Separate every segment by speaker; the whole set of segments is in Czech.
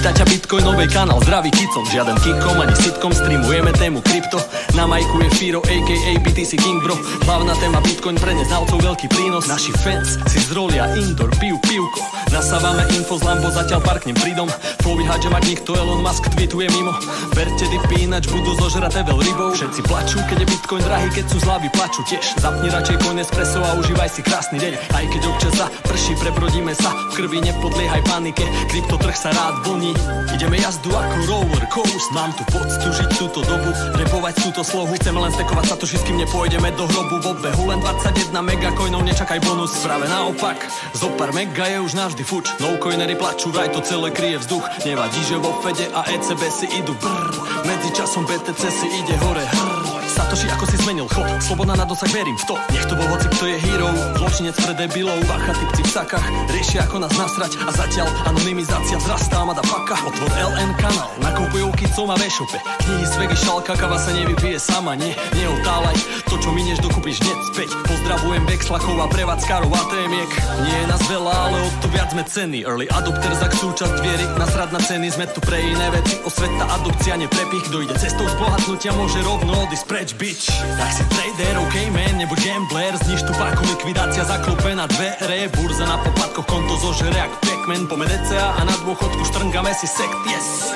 Speaker 1: Víta ťa bitcoinovej kanál, zdravý kicom, žiaden kikom ani sitkom, streamujeme tému krypto. Na majku je Firo aka BTC King bro. Hlavná téma bitcoin pre neznalcov veľký prínos. Naši fans si zrolia indoor, pijú pivko. Nasávame info z Lambo, zatiaľ parknem pridom. Povíhať, že mať nikto, Elon Musk tweetuje mimo. Verte dipy, ináč budú zožraté veľ rybou. Všetci plačú, keď je bitcoin drahý, keď sú zľavy, plačú tiež. Zapni radšej Coin Espresso a užívaj si krásny deň. Aj keď občas zaprší, prebrodíme sa. V krvi nepodliehaj panike, kryptotrh sa rád vlní. Ideme jazdu ako roller coaster. Mám tu poctu žiť túto dobu, repovať túto slohu. Chceme len stekovať satoshi, s kým nepôjdeme do hrobu. V obehu len 21 megacoinov, nečakaj bonus. Práve naopak, zo pár mega je už navždy fuč. No-coinery plačú, vraj to celé kryje vzduch. Nevadí, že vo Fede a ECB si idú brr. Medzi časom BTC si ide hore Satoshi, ako si zmenil chod, sloboda na dosah, verím v to. Nech to bol hoci, kto je hero, zločinec pre debilov. Bacha, typci v sakách, riešia ako nás nasrať. A zatiaľ anonymizácia vzrastá, madafaka. Otvor LN kanál, nakupujú kicom a v-shope. Knihy z vegy, šalka, kava sa nevypije sama. Neotálaj, to čo minieš dokúpiš hneď späť. Pozdravujem Vexlakov a prevádzkarov a témiek. Nie je nás veľa, ale o to viac sme ceny. Early adopters, ak súčasť viery, nasrad na ceny. Sme tu pre iné veci, osveta, adopcia, neprepich. Kto ide cestou zbohatnutia, môže rovno odísť preč, bitch. Tak si trader, ok man, nebuď gambler. Zniž tu páku, likvidácia, zaklope na dvere. Burza na poplatkoch, konto zožere jak Pac-Man. Pome DCA a na dôchodku štrngame si sekt, yes.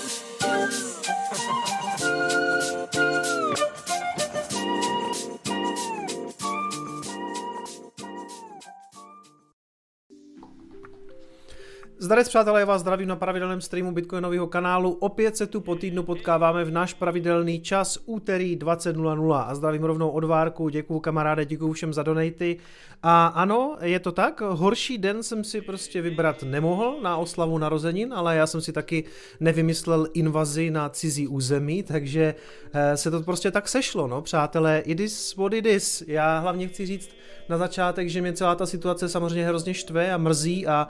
Speaker 2: Zdarec přátelé, já vás zdravím na pravidelném streamu Bitcoinového kanálu. Opět se tu po týdnu potkáváme v náš pravidelný čas úterý 20:00 a zdravím rovnou od Várku, děkuju kamaráde, děkuju všem za donaty. A ano, je to tak, horší den jsem si prostě vybrat nemohl na oslavu narozenin, ale já jsem si taky nevymyslel invazi na cizí území, takže se to prostě tak sešlo, no přátelé, it is what it is. Já hlavně chci říct na začátek, že mě celá ta situace samozřejmě hrozně štve a mrzí a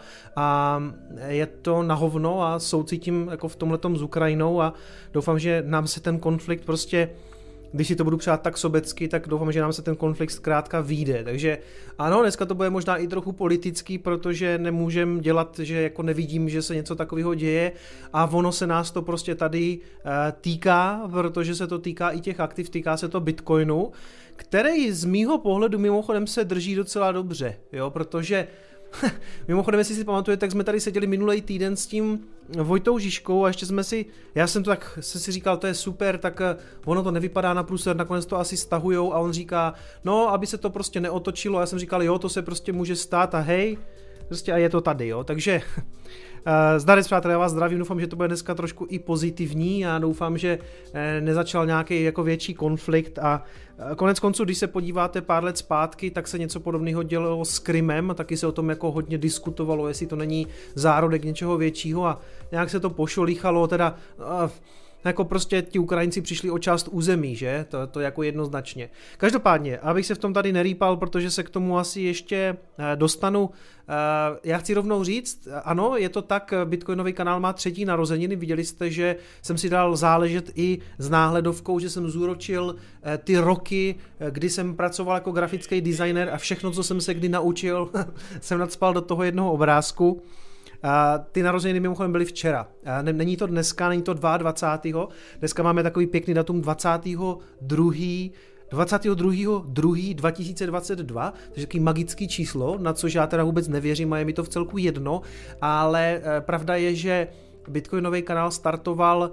Speaker 2: je to na hovno a soucítím jako v tomhletom s Ukrajinou a doufám, že nám se ten konflikt prostě, když si to budu přát tak sobecky, tak doufám, že nám se ten konflikt zkrátka vyjde. Takže ano, dneska to bude možná i trochu politický, protože nemůžem dělat, že jako nevidím, že se něco takového děje a ono se nás to prostě tady týká, protože se to týká i těch aktiv, týká se to Bitcoinu, který z mýho pohledu mimochodem se drží docela dobře, jo, protože mimochodem, jestli si pamatujete, tak jsme tady seděli minulý týden s tím Vojtou Žižkou a ještě jsme si, já jsem to tak si říkal, to je super, tak ono to nevypadá na průser, nakonec to asi stahujou a on říká, no, aby se to prostě neotočilo, já jsem říkal, jo, to se prostě může stát a hej, prostě a je to tady, jo, takže zdarec přátelé, já vás zdravím, doufám, že to bude dneska trošku i pozitivní a doufám, že nezačal nějaký jako větší konflikt a konec konců, když se podíváte pár let zpátky, tak se něco podobného dělalo s Krymem a taky se o tom jako hodně diskutovalo, jestli to není zárodek něčeho většího a nějak se to pošolíchalo, teda jako prostě ti Ukrajinci přišli o část území, že? To jako jednoznačně. Každopádně, abych se v tom tady nerýpal, protože se k tomu asi ještě dostanu, já chci rovnou říct, ano, je to tak, Bitcoinový kanál má 3. narozeniny, viděli jste, že jsem si dal záležet i s náhledovkou, že jsem zúročil ty roky, kdy jsem pracoval jako grafický designer a všechno, co jsem se kdy naučil, jsem nadspal do toho jednoho obrázku. Ty narozeniny mimochodem byly včera. Není to dneska, není to 22. Dneska máme takový pěkný datum 22.2.2022, takže takový magický číslo, na což já teda vůbec nevěřím a je mi to v celku jedno, ale pravda je, že Bitcoinový kanál startoval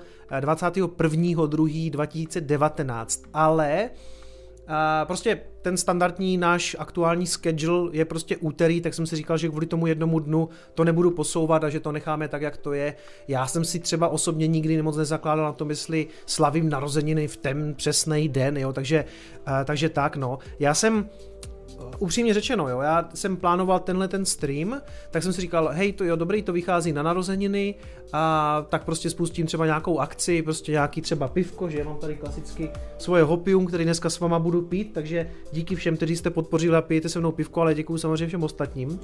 Speaker 2: 21.2.2019, ale prostě ten standardní náš aktuální schedule je prostě úterý, tak jsem si říkal, že kvůli tomu jednomu dnu to nebudu posouvat a že to necháme tak, jak to je. Já jsem si třeba osobně nikdy moc nezakládal na tom, jestli slavím narozeniny v ten přesný den, jo, takže tak, no. Já jsem upřímně řečeno, jo, já jsem plánoval tenhle ten stream, tak jsem si říkal, hej, to jo, dobrý, to vychází na narozeniny a tak prostě spustím třeba nějakou akci, prostě nějaký třeba pivko, že já mám tady klasicky svoje hopium, který dneska s váma budu pít, takže díky všem, kteří jste podpořili a pijete se mnou pivko, ale děkuju samozřejmě všem ostatním.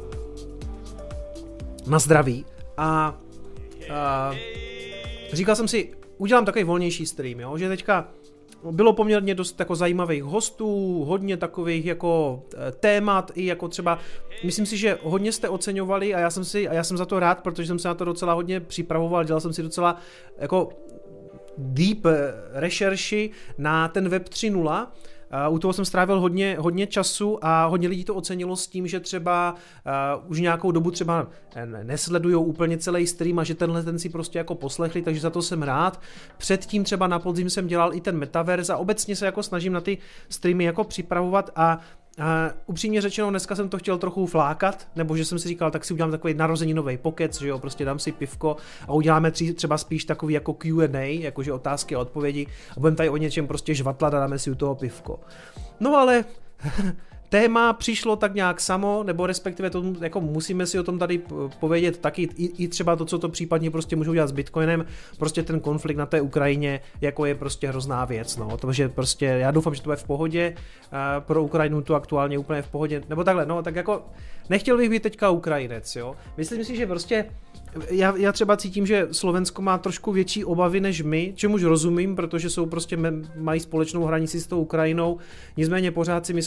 Speaker 2: Na zdraví. A říkal jsem si, udělám takový volnější stream, jo, že teďka bylo poměrně dost jako zajímavých hostů, hodně takových jako témat i jako třeba, myslím si, že hodně jste oceňovali a já jsem za to rád, protože jsem se na to docela hodně připravoval, dělal jsem si docela jako deep rešerši na ten web 3.0. U toho jsem strávil hodně času a hodně lidí to ocenilo s tím, že třeba už nějakou dobu třeba nesledujou úplně celý stream a že ten si prostě jako poslechli, takže za to jsem rád. Předtím třeba na podzim jsem dělal i ten metaverse a obecně se jako snažím na ty streamy jako připravovat a upřímně řečeno, dneska jsem to chtěl trochu flákat, nebo že jsem si říkal, tak si udělám takový narozeninový pokec, že jo, prostě dám si pivko a uděláme třeba spíš takový jako Q&A, jakože otázky a odpovědi a budeme tady o něčem prostě žvatlat a dáme si u toho pivko. No ale téma přišlo tak nějak samo, nebo respektive to, jako musíme si o tom tady povědět taky i třeba to, co to případně prostě můžou dělat s Bitcoinem, prostě ten konflikt na té Ukrajině, jako je prostě hrozná věc, no, takže prostě já doufám, že to je v pohodě, pro Ukrajinu to aktuálně úplně v pohodě, nebo takhle, no, tak jako nechtěl bych být teďka Ukrajinec, jo, myslím si, že prostě já třeba cítím, že Slovensko má trošku větší obavy než my, čemuž rozumím, protože jsou prostě mají společnou hranici s tou Ukrajinou, nicméně pořád si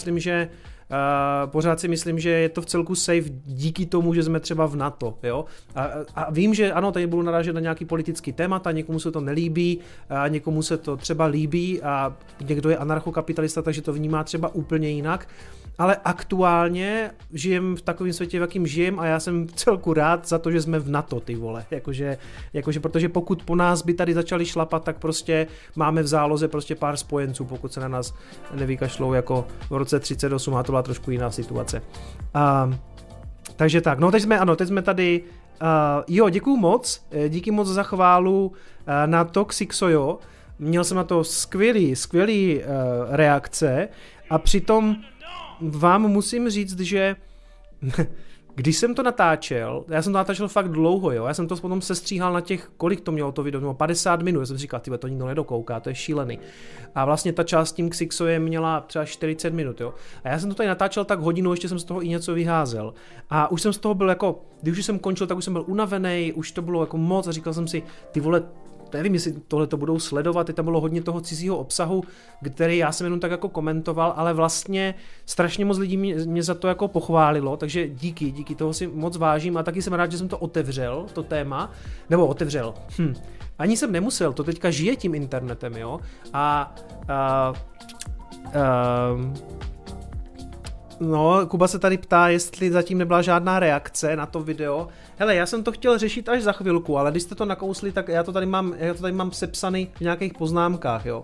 Speaker 2: myslím, že je to v celku safe díky tomu, že jsme třeba v NATO, jo. A vím, že ano, tady budu narážet na nějaký politický témata, někomu se to nelíbí, a někomu se to třeba líbí a někdo je anarchokapitalista, takže to vnímá třeba úplně jinak. Ale aktuálně žijem v takovém světě, v jakým žijem a já jsem celku rád za to, že jsme v NATO, ty vole. Jakože, protože pokud po nás by tady začali šlapat, tak prostě máme v záloze prostě pár spojenců, pokud se na nás nevykašlou jako v roce 38 a to byla trošku jiná situace. Takže tak, no teď jsme tady, jo, děkuju moc, díky moc za chválu na Toxixojo, měl jsem na to skvělý reakce a přitom vám musím říct, že když jsem to natáčel, já jsem to natáčel fakt dlouho, jo, já jsem to potom sestříhal na těch, kolik to mělo to video, mělo 50 minut, já jsem si říkal, tyhle, to nikdo nedokouká, to je šílený. A vlastně ta část s tím Xixojem měla třeba 40 minut, jo. A já jsem to tady natáčel tak hodinu, ještě jsem z toho i něco vyházel. A už jsem z toho byl jako, když už jsem končil, tak už jsem byl unavený, už to bylo jako moc a říkal jsem si, ty vole, nevím, jestli tohle to budou sledovat, teď tam bylo hodně toho cizího obsahu, který já jsem jenom tak jako komentoval, ale vlastně strašně moc lidí mě za to jako pochválilo, takže díky, toho si moc vážím a taky jsem rád, že jsem to otevřel, to téma, nebo otevřel, ani jsem nemusel, to teďka žije tím internetem, jo, no, Kuba se tady ptá, jestli zatím nebyla žádná reakce na to video. Hele, já jsem to chtěl řešit až za chvilku, ale když jste to nakousli, tak já to tady mám sepsaný v nějakých poznámkách, jo.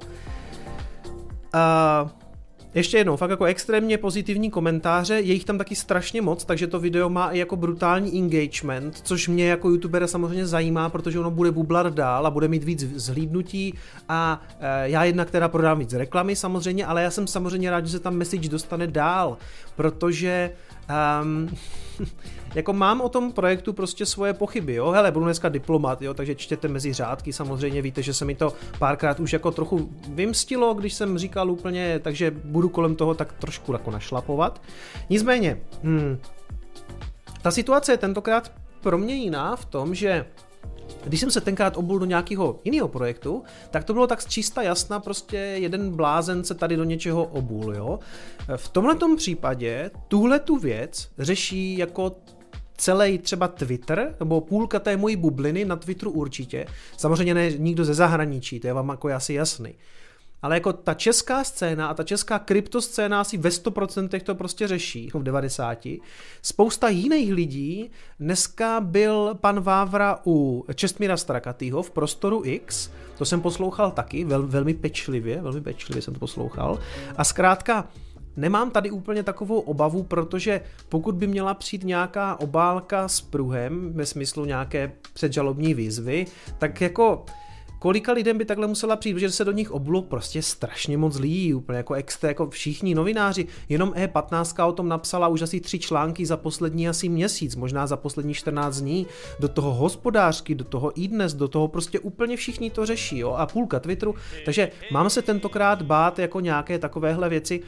Speaker 2: Ještě jednou, fakt jako extrémně pozitivní komentáře, je jich tam taky strašně moc, takže to video má i jako brutální engagement, což mě jako youtubera samozřejmě zajímá, protože ono bude bublat dál a bude mít víc zhlídnutí a já jednak teda prodám víc reklamy samozřejmě, ale já jsem samozřejmě rád, že se tam message dostane dál, protože jako mám o tom projektu prostě svoje pochyby, jo, hele, budu dneska diplomat, jo, takže čtěte mezi řádky, samozřejmě víte, že se mi to párkrát už jako trochu vymstilo, když jsem říkal úplně, takže budu kolem toho tak trošku jako našlapovat. Nicméně, ta situace je tentokrát pro mě jiná v tom, že když jsem se tenkrát obul do nějakého jiného projektu, tak to bylo tak čista jasna, prostě jeden blázen se tady do něčeho obul, jo. V tomhletom případě tuhletu věc řeší jako celý třeba Twitter, nebo půlka té mojí bubliny na Twitteru určitě, samozřejmě ne nikdo ze zahraničí, to je vám jako asi jasný. Ale jako ta česká scéna a ta česká kryptoscéna asi ve 100% to prostě řeší, v 90%. Spousta jiných lidí, dneska byl pan Vávra u Čestmíra Strakatýho v Prostoru X, to jsem poslouchal taky, velmi pečlivě jsem to poslouchal. A zkrátka, nemám tady úplně takovou obavu, protože pokud by měla přijít nějaká obálka s pruhem, ve smyslu nějaké předžalobní výzvy, tak jako kolika lidem by takhle musela přijít, protože se do nich obulo prostě strašně moc lidí, úplně jako extra, jako všichni novináři, jenom E15 o tom napsala už asi 3 články za poslední asi měsíc, možná za poslední 14 dní, do toho Hospodářky, do toho iDnes, do toho prostě úplně všichni to řeší, jo, a půlka Twitteru, takže mám se tentokrát bát jako nějaké takovéhle věci.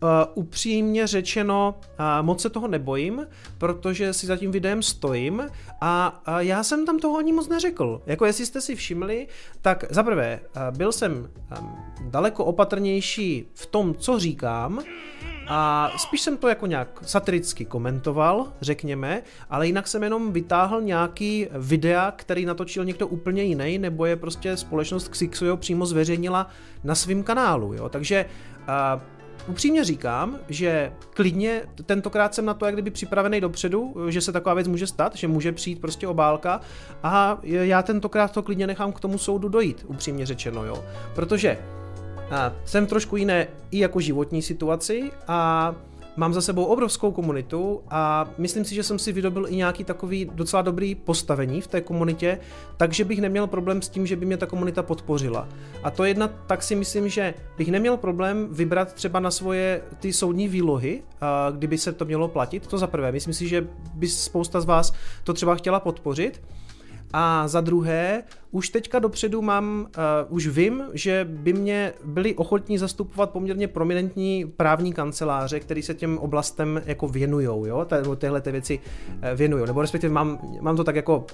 Speaker 2: upřímně řečeno, moc se toho nebojím, protože si za tím videem stojím a já jsem tam toho ani moc neřekl. Jako jestli jste si všimli, tak zaprvé byl jsem daleko opatrnější v tom, co říkám, a spíš jsem to jako nějak satiricky komentoval, řekněme, ale jinak jsem jenom vytáhl nějaký videa, který natočil někdo úplně jiný, nebo je prostě společnost Xixuyo přímo zveřejnila na svém kanálu, jo, takže upřímně říkám, že klidně tentokrát jsem na to jak kdyby připravený dopředu, že se taková věc může stát, že může přijít prostě obálka a já tentokrát to klidně nechám k tomu soudu dojít, upřímně řečeno, jo, protože jsem trošku jiné i jako životní situaci a mám za sebou obrovskou komunitu a myslím si, že jsem si vydobil i nějaký takový docela dobrý postavení v té komunitě, takže bych neměl problém s tím, že by mě ta komunita podpořila. A to jedna, tak si myslím, že bych neměl problém vybrat třeba na svoje ty soudní výlohy, kdyby se to mělo platit, to za prvé. Myslím si, že by spousta z vás to třeba chtěla podpořit. A za druhé, už teďka dopředu už vím, že by mě byli ochotní zastupovat poměrně prominentní právní kanceláře, který se těm oblastem jako věnujou, jo, téhle věci věnujou, nebo respektive mám to tak jako,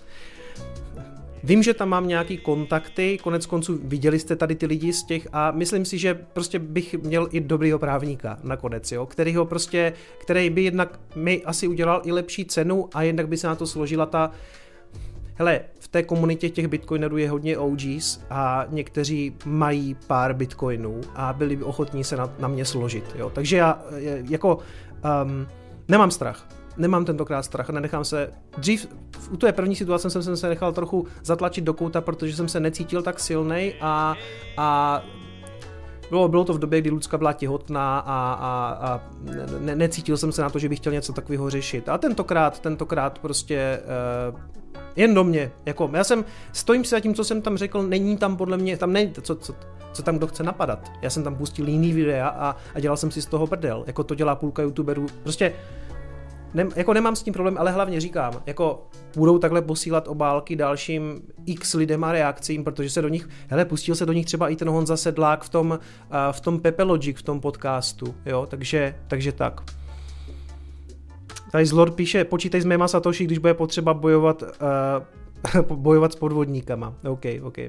Speaker 2: vím, že tam mám nějaký kontakty, konec konců viděli jste tady ty lidi z těch a myslím si, že prostě bych měl i dobrýho právníka nakonec, jo, který by jednak mi asi udělal i lepší cenu a jednak by se na to složila hele, v té komunitě těch bitcoinerů je hodně OGs a někteří mají pár bitcoinů a byli by ochotní se na mě složit, jo. Takže já jako nemám strach. Nemám tentokrát strach, nenechám se, dřív u té první situace jsem se nechal trochu zatlačit do kouta, protože jsem se necítil tak silnej a bylo to v době, kdy Lucka byla těhotná a necítil jsem se na to, že bych chtěl něco takového řešit. A tentokrát prostě jen do mě, jako já stojím si za tím, co jsem tam řekl, není tam podle mě, tam není, co tam kdo chce napadat. Já jsem tam pustil jiný videa a dělal jsem si z toho prdel, jako to dělá půlka youtuberů, prostě jako nemám s tím problém, ale hlavně říkám, jako budou takhle posílat obálky dalším x lidem a reakcím, protože se do nich, pustil se do nich třeba i ten Honza Sedlák v tom Pepe Logic, v tom podcastu, jo, takže tak. Tady Zlord píše, počítej s méma Satoshi, když bude potřeba bojovat s podvodníkama. OK.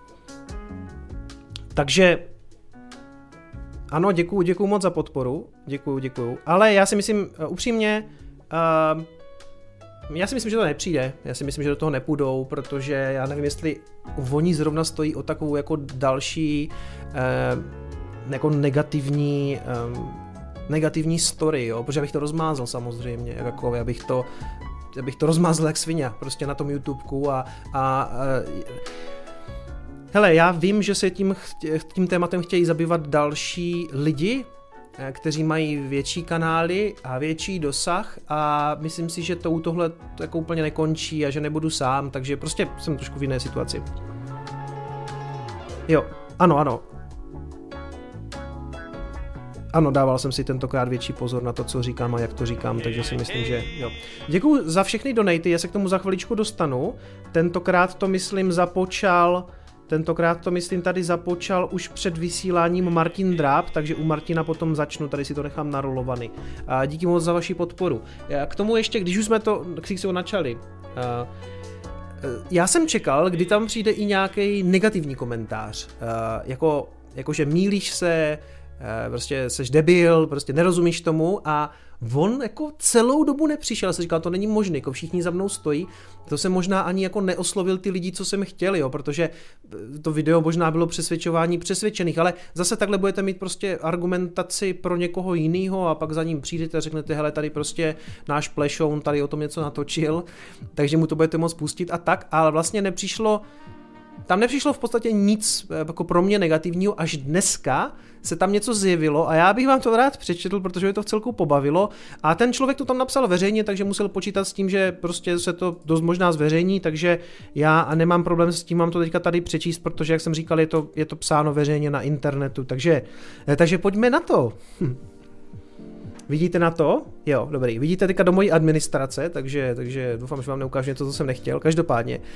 Speaker 2: Takže ano, děkuju moc za podporu, děkuju, ale já si myslím upřímně, já si myslím, že to nepřijde, já si myslím, že do toho nepůjdou, protože já nevím, jestli oni zrovna stojí o takovou jako další jako negativní story, jo, protože já bych to rozmázl samozřejmě, jako já bych to rozmázl jak svině, prostě na tom YouTubeku a hele, já vím, že se tím tématem chtějí zabývat další lidi, kteří mají větší kanály a větší dosah a myslím si, že to u tohle jako úplně nekončí a že nebudu sám, takže prostě jsem trošku v jiné situaci. Jo, ano. Ano, dával jsem si tentokrát větší pozor na to, co říkám a jak to říkám, takže si myslím, že jo. Děkuju za všechny donaty, já se k tomu za chviličku dostanu. Tentokrát to myslím tady započal už před vysíláním Martin Dráb, takže u Martina potom začnu, tady si to nechám narolovaný. A díky moc za vaši podporu. K tomu ještě, když už jsme to Xixuyo načali, já jsem čekal, kdy tam přijde i nějaký negativní komentář, jakože mýlíš se, prostě seš debil, prostě nerozumíš tomu a on jako celou dobu nepřišel, se říkal, to není možné, jako všichni za mnou stojí, to jsem možná ani jako neoslovil ty lidi, co jsem chtěl, jo, protože to video možná bylo přesvědčování přesvědčených, ale zase takhle budete mít prostě argumentaci pro někoho jiného a pak za ním přijdete a řeknete, hele, tady prostě náš plešoun tady o tom něco natočil, takže mu to budete moct pustit a tak, ale vlastně tam nepřišlo v podstatě nic jako pro mě negativního, až dneska se tam něco zjevilo a já bych vám to rád přečetl, protože mě to vcelku pobavilo a ten člověk to tam napsal veřejně, takže musel počítat s tím, že prostě se to dost možná zveřejní, takže já nemám problém s tím, mám to teďka tady přečíst, protože jak jsem říkal, je to psáno veřejně na internetu, takže pojďme na to. Vidíte na to? Jo, dobrý. Vidíte teďka do mojí administrace, takže doufám, že vám neukážu něco, co jsem nechtěl. Každopádně.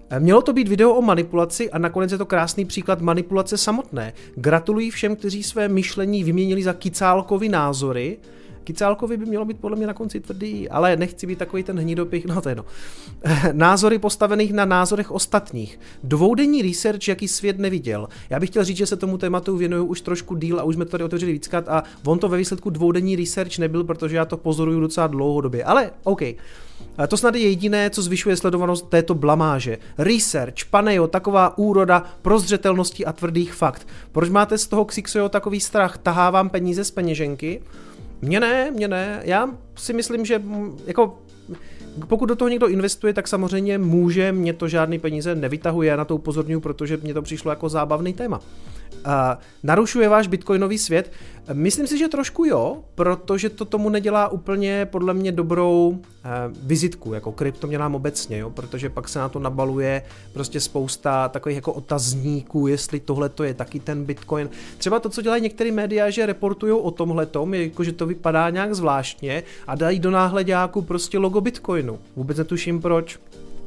Speaker 2: Mělo to být video o manipulaci a nakonec je to krásný příklad manipulace samotné. Gratuluji všem, kteří své myšlení vyměnili za Kicálkovy názory. Kicálkovi by mělo být podle mě na konci tvrdý, ale nechci být takový ten hnidopich, no to je no. Názory postavených na názorech ostatních. Dvoudenní research, jaký svět neviděl. Já bych chtěl říct, že se tomu tématu věnuju už trošku díl a už jsme to tady otevřeli víckrát a on to ve výsledku dvoudenní research nebyl, protože já to pozoruju docela dlouhodobě, ale OK. To snad je jediné, co zvyšuje sledovanost této blamáže. Research, panejo, taková úroda prozřetelnosti a tvrdých fakt. Proč máte z toho Xixojo takový strach? Tahá vám peníze z peněženky? Mně ne. Já si myslím, že jako pokud do toho někdo investuje, tak samozřejmě může, mě to žádný peníze nevytahuje, já na to upozorňuji, protože mně to přišlo jako zábavný téma. Narušuje váš bitcoinový svět? Myslím si, že trošku jo, protože to tomu nedělá úplně podle mě dobrou vizitku, jako kryptoměnám obecně, jo, protože pak se na to nabaluje prostě spousta takových jako otazníků, jestli tohle to je taky ten bitcoin. Třeba to, co dělají některé média, že reportujou o tomhletom, jakože to vypadá nějak zvláštně a dají do náhledáku prostě logo bitcoinu. Vůbec netuším proč.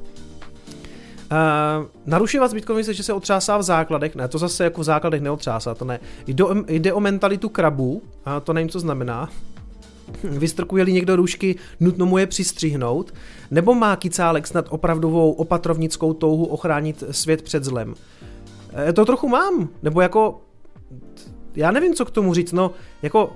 Speaker 2: Narušuje vás bitcoin, že se otřásá v základech, ne, to zase jako v základech neotřásá, to ne. Jde o mentalitu krabů, a to nevím, co znamená. Vystrkuje-li někdo růžky, nutno mu je přistřihnout, nebo má Kicálek snad opravdovou opatrovnickou touhu ochránit svět před zlem? To trochu mám, nebo jako, já nevím, co k tomu říct, no, jako,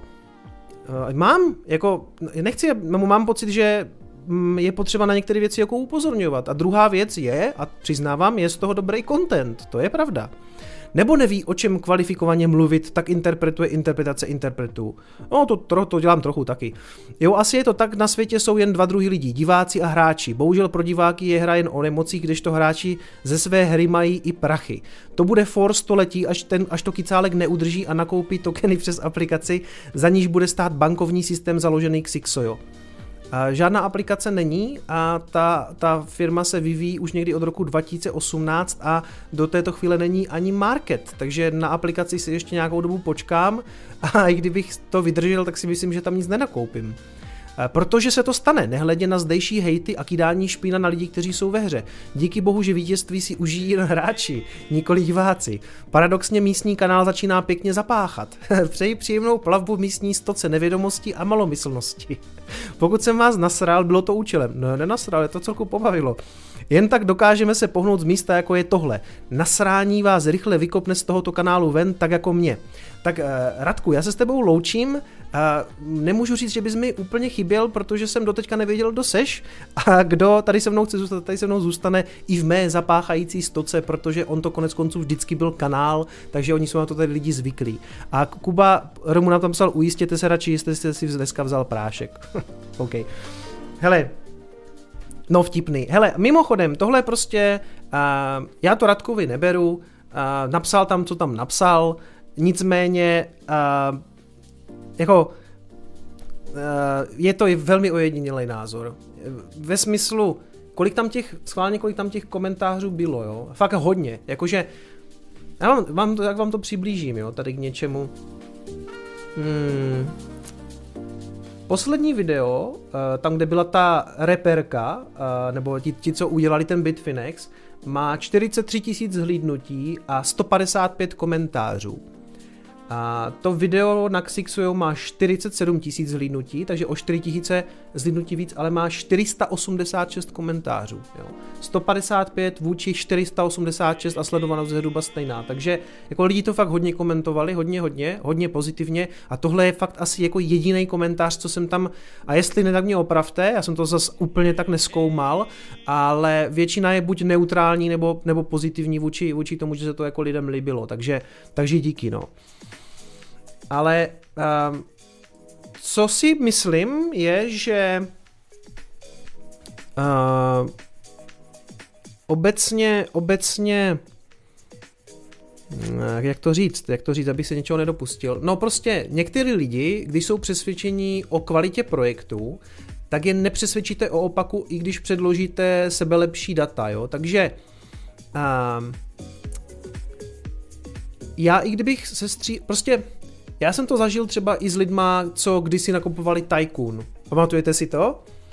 Speaker 2: mám pocit, že je potřeba na některé věci jako upozorňovat. A druhá věc je, a přiznávám, je z toho dobrý content, to je pravda. Nebo neví, o čem kvalifikovaně mluvit, tak interpretuje interpretace interpretů. No, to dělám trochu taky. Jo, asi je to tak, na světě jsou jen dva druhy lidí, diváci a hráči. Bohužel pro diváky je hra jen o emocích, kdežto hráči ze své hry mají i prachy. To bude for století, až to Kicálek neudrží a nakoupí tokeny přes aplikaci, za níž bude stát bankovní systém založený Xixojo. Žádná aplikace není a ta firma se vyvíjí už někdy od roku 2018 a do této chvíle není ani market, takže na aplikaci si ještě nějakou dobu počkám a i kdybych to vydržel, tak si myslím, že tam nic nenakoupím. Protože se to stane, nehledě na zdejší hejty a kydání špína na lidi, kteří jsou ve hře. Díky bohu, že vítězství si užijí jen hráči, nikoli diváci. Paradoxně místní kanál začíná pěkně zapáchat. Přeji příjemnou plavbu v místní stoce nevědomosti a malomyslnosti. Pokud jsem vás nasral, bylo to účelem. No, nenasral, je to celku pobavilo. Jen tak dokážeme se pohnout z místa, jako je tohle. Nasrání vás rychle vykopne z tohoto kanálu ven, tak jako mě. Tak Radku, já se s tebou loučím. Nemůžu říct, že bys mi úplně chyběl, protože jsem doteďka nevěděl, kdo seš a kdo tady se mnou chce zůstat, tady se mnou zůstane i v mé zapáchající stoce, protože on to konec konců vždycky byl kanál, takže oni jsou na to tady lidi zvyklí. A Kuba Romu nám tam psal, ujistěte se radši, jestli jste si dneska vzal prášek. OK. Hele, no vtipný. Hele, mimochodem, tohle prostě, já to Radkovi neberu, napsal tam, co tam napsal, nicméně, je to velmi ojedinělý názor. Ve smyslu, kolik tam těch komentářů bylo, jo? Fakt hodně, jakože, jak vám to přiblížím, jo, tady k něčemu. Poslední video, tam, kde byla ta reperka, nebo ti, co udělali ten Bitfinex, má 43 000 zhlídnutí a 155 komentářů. A to video na Xixojo má 47 000 zhlídnutí, takže o 4 000 zhlídnutí víc, ale má 486 komentářů. Jo. 155 vůči 486 a sledovanost zhruba stejná. Takže jako lidi to fakt hodně komentovali, hodně pozitivně a tohle je fakt asi jako jediný komentář, co jsem tam, a jestli ne, tak mě opravte, já jsem to zase úplně tak nezkoumal, ale většina je buď neutrální nebo pozitivní vůči tomu, že se to jako lidem líbilo, takže díky, no. Ale co si myslím je, že obecně jak to říct, abych se něčeho nedopustil. No prostě někteří lidi, když jsou přesvědčení o kvalitě projektu, tak je nepřesvědčíte o opaku, i když předložíte sebelepší data, jo. Takže já i kdybych prostě já jsem to zažil třeba i s lidma, co kdysi nakupovali Tycoon. Pamatujete si to?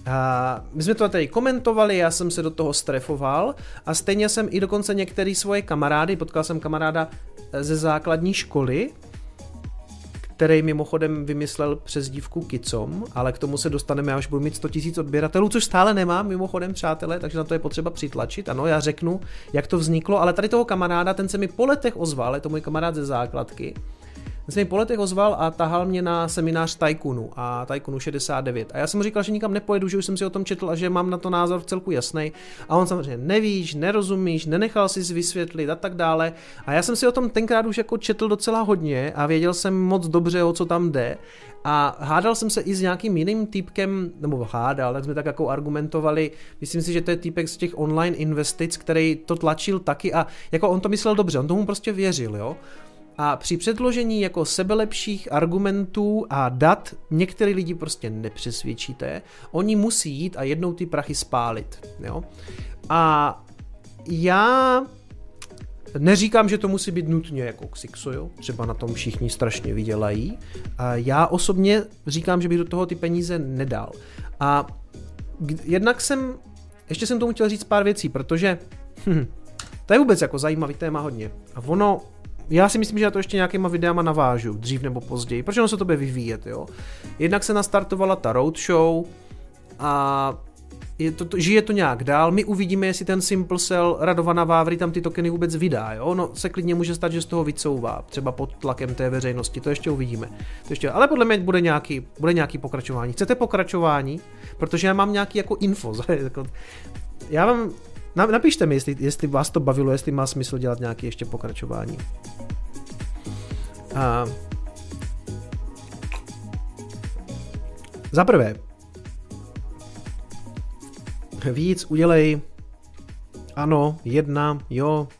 Speaker 2: A my jsme to tady komentovali, já jsem se do toho strefoval a stejně jsem i dokonce některý svoje kamarády, potkal jsem kamaráda ze základní školy, který mimochodem vymyslel přezdívku Kicom, ale k tomu se dostaneme, až budu mít 100 000 odběratelů, což stále nemám mimochodem, přátelé, takže na to je potřeba přitlačit. Ano, já řeknu, jak to vzniklo, ale tady toho kamaráda, ten se mi po letech ozval, je to můj kamarád ze základky, ten se mi po letech ozval a tahal mě na seminář Tycoonu a Tycoonu 69. A já jsem mu říkal, že nikam nepojedu, že už jsem si o tom četl a že mám na to názor v celku jasný. A on samozřejmě nevíš, nerozumíš, nenechal si vysvětlit a tak dále. A já jsem si o tom tenkrát už jako četl docela hodně a věděl jsem moc dobře, o co tam jde. A hádal jsem se i s nějakým jiným týpkem, nebo hádal, tak jsme tak jako argumentovali, myslím si, že to je týpek z těch online investic, který to tlačil taky a jako on to myslel dobře, on tomu prostě věřil, jo. A při předložení jako sebelepších argumentů a dat některý lidi prostě nepřesvědčíte, oni musí jít a jednou ty prachy spálit, jo. A já neříkám, že to musí být nutně jako Xixo, jo? Třeba na tom všichni strašně vydělají. A já osobně říkám, že bych do toho ty peníze nedal. A jednak ještě jsem tomu chtěl říct pár věcí, protože to je vůbec jako zajímavý téma hodně. A já si myslím, že já to ještě nějakýma videama navážu, dřív nebo později, protože ono se to bude vyvíjet, jo. Jednak se nastartovala ta roadshow a žije to nějak dál, my uvidíme, jestli ten Simple Cell Radovana Vávry tam ty tokeny vůbec vydá, jo, no se klidně může stát, že z toho vycouvá, třeba pod tlakem té veřejnosti, to ještě uvidíme, ale podle mě bude nějaký pokračování. Chcete pokračování? Protože já mám nějaký jako info, já vám, napište mi, jestli vás to bavilo, jestli má smysl dělat nějaké ještě pokračování. Za prvé, víc udělej, ano, 1, jo.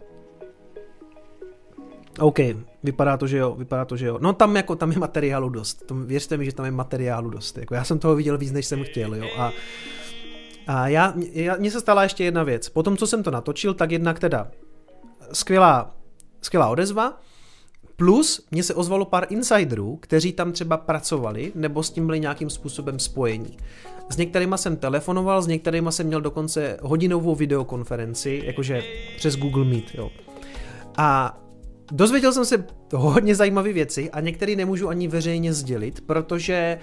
Speaker 2: OK, vypadá to, že jo. No tam je materiálu dost, věřte mi, že tam je materiálu dost, jako já jsem toho viděl víc, než jsem chtěl, jo. A mně se stala ještě jedna věc. Po tom, co jsem to natočil, tak jednak teda skvělá odezva, plus mně se ozvalo pár insiderů, kteří tam třeba pracovali, nebo s tím byli nějakým způsobem spojení. S některýma jsem telefonoval, s některýma jsem měl dokonce hodinovou videokonferenci, jakože přes Google Meet, jo. A dozvěděl jsem se hodně zajímavé věci a některé nemůžu ani veřejně sdělit, protože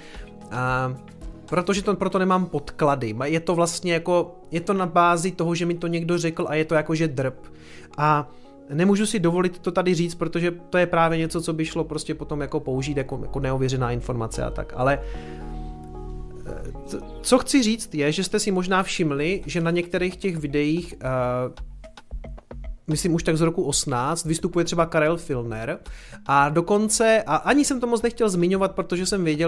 Speaker 2: proto nemám podklady. Je to vlastně jako, je to na bázi toho, že mi to někdo řekl a je to jakože drb. A nemůžu si dovolit to tady říct, protože to je právě něco, co by šlo prostě potom jako použít jako neověřená informace a tak. Ale co chci říct je, že jste si možná všimli, že na některých těch videích myslím už tak z roku 18, vystupuje třeba Karel Filner a dokonce, a ani jsem to moc nechtěl zmiňovat, protože jsem věděl,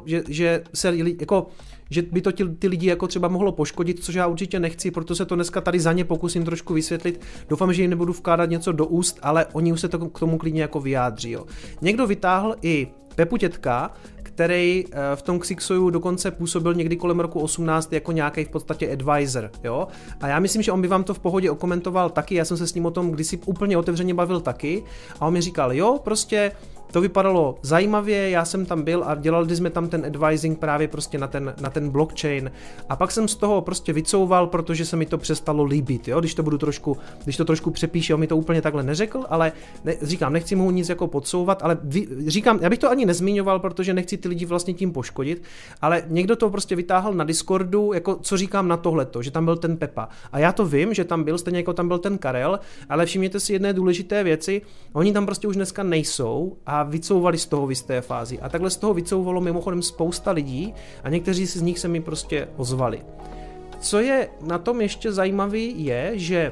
Speaker 2: že by to ty lidi jako třeba mohlo poškodit, což já určitě nechci, proto se to dneska tady za ně pokusím trošku vysvětlit. Doufám, že jim nebudu vkládat něco do úst, ale oni už se to k tomu klidně jako vyjádří. Jo. Někdo vytáhl i Pepu Tětka, který v tom Xixoju dokonce působil někdy kolem roku 18 jako nějaký v podstatě advisor, jo. A já myslím, že on by vám to v pohodě okomentoval taky, já jsem se s ním o tom kdysi úplně otevřeně bavil taky a on mi říkal, jo, prostě to vypadalo zajímavě, já jsem tam byl a dělali jsme tam ten advising právě prostě na ten blockchain a pak jsem z toho prostě vycouval, protože se mi to přestalo líbit, jo, když to trošku přepíše, on mi to úplně takhle neřekl, ale říkám, nechci mu nic jako podsouvat, ale říkám, já bych to ani nezmiňoval, protože nechci ty lidi vlastně tím poškodit, ale někdo to prostě vytáhl na Discordu, jako co říkám na tohleto, že tam byl ten Pepa. A já to vím, že tam byl, stejně jako tam byl ten Karel, ale všimněte si jedné důležité věci, oni tam prostě už dneska nejsou a vycouvali z toho v jisté fázi. A takhle z toho vycouvalo mimochodem spousta lidí a někteří z nich se mi prostě ozvali. Co je na tom ještě zajímavý je, že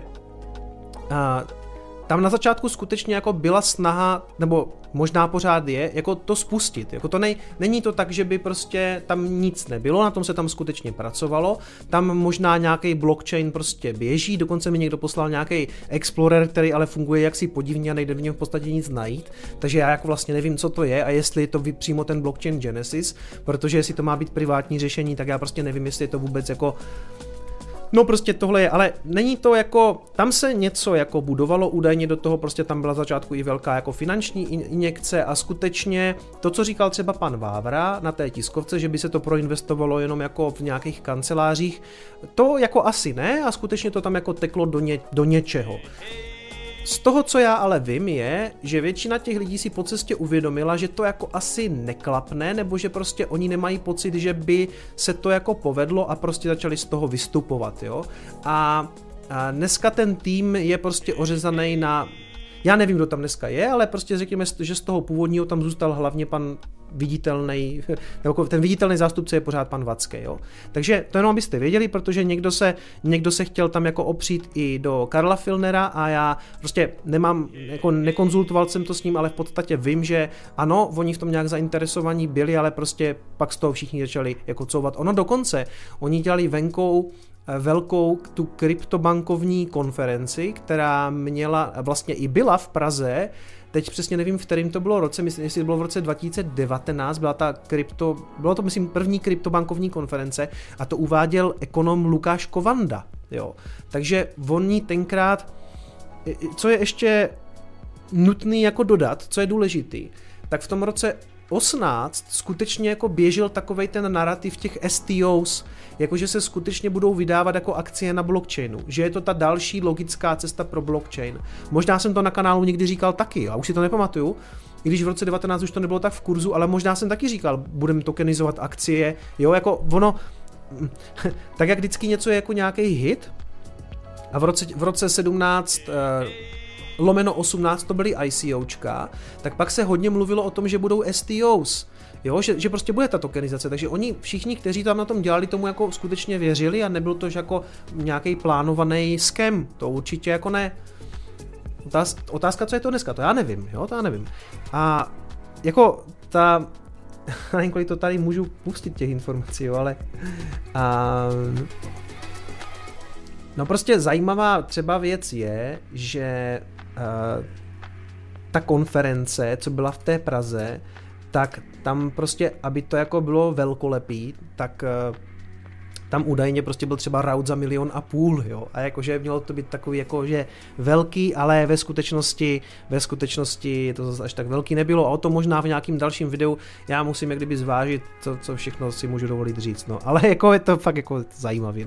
Speaker 2: tam na začátku skutečně jako byla snaha, nebo možná pořád je, jako to spustit. Jako to není to tak, že by prostě tam nic nebylo, na tom se tam skutečně pracovalo. Tam možná nějaký blockchain prostě běží, dokonce mi někdo poslal nějaký Explorer, který ale funguje jaksi podivně a nejde v něm v podstatě nic najít. Takže já jako vlastně nevím, co to je a jestli je to přímo ten blockchain Genesis, protože jestli to má být privátní řešení, tak já prostě nevím, jestli je to vůbec jako No prostě tohle je, ale není to jako, tam se něco jako budovalo údajně do toho, prostě tam byla začátku i velká jako finanční injekce a skutečně to, co říkal třeba pan Vávra na té tiskovce, že by se to proinvestovalo jenom jako v nějakých kancelářích, to jako asi ne a skutečně to tam jako teklo do něčeho. Z toho, co já ale vím, je, že většina těch lidí si po cestě uvědomila, že to jako asi neklapne, nebo že prostě oni nemají pocit, že by se to jako povedlo a prostě začali z toho vystupovat, jo. A dneska ten tým je prostě ořezaný na, já nevím, kdo tam dneska je, ale prostě řekněme, že z toho původního tam zůstal hlavně pan viditelný, nebo ten viditelný zástupce je pořád pan Vacký, jo. Takže to jenom abyste věděli, protože někdo se chtěl tam jako opřít i do Karla Filnera a já prostě nekonzultoval jsem to s ním, ale v podstatě vím, že ano, oni v tom nějak zainteresovaní byli, ale prostě pak z toho všichni začali jako couvat. Ono dokonce, oni dělali venkou velkou tu kryptobankovní konferenci, která měla, vlastně i byla v Praze, teď přesně nevím, v kterém to bylo roce, myslím, jestli to bylo v roce 2019, bylo to myslím první kryptobankovní konference a to uváděl ekonom Lukáš Kovanda, jo. Takže oni tenkrát, co je ještě nutný jako dodat, co je důležitý, tak v tom roce 18 skutečně jako běžel takovej ten narrativ těch STOs, jakože se skutečně budou vydávat jako akcie na blockchainu, že je to ta další logická cesta pro blockchain. Možná jsem to na kanálu někdy říkal taky, a už si to nepamatuju, i když v roce 19 už to nebylo tak v kurzu, ale možná jsem taky říkal, budeme tokenizovat akcie, jo, jako ono, tak jak vždycky něco je jako nějaký hit, a v roce 17 lomeno 18 to byly ICOčka, tak pak se hodně mluvilo o tom, že budou STOs, jo, že prostě bude ta tokenizace, takže oni všichni, kteří tam na tom dělali, tomu jako skutečně věřili a nebyl to jako nějaký plánovaný scam, to určitě jako ne. Otázka, co je to dneska, to já nevím, jo, to já nevím. A jako ta, nevím, kolik to tady můžu pustit těch informací, jo, ale no prostě zajímavá třeba věc je, že ta konference, co byla v té Praze, tak tam prostě, aby to jako bylo velkolepý, tak tam údajně prostě byl třeba raut za 1,5 milionu, jo, a jakože mělo to být takový jakože velký, ale ve skutečnosti to zase až tak velký nebylo a o tom možná v nějakým dalším videu já musím jak kdyby zvážit, co všechno si můžu dovolit říct, no, ale jako je to fakt jako zajímavý, no.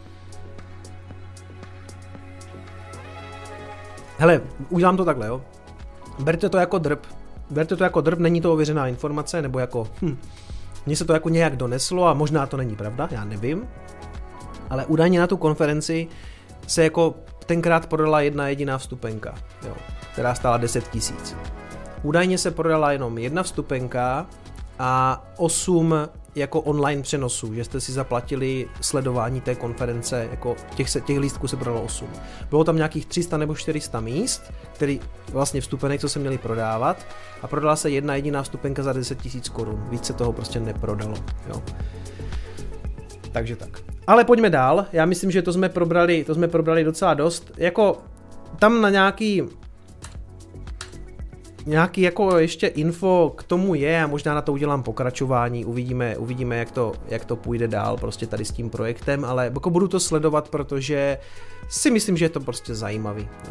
Speaker 2: Hele, udělám to takhle, jo. Berte to jako drb, není to ověřená informace, nebo jako, mně se to jako nějak doneslo a možná to není pravda, já nevím. Ale údajně na tu konferenci se jako tenkrát prodala jedna jediná vstupenka, jo, která stála 10 000. Údajně se prodala jenom jedna vstupenka a 8 jako online přenosů, že jste si zaplatili sledování té konference, jako těch lístků se prodalo 8. Bylo tam nějakých 300 nebo 400 míst, který vlastně vstupenek, co se měli prodávat a prodala se jedna jediná vstupenka za 10 000 korun. Víc se toho prostě neprodalo, jo. Takže tak. Ale pojďme dál, já myslím, že to jsme probrali docela dost, jako tam na nějaký jako ještě info k tomu je a možná na to udělám pokračování, uvidíme jak to půjde dál prostě tady s tím projektem, ale jako budu to sledovat, protože si myslím, že je to prostě zajímavý. No.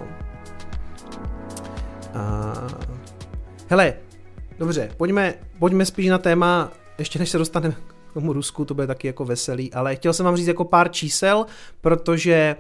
Speaker 2: Hele, dobře, pojďme spíš na téma, ještě než se dostaneme k tomu Rusku, to bude taky jako veselý, ale chtěl jsem vám říct jako pár čísel, protože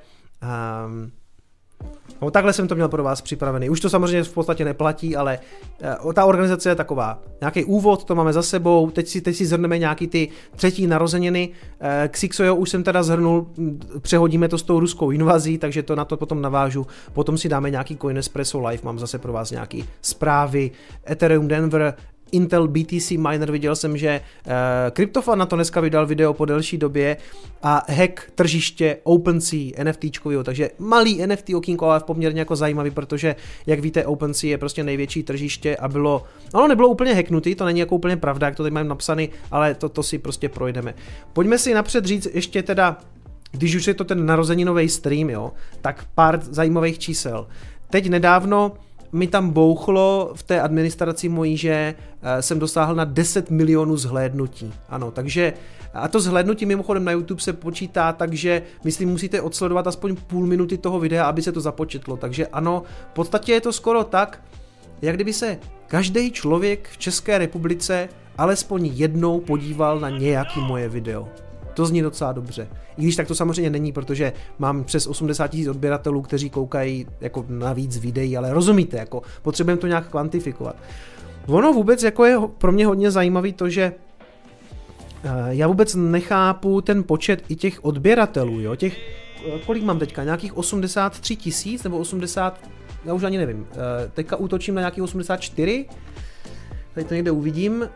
Speaker 2: no, takhle jsem to měl pro vás připravený. Už to samozřejmě v podstatě neplatí, ale ta organizace je taková. Nějaký úvod, to máme za sebou, teď si zhrneme nějaký ty třetí narozeniny. Xixojo už jsem teda zhrnul, přehodíme to s tou ruskou invazí, takže to na to potom navážu. Potom si dáme nějaký Coinespresso Live, mám zase pro vás nějaký zprávy. Ethereum Denver, Intel BTC Miner, viděl jsem, že Kryptofan na to dneska vydal video po delší době a hack tržiště OpenSea NFTčkovýho, takže malý NFT okýnko, ale poměrně jako zajímavý, protože jak víte, OpenSea je prostě největší tržiště a nebylo úplně hacknutý, to není jako úplně pravda, jak to tady mám napsaný, ale to si prostě projdeme. Pojďme si napřed říct ještě teda, když už je to ten narozeninový stream, jo, tak pár zajímavých čísel. Teď nedávno mi tam bouchlo v té administraci mojí, že jsem dosáhl na 10 milionů zhlédnutí. Ano, takže a to zhlédnutí mimochodem na YouTube se počítá, takže myslím musíte odsledovat aspoň půl minuty toho videa, aby se to započetlo. Takže ano, v podstatě je to skoro tak, jak kdyby se každý člověk v České republice alespoň jednou podíval na nějaký moje video. To zní docela dobře. I když tak to samozřejmě není, protože mám přes 80 000 odběratelů, kteří koukají jako na víc videí, ale rozumíte, jako potřebujeme to nějak kvantifikovat. Ono vůbec jako je pro mě hodně zajímavý to, že já vůbec nechápu ten počet i těch odběratelů, jo, těch, kolik mám teďka, nějakých 83 000 nebo 80, já už ani nevím, teďka útočím na nějakých 84, tady to někde uvidím,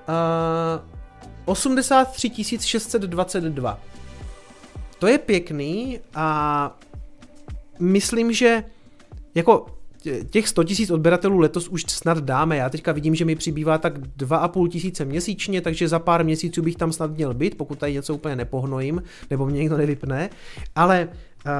Speaker 2: 83 622. To je pěkný a myslím, že jako těch 100 000 odběratelů letos už snad dáme. Já teďka vidím, že mi přibývá tak 2 500 měsíčně, takže za pár měsíců bych tam snad měl být, pokud tady něco úplně nepohnojím, nebo mě někdo nevypne. Ale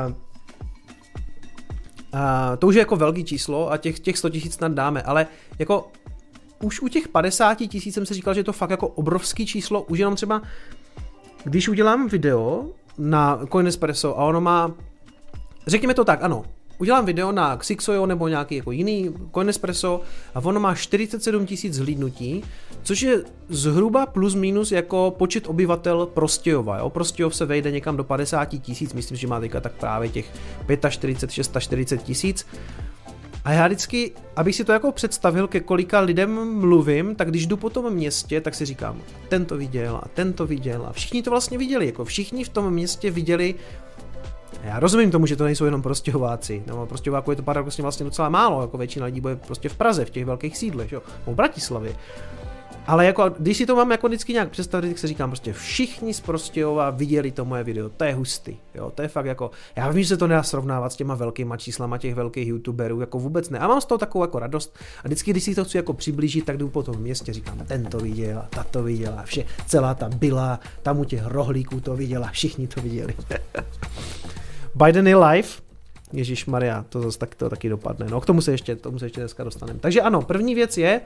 Speaker 2: to už je jako velký číslo a těch 100 000 snad dáme, ale jako už u těch 50 000 jsem si říkal, že je to fakt jako obrovský číslo, už jenom třeba, když udělám video na Coinespresso a ono má, řekněme to tak, ano, udělám video na Xixojo nebo nějaký jako jiný Coinespresso a ono má 47 000 zhlídnutí, což je zhruba plus minus jako počet obyvatel Prostějova. Jo? Prostějov se vejde někam do 50 000, myslím, že má teďka tak právě těch 45, 46 000. A já vždycky, abych si to jako představil, ke kolika lidem mluvím, tak když jdu po tom městě, tak si říkám, ten to viděl a všichni to vlastně viděli, jako všichni v tom městě viděli. Já rozumím tomu, že to nejsou jenom Prostějováci, no Prostějováků je to paradoxně vlastně docela málo, jako většina lidí bude prostě v Praze, v těch velkých sídlech, jo, v Bratislavě. Ale jako, když si to mám jako vždycky nějak představit, tak se říkám prostě všichni z Prostějova viděli to moje video, to je hustý, jo, to je fakt jako, já vím, že se to nedá srovnávat s těma velkýma číslama těch velkých youtuberů, jako vůbec ne, a mám z toho takovou jako radost a vždycky, když si to chci jako přiblížit, tak jdu po tom městě, říkám, ten to viděl, ta to viděla, vše, celá ta byla, tam u těch rohlíků to viděla, všichni to viděli. Biden je live, ježišmarja, to zase taky dopadne, no k tomu se ještě dneska dostaneme. Takže ano, první věc je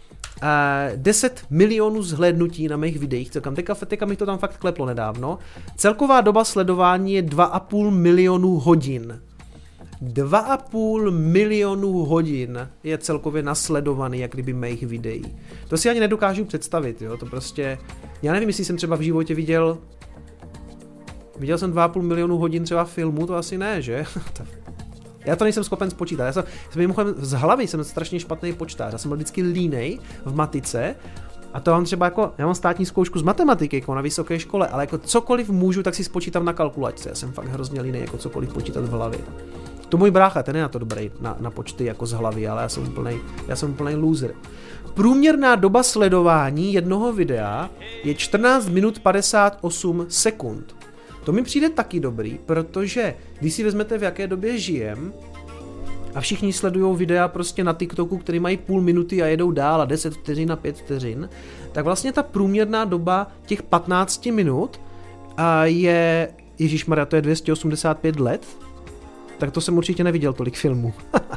Speaker 2: 10 milionů zhlédnutí na mých videích, celkem teďka mi to tam fakt kleplo nedávno. Celková doba sledování je 2,5 milionu hodin. 2,5 milionu hodin je celkově nasledovaný, jak kdyby mých videí. To si ani nedokážu představit, jo, to prostě, já nevím, jestli jsem třeba v životě viděl jsem 2,5 milionu hodin třeba filmu, to asi ne, že? Já to nejsem schopen spočítat. Já jsem mimochodem z hlavy jsem strašně špatný počtář. Já jsem byl vždycky línej v matice a to mám třeba jako, já mám státní zkoušku z matematiky jako na vysoké škole, ale jako cokoliv můžu, tak si spočítám na kalkulačce. Já jsem fakt hrozně línej jako cokoliv počítat v hlavě. To můj brácha, ten je na to dobrý, na počty jako z hlavy, ale já jsem úplnej loser. Průměrná doba sledování jednoho videa je 14 minut 58 sekund. To mi přijde taky dobrý, protože když si vezmete, v jaké době žijem a všichni sledují videa prostě na TikToku, který mají půl minuty a jedou dál a 10 vteřin a 5 vteřin, tak vlastně ta průměrná doba těch 15 minut je, ježišmarja, to je 285 let, tak to jsem určitě neviděl tolik filmů.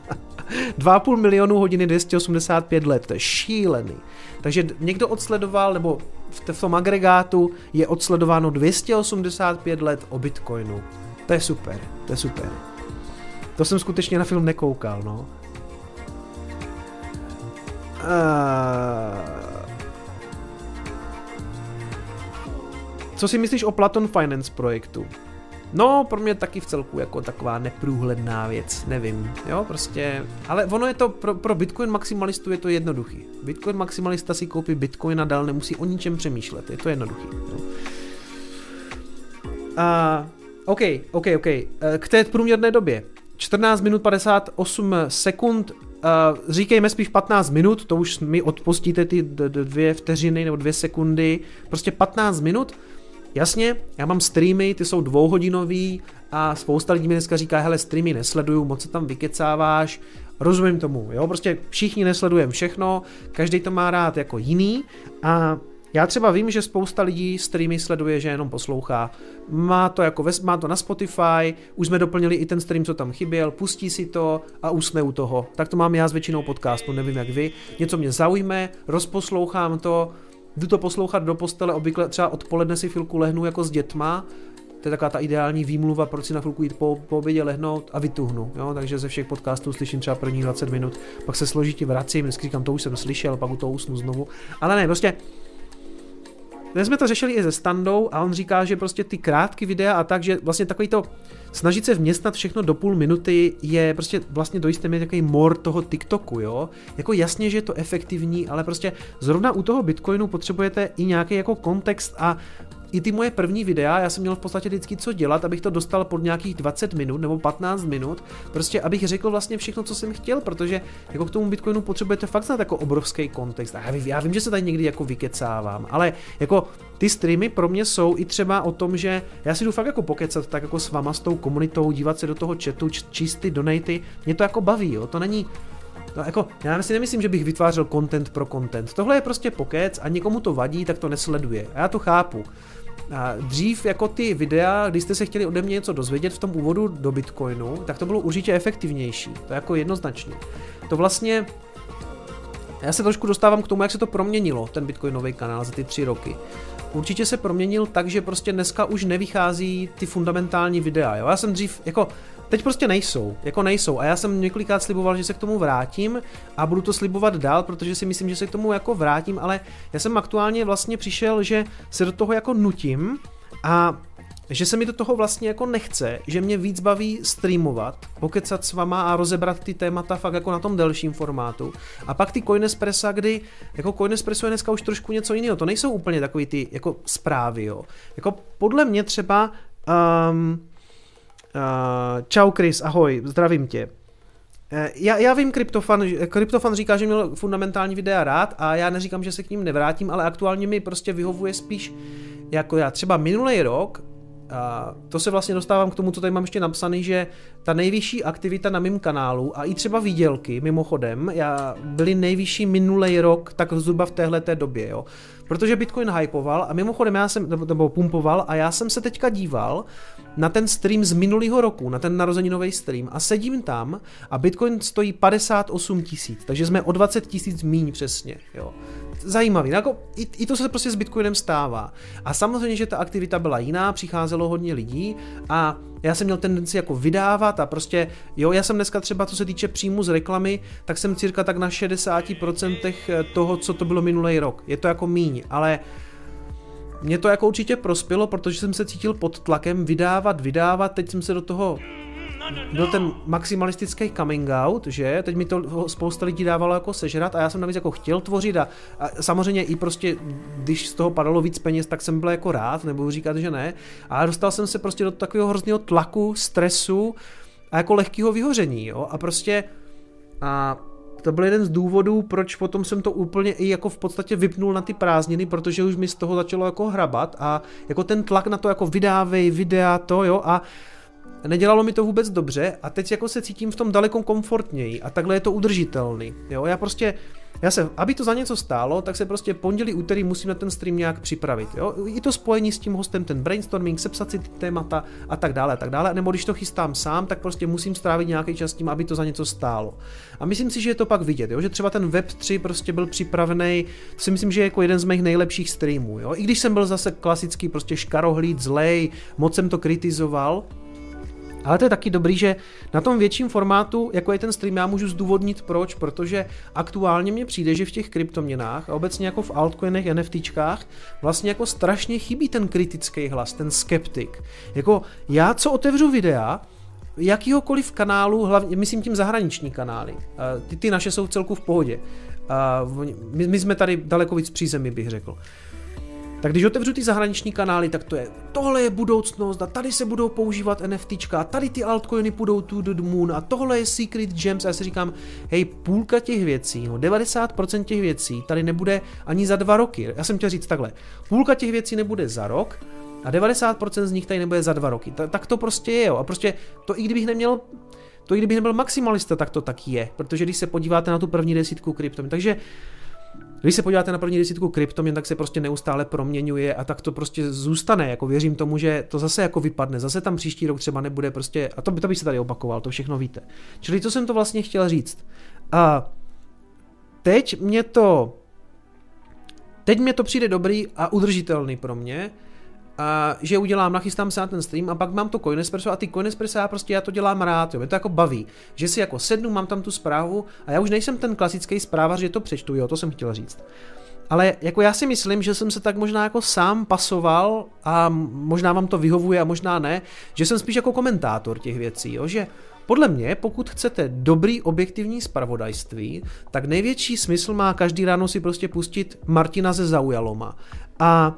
Speaker 2: 2,5 milionu hodiny 285 let, to je šílený. Takže někdo odsledoval, nebo v tom agregátu je odsledováno 285 let o Bitcoinu. To je super, to je super. To jsem skutečně na film nekoukal, no. Co si myslíš o Platon Finance projektu? No, pro mě taky v celku jako taková neprůhledná věc, nevím, jo, prostě, ale ono je to, pro Bitcoin maximalistu je to jednoduchý. Bitcoin maximalista si koupí Bitcoin a dál nemusí o ničem přemýšlet, je to jednoduchý. Jo. OK. K té průměrné době. 14 minut 58 sekund, říkejme spíš 15 minut, to už mi odpustíte ty 2 vteřiny nebo 2 sekundy, prostě 15 minut. Jasně, já mám streamy, ty jsou 2hodinový a spousta lidí mi dneska říká, hele, streamy nesleduju, moc se tam vykecáváš, rozumím tomu, jo, prostě všichni nesledujeme všechno, každý to má rád jako jiný a Já třeba vím, že spousta lidí streamy sleduje, že jenom poslouchá. Má to na Spotify, už jsme doplnili i ten stream, co tam chyběl, pustí si to a usne u toho. Tak to mám já s většinou podcastu, nevím jak vy. Něco mě zaujme, rozposlouchám to, jdu to poslouchat do postele, obvykle třeba odpoledne si chvilku lehnu jako s dětma. To je taková ta ideální výmluva, proč si na chvilku jít po obědě lehnout a vytuhnu. Jo? Takže ze všech podcastů slyším třeba prvních 20 minut, pak se složitě vracím, dneska říkám, to už jsem slyšel, pak u toho usnu znovu. Ale ne, prostě dnes jsme to řešili i se Standou a on říká, že prostě ty krátké videa a tak, že vlastně takový to snažit se vměstnat všechno do půl minuty je prostě vlastně do jisté míry takový mor toho TikToku, jo. Jako jasně, že je to efektivní, ale prostě zrovna u toho Bitcoinu potřebujete i nějaký jako kontext a i ty moje první videa, já jsem měl v podstatě vždycky co dělat, abych to dostal pod nějakých 20 minut nebo 15 minut, prostě abych řekl vlastně všechno, co jsem chtěl, protože jako k tomu Bitcoinu potřebujete fakt znát jako obrovský kontext. A já vím, že se tady někdy jako vykecávám, ale jako ty streamy pro mě jsou i třeba o tom, že já si jdu fakt jako pokecat tak jako s váma, s tou komunitou, dívat se do toho chatu, číst ty donaty, mě to jako baví, jo, to není. No jako, já si nemyslím, že bych vytvářel content pro content. Tohle je prostě pokec a někomu to vadí, tak to nesleduje. A já to chápu. A dřív jako ty videa, když jste se chtěli ode mě něco dozvědět v tom úvodu do Bitcoinu, tak to bylo určitě efektivnější. To je jako jednoznačně. To vlastně, já se trošku dostávám k tomu, jak se to proměnilo, ten Bitcoinový kanál za ty 3 roky. Určitě se proměnil tak, že prostě dneska už nevychází ty fundamentální videa, jo. Já jsem dřív, jako, teď prostě nejsou a já jsem několikrát sliboval, že se k tomu vrátím a budu to slibovat dál, protože si myslím, že se k tomu jako vrátím, ale já jsem aktuálně vlastně přišel, že se do toho jako nutím a že se mi do toho vlastně jako nechce, že mě víc baví streamovat, pokecat s vama a rozebrat ty témata fakt jako na tom delším formátu. A pak ty Coinespressa, kdy jako Coinespresso je dneska už trošku něco jiného, to nejsou úplně takový ty jako zprávy, jo. Jako podle mě třeba čau Chris, ahoj, zdravím tě. Já vím, Kryptofan říká, že měl fundamentální videa rád a já neříkám, že se k ním nevrátím, ale aktuálně mi prostě vyhovuje spíš jako já. Třeba minulý rok, a to se vlastně dostávám k tomu, co tady mám ještě napsaný, že ta nejvyšší aktivita na mém kanálu a i třeba výdělky, mimochodem, byly nejvyšší minulý rok, tak zhruba v téhleté době, jo. Protože Bitcoin hypoval a mimochodem nebo pumpoval a já jsem se teďka díval na ten stream z minulého roku, na ten narozeninový stream a sedím tam a Bitcoin stojí 58 000, takže jsme o 20 000 míň přesně, jo. Zajímavý, jako i to se prostě s Bitcoinem stává. A samozřejmě, že ta aktivita byla jiná, přicházelo hodně lidí a já jsem měl tendenci jako vydávat a prostě, jo, já jsem dneska třeba, co se týče příjmu z reklamy, tak jsem cirka tak na 60% toho, co to bylo minulý rok. Je to jako míň, ale mě to jako určitě prospělo, protože jsem se cítil pod tlakem vydávat, teď jsem se do toho byl ten maximalistický coming out, že? Teď mi to spousta lidí dávalo jako sežrat a já jsem navíc jako chtěl tvořit a samozřejmě i prostě, když z toho padalo víc peněz, tak jsem byl jako rád, nebudu říkat, že ne. A dostal jsem se prostě do takového hrozného tlaku, stresu a jako lehkého vyhoření, jo? A prostě to byl jeden z důvodů, proč potom jsem to úplně i jako v podstatě vypnul na ty prázdniny, protože už mi z toho začalo jako hrabat a jako ten tlak na to jako vydávej videa to, jo, a nedělalo mi to vůbec dobře a teď jako se cítím v tom daleko komfortněji a takhle je to udržitelný, jo, aby to za něco stálo, tak se prostě pondělí, úterý musím na ten stream nějak připravit, jo, i to spojení s tím hostem, ten brainstorming, sepsat si ty témata a tak dále, nebo když to chystám sám, tak prostě musím strávit nějaký čas tím, aby to za něco stálo. A myslím si, že je to pak vidět, jo, že třeba ten Web3 prostě byl připravený, to si myslím, že je jako jeden z mých nejlepších streamů, jo, i když jsem byl zase klasický prostě škarohlíd, zlej, moc jsem to kritizoval. Ale to je taky dobrý, že na tom větším formátu, jako je ten stream, já můžu zdůvodnit proč, protože aktuálně mně přijde, že v těch kryptoměnách a obecně jako v altcoinech, NFTčkách vlastně jako strašně chybí ten kritický hlas, ten skeptik. Jako já, co otevřu videa, jakýhokoliv kanálu, hlavně, myslím tím zahraniční kanály, ty naše jsou v celku v pohodě. My jsme tady daleko víc přízemí, bych řekl. Tak když otevřu ty zahraniční kanály, tak tohle je budoucnost a tady se budou používat NFTčka, tady ty altcoiny půjdou to the moon a tohle je secret gems a já si říkám, hej, půlka těch věcí, 90% těch věcí tady nebude ani za 2 roky. Já jsem chtěl říct takhle, půlka těch věcí nebude za rok a 90% z nich tady nebude za 2 roky. Tak to prostě je, jo. A prostě to i kdybych nebyl maximalista, tak to tak je, protože když se podíváte na tu první 10 kryptoměn, takže Když se podíváte na první 10 kryptoměn, tak se prostě neustále proměňuje a tak to prostě zůstane, jako věřím tomu, že to zase jako vypadne, zase tam příští rok třeba nebude prostě, a to by se tady opakoval, to všechno víte. Čili to jsem to vlastně chtěl říct. A teď mě to přijde dobrý a udržitelný pro mě, a že nachystám se na ten stream a pak mám to Coinespresso a ty Coinespresso já to dělám rád, jo, mě to jako baví, že si jako sednu, mám tam tu zprávu a já už nejsem ten klasický zprávař, že to přečtu, jo, to jsem chtěl říct. Ale jako já si myslím, že jsem se tak možná jako sám pasoval a možná vám to vyhovuje a možná ne, že jsem spíš jako komentátor těch věcí, jo, že podle mě, pokud chcete dobrý objektivní zpravodajství, tak největší smysl má každý ráno si prostě pustit Martina ze Zaujaloma a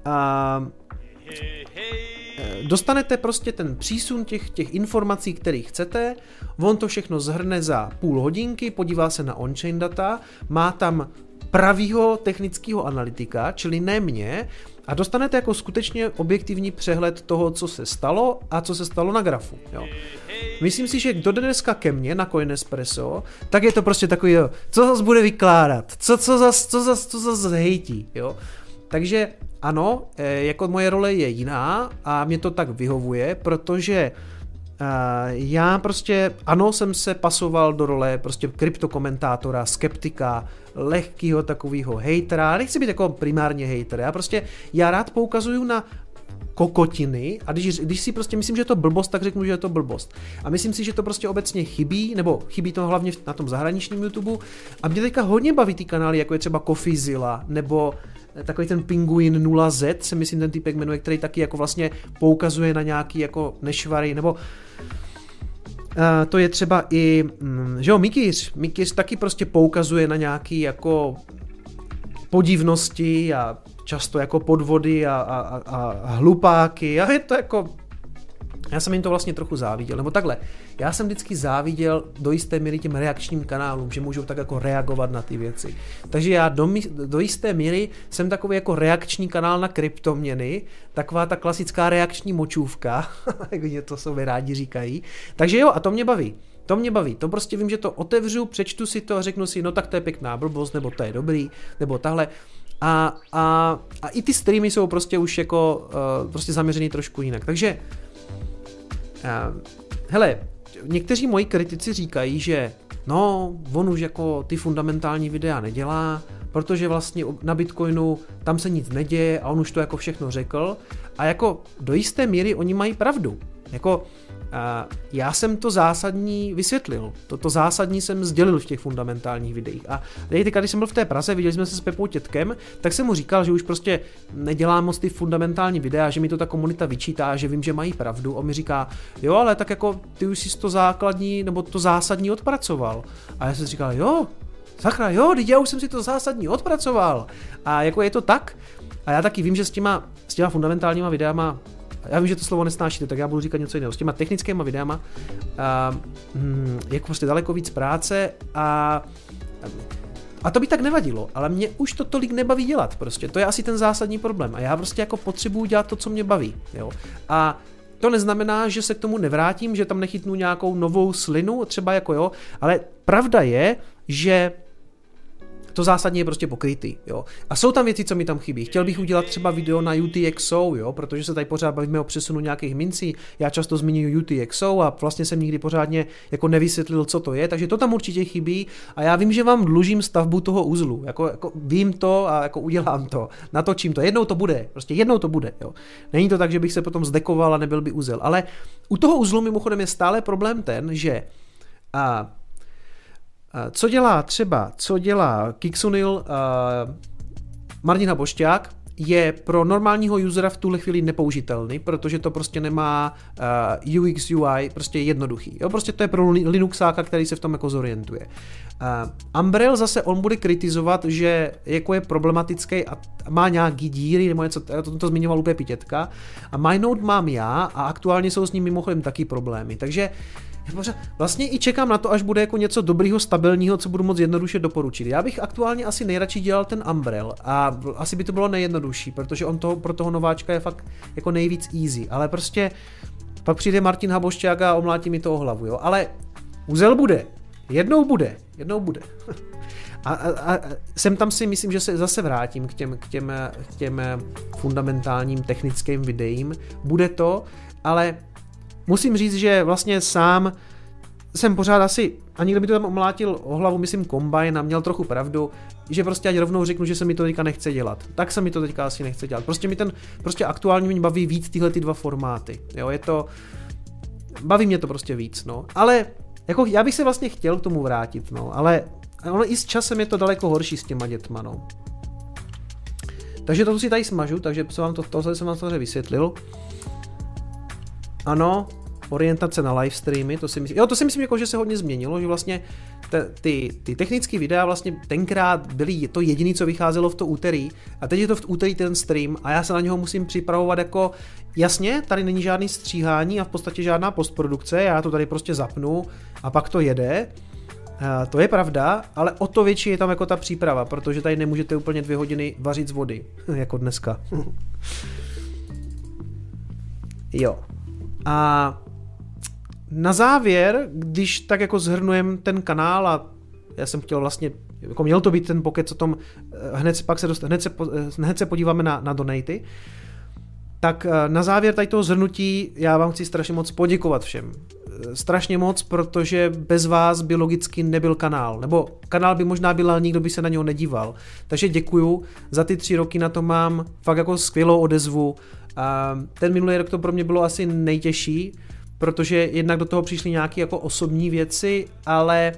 Speaker 2: dostanete prostě ten přísun těch informací, které chcete, on to všechno zhrne za půl hodinky, podívá se na on-chain data, má tam pravýho technického analytika, čili ne mě, a dostanete jako skutečně objektivní přehled toho, co se stalo a co se stalo na grafu. Jo. Myslím si, že kdo jde dneska ke mně na Coinespresso, tak je to prostě takový, jo, co zase bude vykládat, co zase hejtí, jo. Takže ano, jako moje role je jiná a mě to tak vyhovuje, protože já prostě, ano, jsem se pasoval do role prostě kryptokomentátora, skeptika, lehkýho takového hejtera, nechci být jako primárně hejter, já rád poukazuju na kokotiny a když si prostě myslím, že je to blbost, tak řeknu, že je to blbost. A myslím si, že to prostě obecně chybí, nebo chybí to hlavně na tom zahraničním YouTube a mě teďka hodně baví ty kanály, jako je třeba CoffeeZilla, nebo takový ten Pinguin 0Z, se myslím ten týpek jmenuje, který taky jako vlastně poukazuje na nějaký jako nešvary, nebo to je třeba i, že jo, Mikýř taky prostě poukazuje na nějaký jako podivnosti a často jako podvody a hlupáky a je to jako, já jsem jim to vlastně trochu záviděl, nebo takhle, já jsem vždycky záviděl do jisté míry těm reakčním kanálům, že můžou tak jako reagovat na ty věci. Takže já do jisté míry jsem takový jako reakční kanál na kryptoměny, taková ta klasická reakční močůvka, jak to sobě rádi říkají. Takže jo, a to mě baví. To prostě vím, že to otevřu, přečtu si to a řeknu si, no tak to je pěkná blbost, nebo to je dobrý, nebo tahle. A i ty streamy jsou prostě už jako prostě zaměřený trošku jinak. Takže hele, někteří moji kritici říkají, že no, on už jako ty fundamentální videa nedělá, protože vlastně na Bitcoinu tam se nic neděje a on už to jako všechno řekl a jako do jisté míry oni mají pravdu. Jako já jsem to zásadní vysvětlil, to zásadní jsem sdělil v těch fundamentálních videích a dejte, když jsem byl v té Praze, viděli jsme se s Pepou Tětkem, tak jsem mu říkal, že už prostě nedělám moc ty fundamentální videa, že mi to ta komunita vyčítá, že vím, že mají pravdu. On mi říká, jo, ale tak jako ty už jsi to základní nebo to zásadní odpracoval. A já jsem si říkal, jo, sakra, jo, já už jsem si to zásadní odpracoval. A jako je to tak. A já taky vím, že s těma fundamentálníma videama, já vím, že to slovo nesnášíte, tak já budu říkat něco jiného. S těma technickýma videama jako prostě daleko víc práce a to by tak nevadilo, ale mě už to tolik nebaví dělat prostě. To je asi ten zásadní problém a já prostě jako potřebuju dělat to, co mě baví. Jo. A to neznamená, že se k tomu nevrátím, že tam nechytnu nějakou novou slinu, třeba jako jo, ale pravda je, že to zásadně je prostě pokrytý, jo. A jsou tam věci, co mi tam chybí. Chtěl bych udělat třeba video na UTXO, jo, protože se tady pořád bavíme o přesunu nějakých mincí. Já často zmiňuji UTXO a vlastně jsem nikdy pořádně jako nevysvětlil, co to je, takže to tam určitě chybí a já vím, že vám dlužím stavbu toho uzlu. Jako vím to a jako udělám to, natočím to. Jednou to bude, jo. Není to tak, že bych se potom zdekoval a nebyl by uzel, ale u toho uzlu mimochodem je stále problém ten, že co dělá Kixunil Martin Habošťák, je pro normálního usera v tuhle chvíli nepoužitelný, protože to prostě nemá UX, UI, prostě jednoduchý. Jo? Prostě to je pro Linuxáka, který se v tom jako zorientuje. Umbrel zase on bude kritizovat, že jako je problematický a má nějaký díry, nebo něco, to zmiňoval úplně Pitětka. A MyNode mám já a aktuálně jsou s ním mimochodem taky problémy. Takže vlastně i čekám na to, až bude jako něco dobrýho, stabilního, co budu moc jednoduše doporučit. Já bych aktuálně asi nejradši dělal ten Umbrel a asi by to bylo nejjednodušší, protože on pro toho nováčka je fakt jako nejvíc easy, ale prostě pak přijde Martin Habošťák a omlátí mi to o hlavu, jo. Ale uzel bude. Jednou bude. A sem tam si myslím, že se zase vrátím k těm fundamentálním technickým videím. Bude to, ale musím říct, že vlastně sám jsem pořád asi, a někdo mi to tam omlátil o hlavu, myslím Combine, a měl trochu pravdu, že prostě ať rovnou řeknu, že se mi to teďka nechce dělat. Tak se mi to teďka asi nechce dělat. Prostě aktuálně mě baví víc tyhle ty dva formáty. Jo, baví mě to prostě víc, no. Ale jako já bych se vlastně chtěl k tomu vrátit, no, ale ono i s časem je to daleko horší s těma dětma, no. Takže toto si tady smažu, takže tohle jsem vám samozřejmě vysvětlil. Ano, orientace na live streamy, to si myslím, jako, že se hodně změnilo, že vlastně ty technické videa vlastně tenkrát byly to jediné, co vycházelo v to úterý, a teď je to v úterý ten stream a já se na něho musím připravovat jako, jasně, tady není žádný stříhání a v podstatě žádná postprodukce, já to tady prostě zapnu a pak to jede. To je pravda, ale o to větší je tam jako ta příprava, protože tady nemůžete úplně 2 hodiny vařit z vody, jako dneska. Jo. A na závěr, když tak jako shrnujem ten kanál, a já jsem chtěl vlastně, jako měl to být ten pokec o tom, hned se podíváme na donaty, tak na závěr tady toho shrnutí já vám chci strašně moc poděkovat všem. Strašně moc, protože bez vás by logicky nebyl kanál, nebo kanál by možná byl, ale nikdo by se na něho nedíval. Takže děkuju, za ty 3 roky na to mám fakt jako skvělou odezvu. Ten minulý rok to pro mě bylo asi nejtěžší, protože jednak do toho přišly nějaké jako osobní věci, ale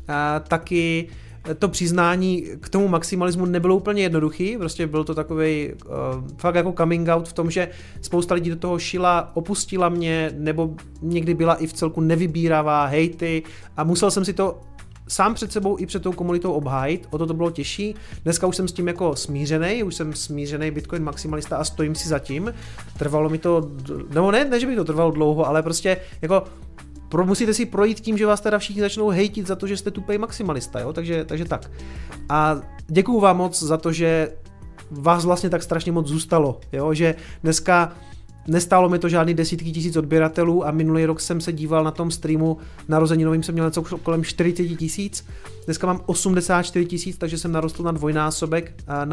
Speaker 2: taky to přiznání k tomu maximalismu nebylo úplně jednoduchý, prostě byl to takovej fakt jako coming out v tom, že spousta lidí do toho šila, opustila mě, nebo někdy byla i v celku nevybíravá, hejty, a musel jsem si to sám před sebou i před tou komunitou obhájit, o to bylo těžší. Dneska už jsem s tím jako smířený Bitcoin maximalista a stojím si za tím. Trvalo mi to, nebo ne, že by to trvalo dlouho, ale prostě jako musíte si projít tím, že vás teda všichni začnou hejtit za to, že jste tupej maximalista, jo? Takže tak. A děkuju vám moc za to, že vás vlastně tak strašně moc zůstalo, jo? Že dneska nestálo mi to žádný desítky tisíc odběratelů a minulý rok jsem se díval na tom streamu narozeninovým, jsem měl něco kolem 40 000, dneska mám 84 000, takže jsem narostl na dvojnásobek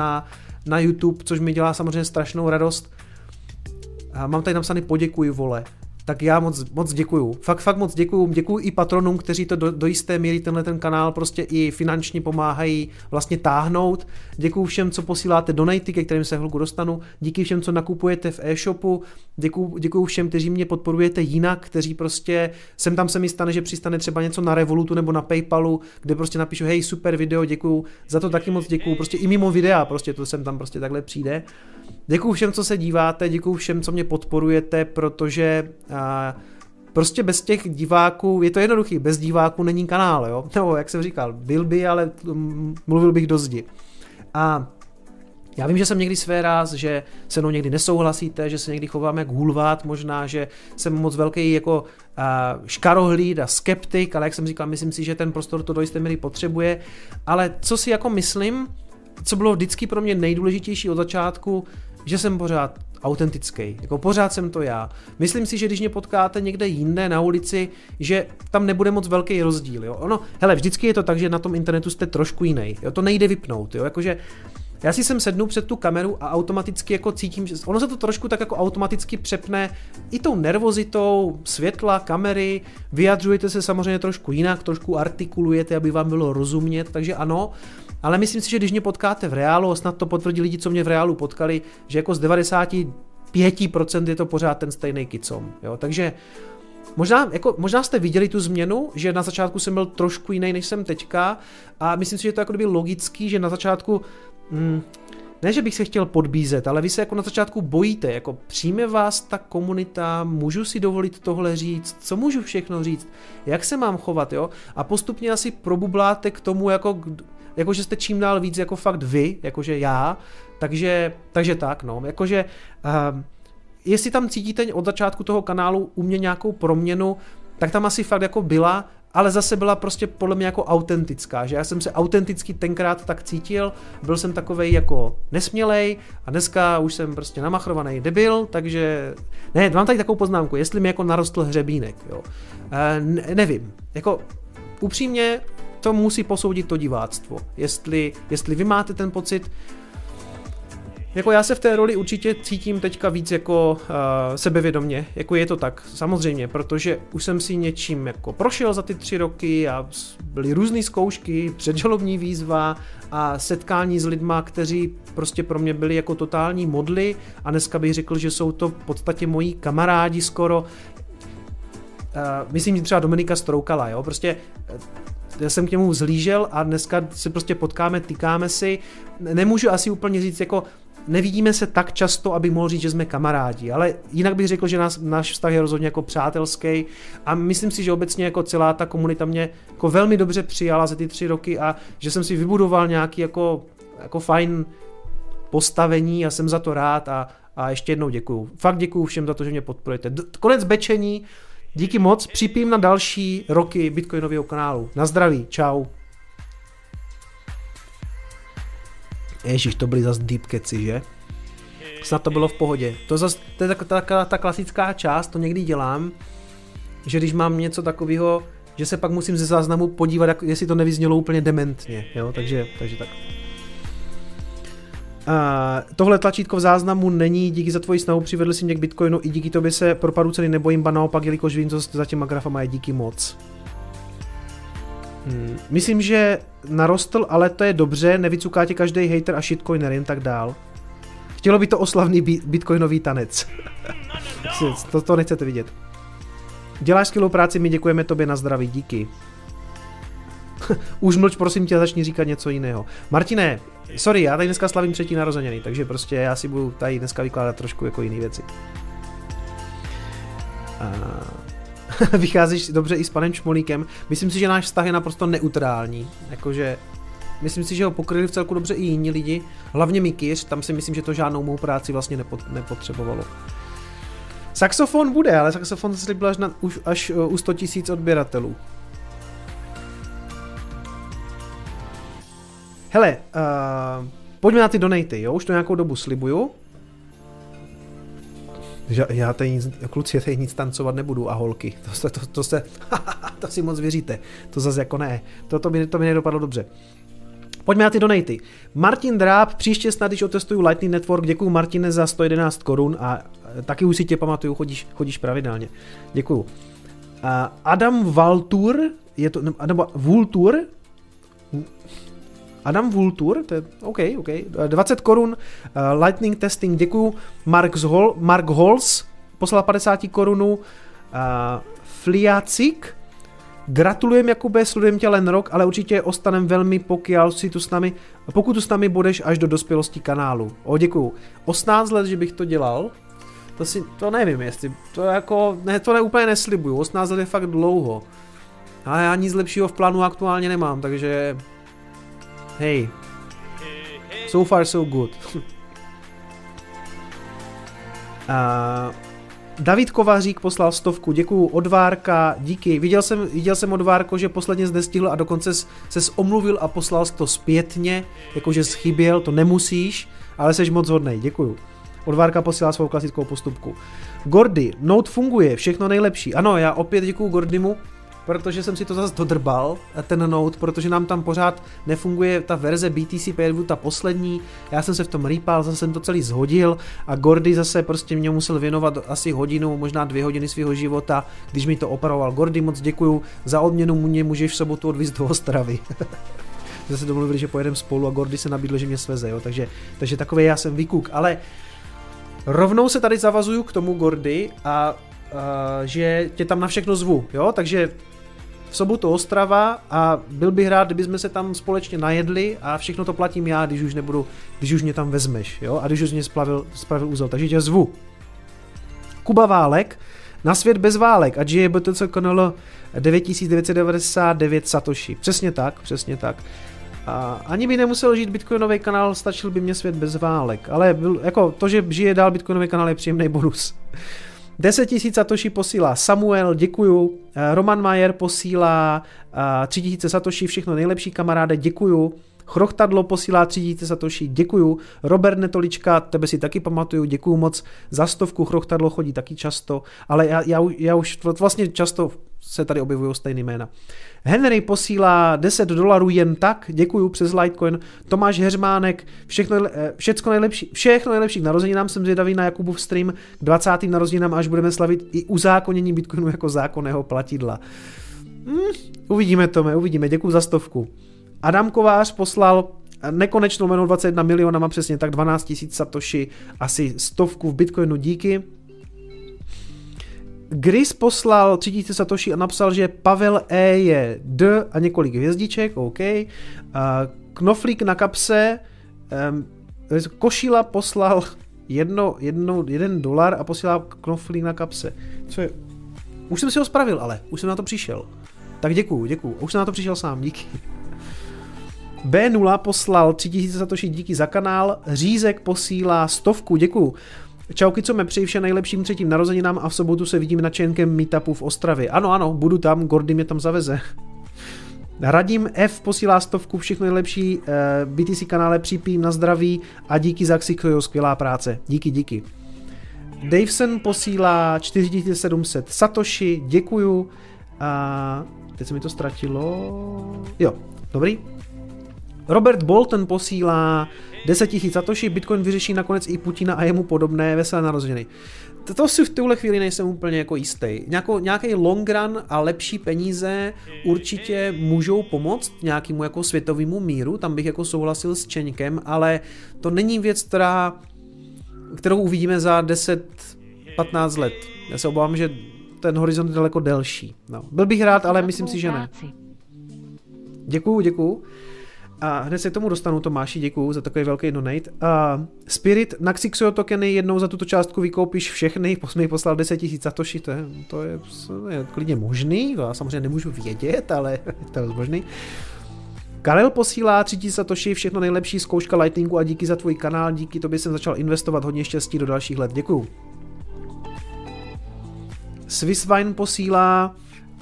Speaker 2: na YouTube, což mi dělá samozřejmě strašnou radost. A mám tady napsaný poděkuji, vole. Tak já moc děkuju. Fakt moc děkuju. Děkuju i patronům, kteří to do jisté míry ten kanál prostě i finančně pomáhají vlastně táhnout. Děkuju všem, co posíláte donaty, ke kterým se chvilku dostanu. Díky všem, co nakupujete v e-shopu. Děkuju všem, kteří mě podporujete jinak, kteří prostě sem tam se mi stane, že přistane třeba něco na Revolutu nebo na PayPalu, kde prostě napíšu hej, super video, děkuju. Za to taky moc děkuju. Prostě i mimo videa, prostě to sem tam prostě takhle přijde. Děkuju všem, co se díváte, děkuju všem, co mě podporujete, protože prostě bez těch diváků, je to jednoduchý, bez diváků není kanál, jo? Nebo jak jsem říkal, byl by, ale mluvil bych do zdi. A já vím, že jsem někdy své ráz, že se mnou někdy nesouhlasíte, že se někdy chovám jak hulvát, možná, že jsem moc velký jako škarohlíd a skeptik, ale jak jsem říkal, myslím si, že ten prostor to do jisté míry potřebuje, ale co si jako myslím, co bylo vždycky pro mě nejdůležitější od začátku, že jsem pořád autentický, jako pořád jsem to já. Myslím si, že když mě potkáte někde jinde na ulici, že tam nebude moc velký rozdíl, jo. Ono, hele, vždycky je to tak, že na tom internetu jste trošku jiný, jo, to nejde vypnout, jo, jakože já si sem sednu před tu kameru a automaticky jako cítím, že ono se to trošku tak jako automaticky přepne i tou nervozitou světla, kamery, vyjadřujete se samozřejmě trošku jinak, trošku artikulujete, aby vám bylo rozumět, takže ano, ale myslím si, že když mě potkáte v reálu, a snad to potvrdí lidi, co mě v reálu potkali, že jako z 95% je to pořád ten stejný kicom, jo, takže možná jste viděli tu změnu, že na začátku jsem byl trošku jiný, než jsem teďka, a myslím si, že to jako kdyby logický, že na začátku ne, že bych se chtěl podbízet, ale vy se jako na začátku bojíte, jako přijme vás ta komunita, můžu si dovolit tohle říct, co můžu všechno říct, jak se mám chovat, jo, a postupně asi probubláte k tomu, jako že jste čím dál víc jako fakt vy, jakože já, takže tak, no, jakože jestli tam cítíte od začátku toho kanálu u mě nějakou proměnu, tak tam asi fakt jako byla, ale zase byla prostě podle mě jako autentická, že já jsem se autenticky tenkrát tak cítil, byl jsem takovej jako nesmělej a dneska už jsem prostě namachrovaný debil, takže ne, mám tady takovou poznámku, jestli mi jako narostl hřebínek, jo. Nevím, jako upřímně to musí posoudit to diváctvo. Jestli vy máte ten pocit, jako já se v té roli určitě cítím teďka víc jako sebevědomně, jako je to tak, samozřejmě, protože už jsem si něčím jako prošel za ty 3 roky a byly různé zkoušky, předžalobní výzva a setkání s lidma, kteří prostě pro mě byli jako totální modly a dneska bych řekl, že jsou to v podstatě moji kamarádi skoro. Myslím třeba Dominika Stroukala, jo, prostě já jsem k němu vzhlížel a dneska se prostě potkáme, tykáme si, nemůžu asi úplně říct jako nevidíme se tak často, aby mohl říct, že jsme kamarádi, ale jinak bych řekl, že náš vztah je rozhodně jako přátelský a myslím si, že obecně jako celá ta komunita mě jako velmi dobře přijala za ty 3 roky a že jsem si vybudoval nějaký jako fajn postavení a jsem za to rád a ještě jednou děkuju. Fakt děkuju všem za to, že mě podporujete. Konec bečení, díky moc, připím na další roky Bitcoinového kanálu. Na zdraví, čau. Ježiš, to byly zase deep keci, že? Snad to bylo v pohodě. To je ta klasická část, to někdy dělám, že když mám něco takového, že se pak musím ze záznamu podívat, jestli to nevyznělo úplně dementně, jo? Takže tak. Tohle tlačítko v záznamu není díky za tvoji snahu, přivedl si mě k Bitcoinu, i díky tobě se propadu ceny nebojím, ba naopak, jelikož vím, co za těma grafama je, díky moc. Myslím, že narostl, ale to je dobře, nevycuká tě každý hater a shitcoiner, jen tak dál. Chtělo by to oslavný bitcoinový tanec. to nechcete vidět. Děláš skvělou práci, my děkujeme tobě, na zdraví, díky. Už mlč, prosím tě, začni říkat něco jiného. Martine, sorry, já tady dneska slavím 3. narozeniny, takže prostě já si budu tady dneska vykládat trošku jako jiné věci. Vycházíš dobře i s panem Čmolíkem. Myslím si, že náš vztah je naprosto neutrální. Jakože myslím si, že ho pokryli v celku dobře i jiní lidi. Hlavně Mikýř, tam si myslím, že to žádnou mou práci vlastně nepotřebovalo. Saxofon bude, ale saxofon se slíbil až u 100 000 odběratelů. Hele, pojďme na ty donaty, jo? Už to nějakou dobu slibuju. Já tady nic, kluci, tady nic tancovat nebudu a holky, to si moc věříte, to zase jako ne, to mi nedopadlo dobře. Pojďme na ty donaty. Martin Dráb, příště snad, když otestuju Lightning Network, děkuju Martine za 111 korun a taky už si tě pamatuju, chodíš pravidelně, děkuju. Adam Valtur, je to, nebo Vultur, Adam Vultur, to je OK, 20 korun, Lightning Testing, děkuju, Mark Holz, poslal 50 korunů, Fliacik, gratulujem Jakube, sludujem tě len rok, ale určitě ostanem velmi, pokud tu s nami budeš až do dospělosti kanálu. Děkuju. 18 let, že bych to dělal, to nevím, jestli, to úplně neslibuju, 18 let je fakt dlouho. A já nic lepšího v plánu aktuálně nemám, takže hej, so far so good. David Kovařík poslal 100, děkuju. Odvárka, díky. Viděl jsem Odvárko, že posledně nestihl a dokonce ses omluvil a poslal to zpětně, jakože schyběl, to nemusíš, ale seš moc hodnej, děkuju. Odvárka posílá svou klasickou postupku. Gordy, Note funguje, všechno nejlepší. Ano, já opět děkuju Gordymu, protože jsem si to zase dodrbal, ten Note, protože nám tam pořád nefunguje ta verze BTC Pay, ta poslední, já jsem se v tom rýpal, zase jsem to celý zhodil a Gordy zase prostě mě musel věnovat asi hodinu, možná 2 hodiny svého života, když mi to operoval. Gordy, moc děkuju, za odměnu mě můžeš v sobotu odvízt do Ostravy. Zase domluvili, že pojedeme spolu a Gordy se nabídl, že mě sveze, jo? Takže takový já jsem vykuk, ale rovnou se tady zavazuju k tomu, Gordy, a že tě tam na všechno zvu, jo, takže v sobotu Ostrava a byl bych rád, kdybychom se tam společně najedli a všechno to platím já, když už mě tam vezmeš, jo, a když už mě spravil úzel, takže tě zvu. Kuba Válek, na svět bez válek, ať je BTC konalo 9999 satoshi, přesně tak. A ani by nemusel žít bitcoinový kanál, stačil by mě svět bez válek, ale jako to, že žije dál bitcoinový kanál, je příjemný bonus. 10 000 satoshi posílá Samuel, děkuju. Roman Majer posílá 3000 satoshi, všechno nejlepší, kamaráde, děkuju. Chrochtadlo posílá 3000 satoshi, děkuju. Robert Netolička, tebe si taky pamatuju, děkuju moc za 100. Chrochtadlo chodí taky často, ale já už vlastně často se tady objevují stejný jména. Henry posílá $10 jen tak, děkuju přes Litecoin. Tomáš Heřmánek, všechno nejlepší k narozeninám, jsem zvědavý na Jakubův stream k 20. narozeninám, až budeme slavit i uzákonění Bitcoinu jako zákonného platidla. Uvidíme, děkuju za 100. Adam Kovář poslal nekonečnou jméno 21 milionama, přesně tak 12 000 satoshi, asi 100 v Bitcoinu, díky. Gris poslal 3000 satoshi a napsal, že Pavel E je D a několik hvězdiček, OK. Knoflík na kapse, Košila poslal $1 a posílá knoflík na kapse. Co je? Už jsem si ho spravil, ale už jsem na to přišel. Tak děkuju. Už jsem na to přišel sám, díky. B0 poslal 3000 satoshi, díky za kanál. Řízek posílá 100, děkuju. Čauky, co mě přeji vše nejlepším 3. narozeninám a v sobotu se vidíme na Chainkem meetupu v Ostravě. Ano, budu tam, Gordy mě tam zaveze. Radim F posílá 100, všechno nejlepší, BTC kanále připím na zdraví a díky za Xixojo, skvělá práce. Díky. Davison posílá 4700 satoshi, děkuju. A teď se mi to ztratilo. Jo, dobrý. Robert Bolton posílá 10 000 satoshi, Bitcoin vyřeší nakonec i Putina a jemu podobné, veselé narozeniny. To si v tuhle chvíli nejsem úplně jako jistý. Nějaký long run a lepší peníze určitě můžou pomoct nějakému jako světovému míru, tam bych jako souhlasil s Čeňkem, ale to není věc, kterou uvidíme za 10-15 let. Já se obávám, že ten horizont je daleko delší. No. Byl bych rád, ale myslím si, že ne. Děkuju. A hned se k tomu dostanu, Tomáši, děkuju za takový velký donate. Spirit, na Xixojo tokeny jednou za tuto částku vykoupíš všechny, mi poslal 10 000 satoshi, to je klidně možný, to já samozřejmě nemůžu vědět, ale to je možný. Karel posílá 3000 satoshi, všechno nejlepší, zkouška Lightningu a díky za tvůj kanál, díky tobě jsem začal investovat, hodně štěstí do dalších let, děkuju. Swisswine posílá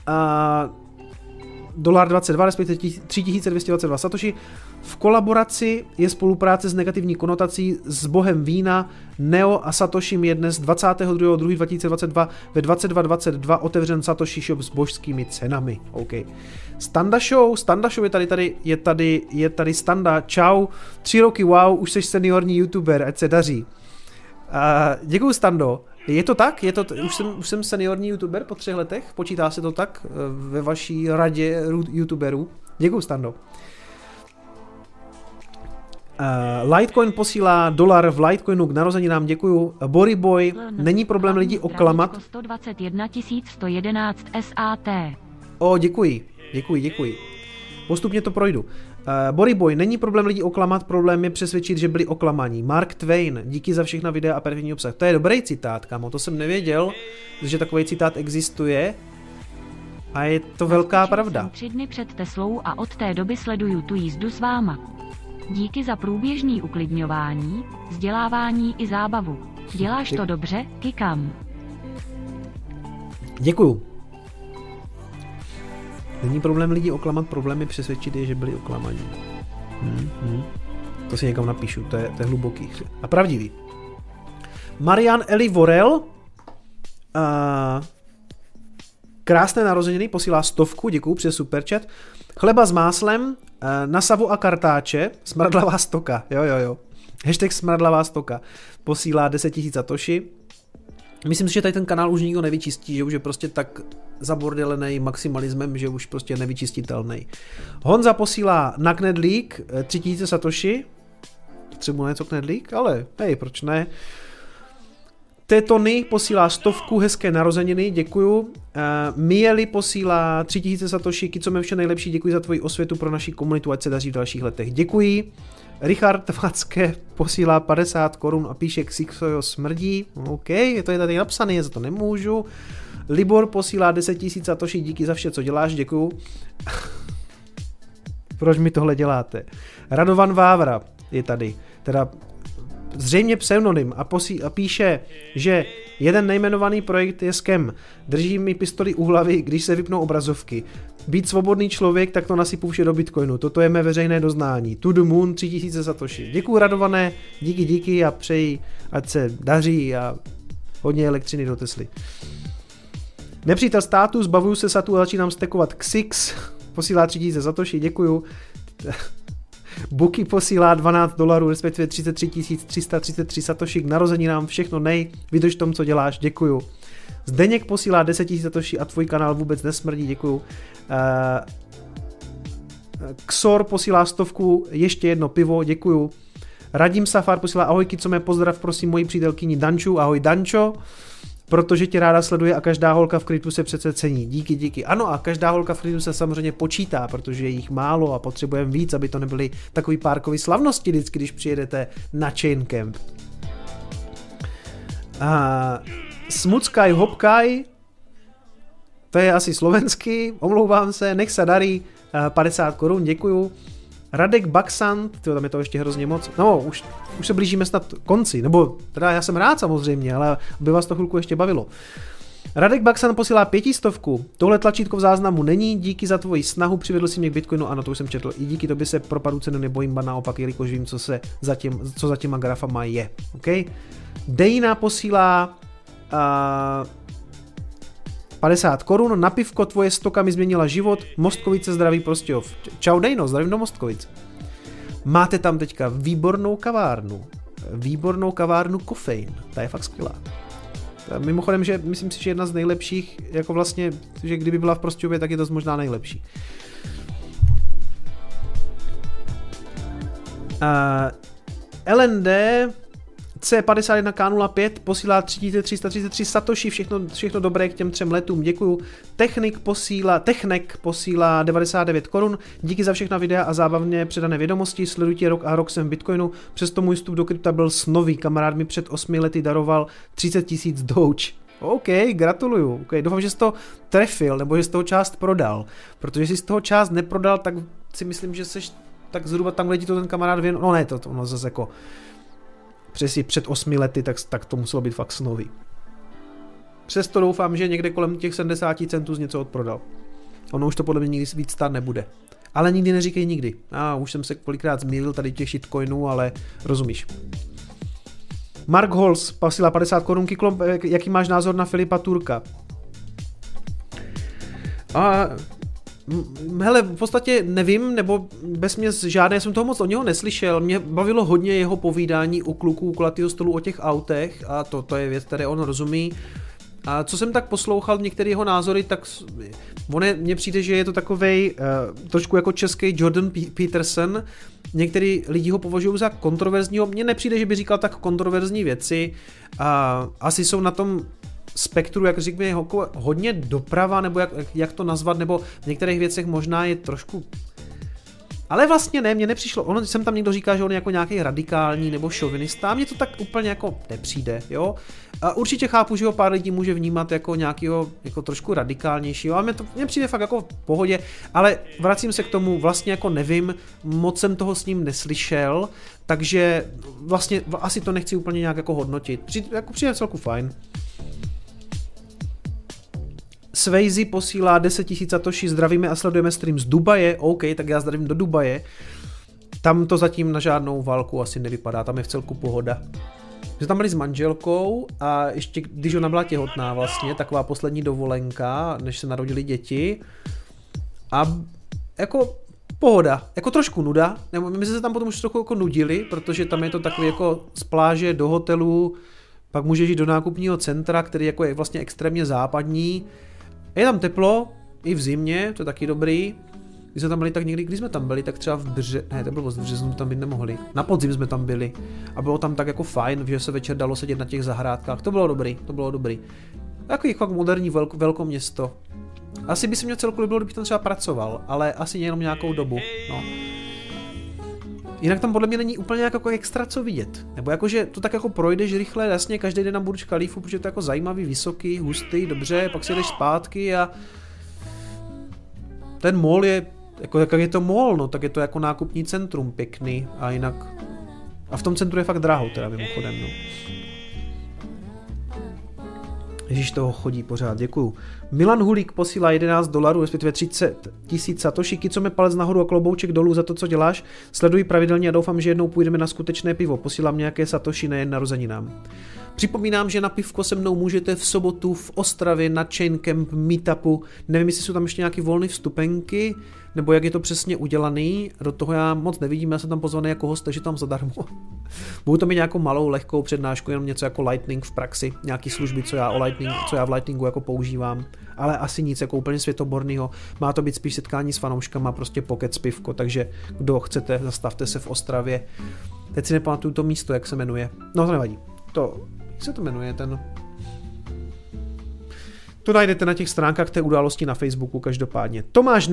Speaker 2: $22, respektive 3222 satoshi. V kolaboraci je spolupráce s negativní konotací s bohem vína Neo a Satoshim je dnes 22.2.2022 ve 22:22 otevřen Satoshi Shop s božskými cenami. OK. Standa Show je tady Standa, čau, 3 roky, wow, už jsi seniorní youtuber, ať se daří. Děkuju, Stando. Je to tak? Už jsem seniorní youtuber po 3 letech? Počítá se to tak ve vaší radě youtuberů? Děkuju, Stando. Litecoin posílá $1 v Litecoinu k narozeninám, děkuju. Boryboy, není problém lidi oklamat.
Speaker 3: 121 111 SAT.
Speaker 2: Děkuji. Postupně to projdu. Boryboy, není problém lidí oklamat, problém je přesvědčit, že byli oklamaní. Mark Twain, díky za všechna videa a perfektní obsah. To je dobrý citát, kámo, to jsem nevěděl, že takový citát existuje a je to velká pravda.
Speaker 3: Jsem 3 dny před Teslou a od té doby sleduju tu jízdu s váma. Díky za průběžný uklidňování, vzdělávání i zábavu. Děláš to dobře, kikam.
Speaker 2: Děkuju. Není problém lidi oklamat, problém je přesvědčit je, že byli oklamaní. To si někam napíšu, to je hluboký a pravdivý. Marian Eli Vorel, krásné narozeniny, posílá 100, děkuju přes superchat. Chleba s máslem, na savu a kartáče, smradlavá stoka, jo. Hashtag smradlavá stoka, posílá 10 000 satoshi. Myslím si, že tady ten kanál už nikdo nevyčistí, že už je prostě tak zabordelený maximalismem, že už prostě je nevyčistitelný. Honza posílá na Knedlík 3000 satoshi. Třeba něco Knedlík, ale hej, proč ne? Tetony posílá 100, hezké narozeniny, děkuju. Mieli posílá 3000 satoshi, Kicome vše nejlepší, děkuji za tvoji osvětu pro naši komunitu, ať se daří v dalších letech. Děkuji. Richard Vacké posílá 50 korun a píše Xixojo smrdí. OK, je to tady napsané, já za to nemůžu. Libor posílá 10 000 satoshi, díky za vše, co děláš, děkuju. Proč mi tohle děláte? Radovan Vávra je tady, teda zřejmě pseudonym a píše, že Jeden nejmenovaný projekt je scam. Drží mi pistoli u hlavy, když se vypnou obrazovky. Být svobodný člověk, tak to nasypu vše do Bitcoinu. Toto je mé veřejné doznání. To the moon, 3000 satoshi. Děkuju Radované, díky a přeji, ať se daří a hodně elektřiny do Tesly. Nepřítel státu, zbavuju se satu a začínám stekovat Xix. Posílá 3000 satoshi, děkuju. Buky posílá $12, respektive 33 333 satoshi k narozeninám, všechno vydrž tom, co děláš, děkuju. Zdeněk posílá 10 000 satoshi a tvůj kanál vůbec nesmrdí, děkuju. Xor posílá 100, ještě jedno pivo, děkuju. Radim Safar posílá ahoj Kicome, pozdrav prosím moji přítelkyni Danču, ahoj Dančo, protože tě ráda sleduje a každá holka v krytu se přece cení. Díky. Ano a každá holka v krytu se samozřejmě počítá, protože je jich málo a potřebujeme víc, aby to nebyly takový párkový slavnosti vždycky, když přijedete na Chain Camp. Smuckaj Hopkaj, to je asi slovenský, omlouvám se, nech se darí, 50 korun, děkuju. Radek Baxant, tam je to ještě hrozně moc, no už se blížíme snad konci, nebo teda já jsem rád samozřejmě, ale by vás to chvilku ještě bavilo. Radek Baxant posílá 500, tohle tlačítko v záznamu není, díky za tvoji snahu, přivedl si mě k Bitcoinu, ano, to už jsem četl, i díky tobě se propadu cenu nebojím, ba naopak, jelikož vím, co za těma grafama je, ok? Dejna posílá 50 korun, na pivko tvoje stoka mi změnila život, Mostkovice zdraví Prostějov. Čau Dejno, zdravím do Mostkovic. Máte tam teďka výbornou kavárnu Kofein, ta je fakt skvělá. Mimochodem, že myslím si, že jedna z nejlepších, jako vlastně, že kdyby byla v Prostějově, tak je to možná nejlepší. LND C51K05 posílá 3333 satoshi, všechno dobré k těm 3 letům, děkuju. Technek posílá 99 korun, díky za všechna videa a zábavně předané vědomosti, sleduji tě rok a rok jsem v Bitcoinu, přesto můj vstup do krypta byl snový, kamarád mi před 8 lety daroval 30 000 Doge. OK, gratuluju, okay, doufám, že jsi to trefil, nebo že jsi toho část prodal, protože jestli jsi toho část neprodal, tak si myslím, že seš tak zhruba tamhle ti to ten kamarád věnoval, no ne, to ono zase jako přesně před 8 lety, tak to muselo být fakt snový. Přesto doufám, že někde kolem těch 70 centů z něco odprodal. Ono už to podle mě nikdy víc stát nebude. Ale nikdy neříkej nikdy. Už jsem se kolikrát zmýlil tady těch shitcoinů, ale rozumíš. Mark Holz posílá 50 korun. Kyklom, jaký máš názor na Filipa Turka? Hele, v podstatě nevím, nebo bezměs žádné, jsem toho moc o něho neslyšel, mě bavilo hodně jeho povídání u kluků u kulatýho stolu o těch autech a to je věc, které on rozumí. A co jsem tak poslouchal některé jeho názory, tak mně přijde, že je to takovej trošku jako český Jordan Peterson. Některý lidi ho považují za kontroverzního, mně nepřijde, že by říkal tak kontroverzní věci. Asi jsou na tom spektru, jak říkám, hodně doprava, nebo jak to nazvat, nebo v některých věcech možná je trošku... Ale vlastně ne, mně nepřišlo, ono jsem tam někdo říká, že on je jako nějaký radikální nebo šovinista, mně to tak úplně jako nepřijde, jo. A určitě chápu, že ho pár lidí může vnímat jako nějakého jako trošku radikálnějšího, ale mně přijde fakt jako v pohodě, ale vracím se k tomu, vlastně jako nevím, moc jsem toho s ním neslyšel, takže vlastně asi to nechci úplně nějak jako hodnotit, přijde celku fajn. Swayze posílá 10 000 satoshi, zdravíme a sledujeme stream z Dubaje, OK, tak já zdravím do Dubaje. Tam to zatím na žádnou válku asi nevypadá, tam je v celku pohoda. Že tam byli s manželkou a ještě když ona byla těhotná vlastně, taková poslední dovolenka, než se narodili děti. A jako pohoda, jako trošku nuda, nebo my jsme se tam potom už trochu jako nudili, protože tam je to takový jako z pláže do hotelu, pak můžeš jít do nákupního centra, který jako je vlastně extrémně západní. Je tam teplo, i v zimě, to je taky dobrý. Když jsme tam byli tak někdy, když jsme tam byli, tak třeba v březnu tam být nemohli. Na podzim jsme tam byli a bylo tam tak jako fajn, že se večer dalo sedět na těch zahrádkách, to bylo dobrý. Takový jako moderní velké město. Asi by se mě celku líbilo, kdybych tam třeba pracoval, ale asi jenom nějakou dobu, no. Jinak tam podle mě není úplně jako extra co vidět. Nebo jakože to tak jako projdeš rychle, jasně, každý den na Burj Khalifu, protože to je jako zajímavý, vysoký, hustý, dobře, pak si jdeš zpátky a ten mall je, jako jak je to mall, no, tak je to jako nákupní centrum pěkný a jinak, a v tom centru je fakt draho teda mimochodem, no. Ježíš, toho chodí pořád, děkuju. Milan Hulík posílá $11, respektive 30 000 satoshi. Kicome palec nahoru a klobouček dolů za to, co děláš. Sleduji pravidelně a doufám, že jednou půjdeme na skutečné pivo. Posílám nějaké satoshi, nejen narozeninám. Připomínám, že na pivko se mnou můžete v sobotu v Ostravě na Chain Camp Meetupu. Nevím, jestli jsou tam ještě nějaké volné vstupenky, nebo jak je to přesně udělaný. Do toho já moc nevidím, já jsem tam pozvaný jako host, takže tam zadarmo. Budu tam mít nějakou malou, lehkou přednášku, jenom něco jako Lightning v praxi, nějaký služby, co já v Lightningu jako používám, ale asi nic jako úplně světoborného. Má to být spíš setkání s fanouškama, prostě pokec pivko, takže kdo chcete, zastavte se v Ostravě. Teď si nepamatuju to místo, jak se jmenuje. No to nevadí. Jak se to jmenuje, to najdete na těch stránkách té události na Facebooku každopádně.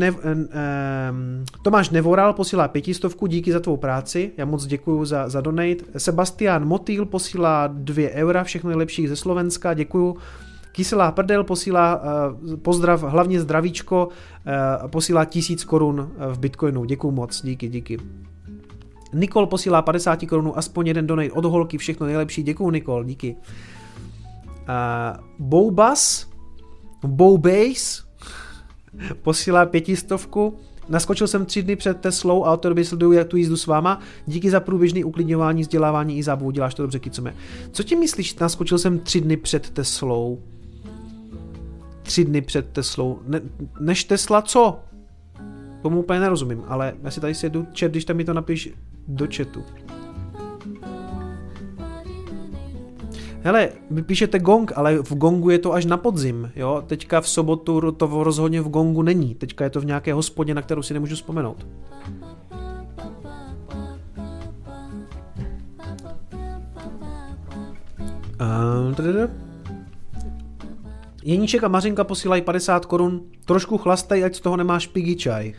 Speaker 2: Tomáš Nevoral posílá 500, díky za tvou práci, já moc děkuju za donate. Sebastian Motýl posílá 2 eura, všechno nejlepší ze Slovenska, děkuju. Kyselá prdel posílá pozdrav, hlavně zdravíčko, posílá 1000 korun v bitcoinu, děkuju moc, díky. Nikol posílá 50 korun, aspoň jeden donate od holky, všechno nejlepší, děkuju Nikol, díky. Boubase posílá 500. Naskočil jsem 3 dny před Teslou a od té doby sleduju, jak tu jízdu s váma. Díky za průběžný uklidňování, vzdělávání i zábavu, děláš to dobře, Kicome. Co ti myslíš, naskočil jsem 3 dny před Teslou? 3 dny před Teslou. Než Tesla co? Tomu úplně nerozumím, ale já si tady sjedu chat, když tam mi to napiš do chatu. Hele, vy píšete gong, ale v gongu je to až na podzim, jo? Teďka v sobotu to rozhodně v gongu není. Teďka je to v nějaké hospodě, na kterou si nemůžu vzpomenout. Jeníček a Mařinka posílají 50 korun. Trošku chlastej, ať z toho nemáš piggy čaj.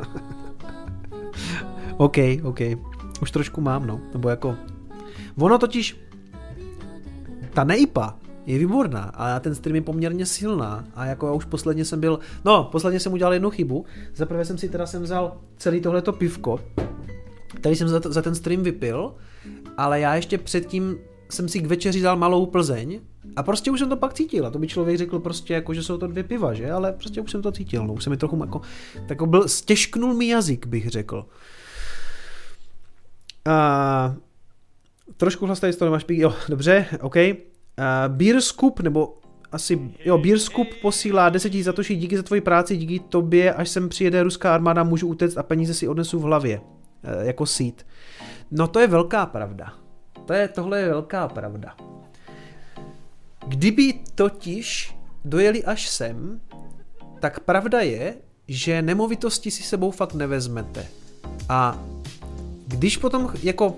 Speaker 2: OK. Už trošku mám, no. Nebo jako... Ono totiž... Ta nejpa je výborná, ale ten stream je poměrně silná a jako já už posledně jsem udělal jednu chybu. Zaprvé jsem si vzal celý tohleto pivko, který jsem za ten stream vypil, ale já ještě předtím jsem si k večeři dal malou Plzeň a prostě už jsem to pak cítil a to by člověk řekl prostě jako, že jsou to 2 piva, že? Ale prostě už jsem to cítil, no už se mi trochu jako stěžknul mi jazyk, bych řekl. Trošku hlastají z toho nemáš píky, jo, dobře, OK. Beer Scoop, nebo asi, jo, Beer Scoop posílá 10 000 satoshi, díky za tvoji práci, díky tobě, až sem přijede ruská armáda, můžu utéct a peníze si odnesu v hlavě, jako seed. No to je velká pravda. Tohle je velká pravda. Kdyby totiž dojeli až sem, tak pravda je, že nemovitosti si sebou fakt nevezmete. A když potom jako...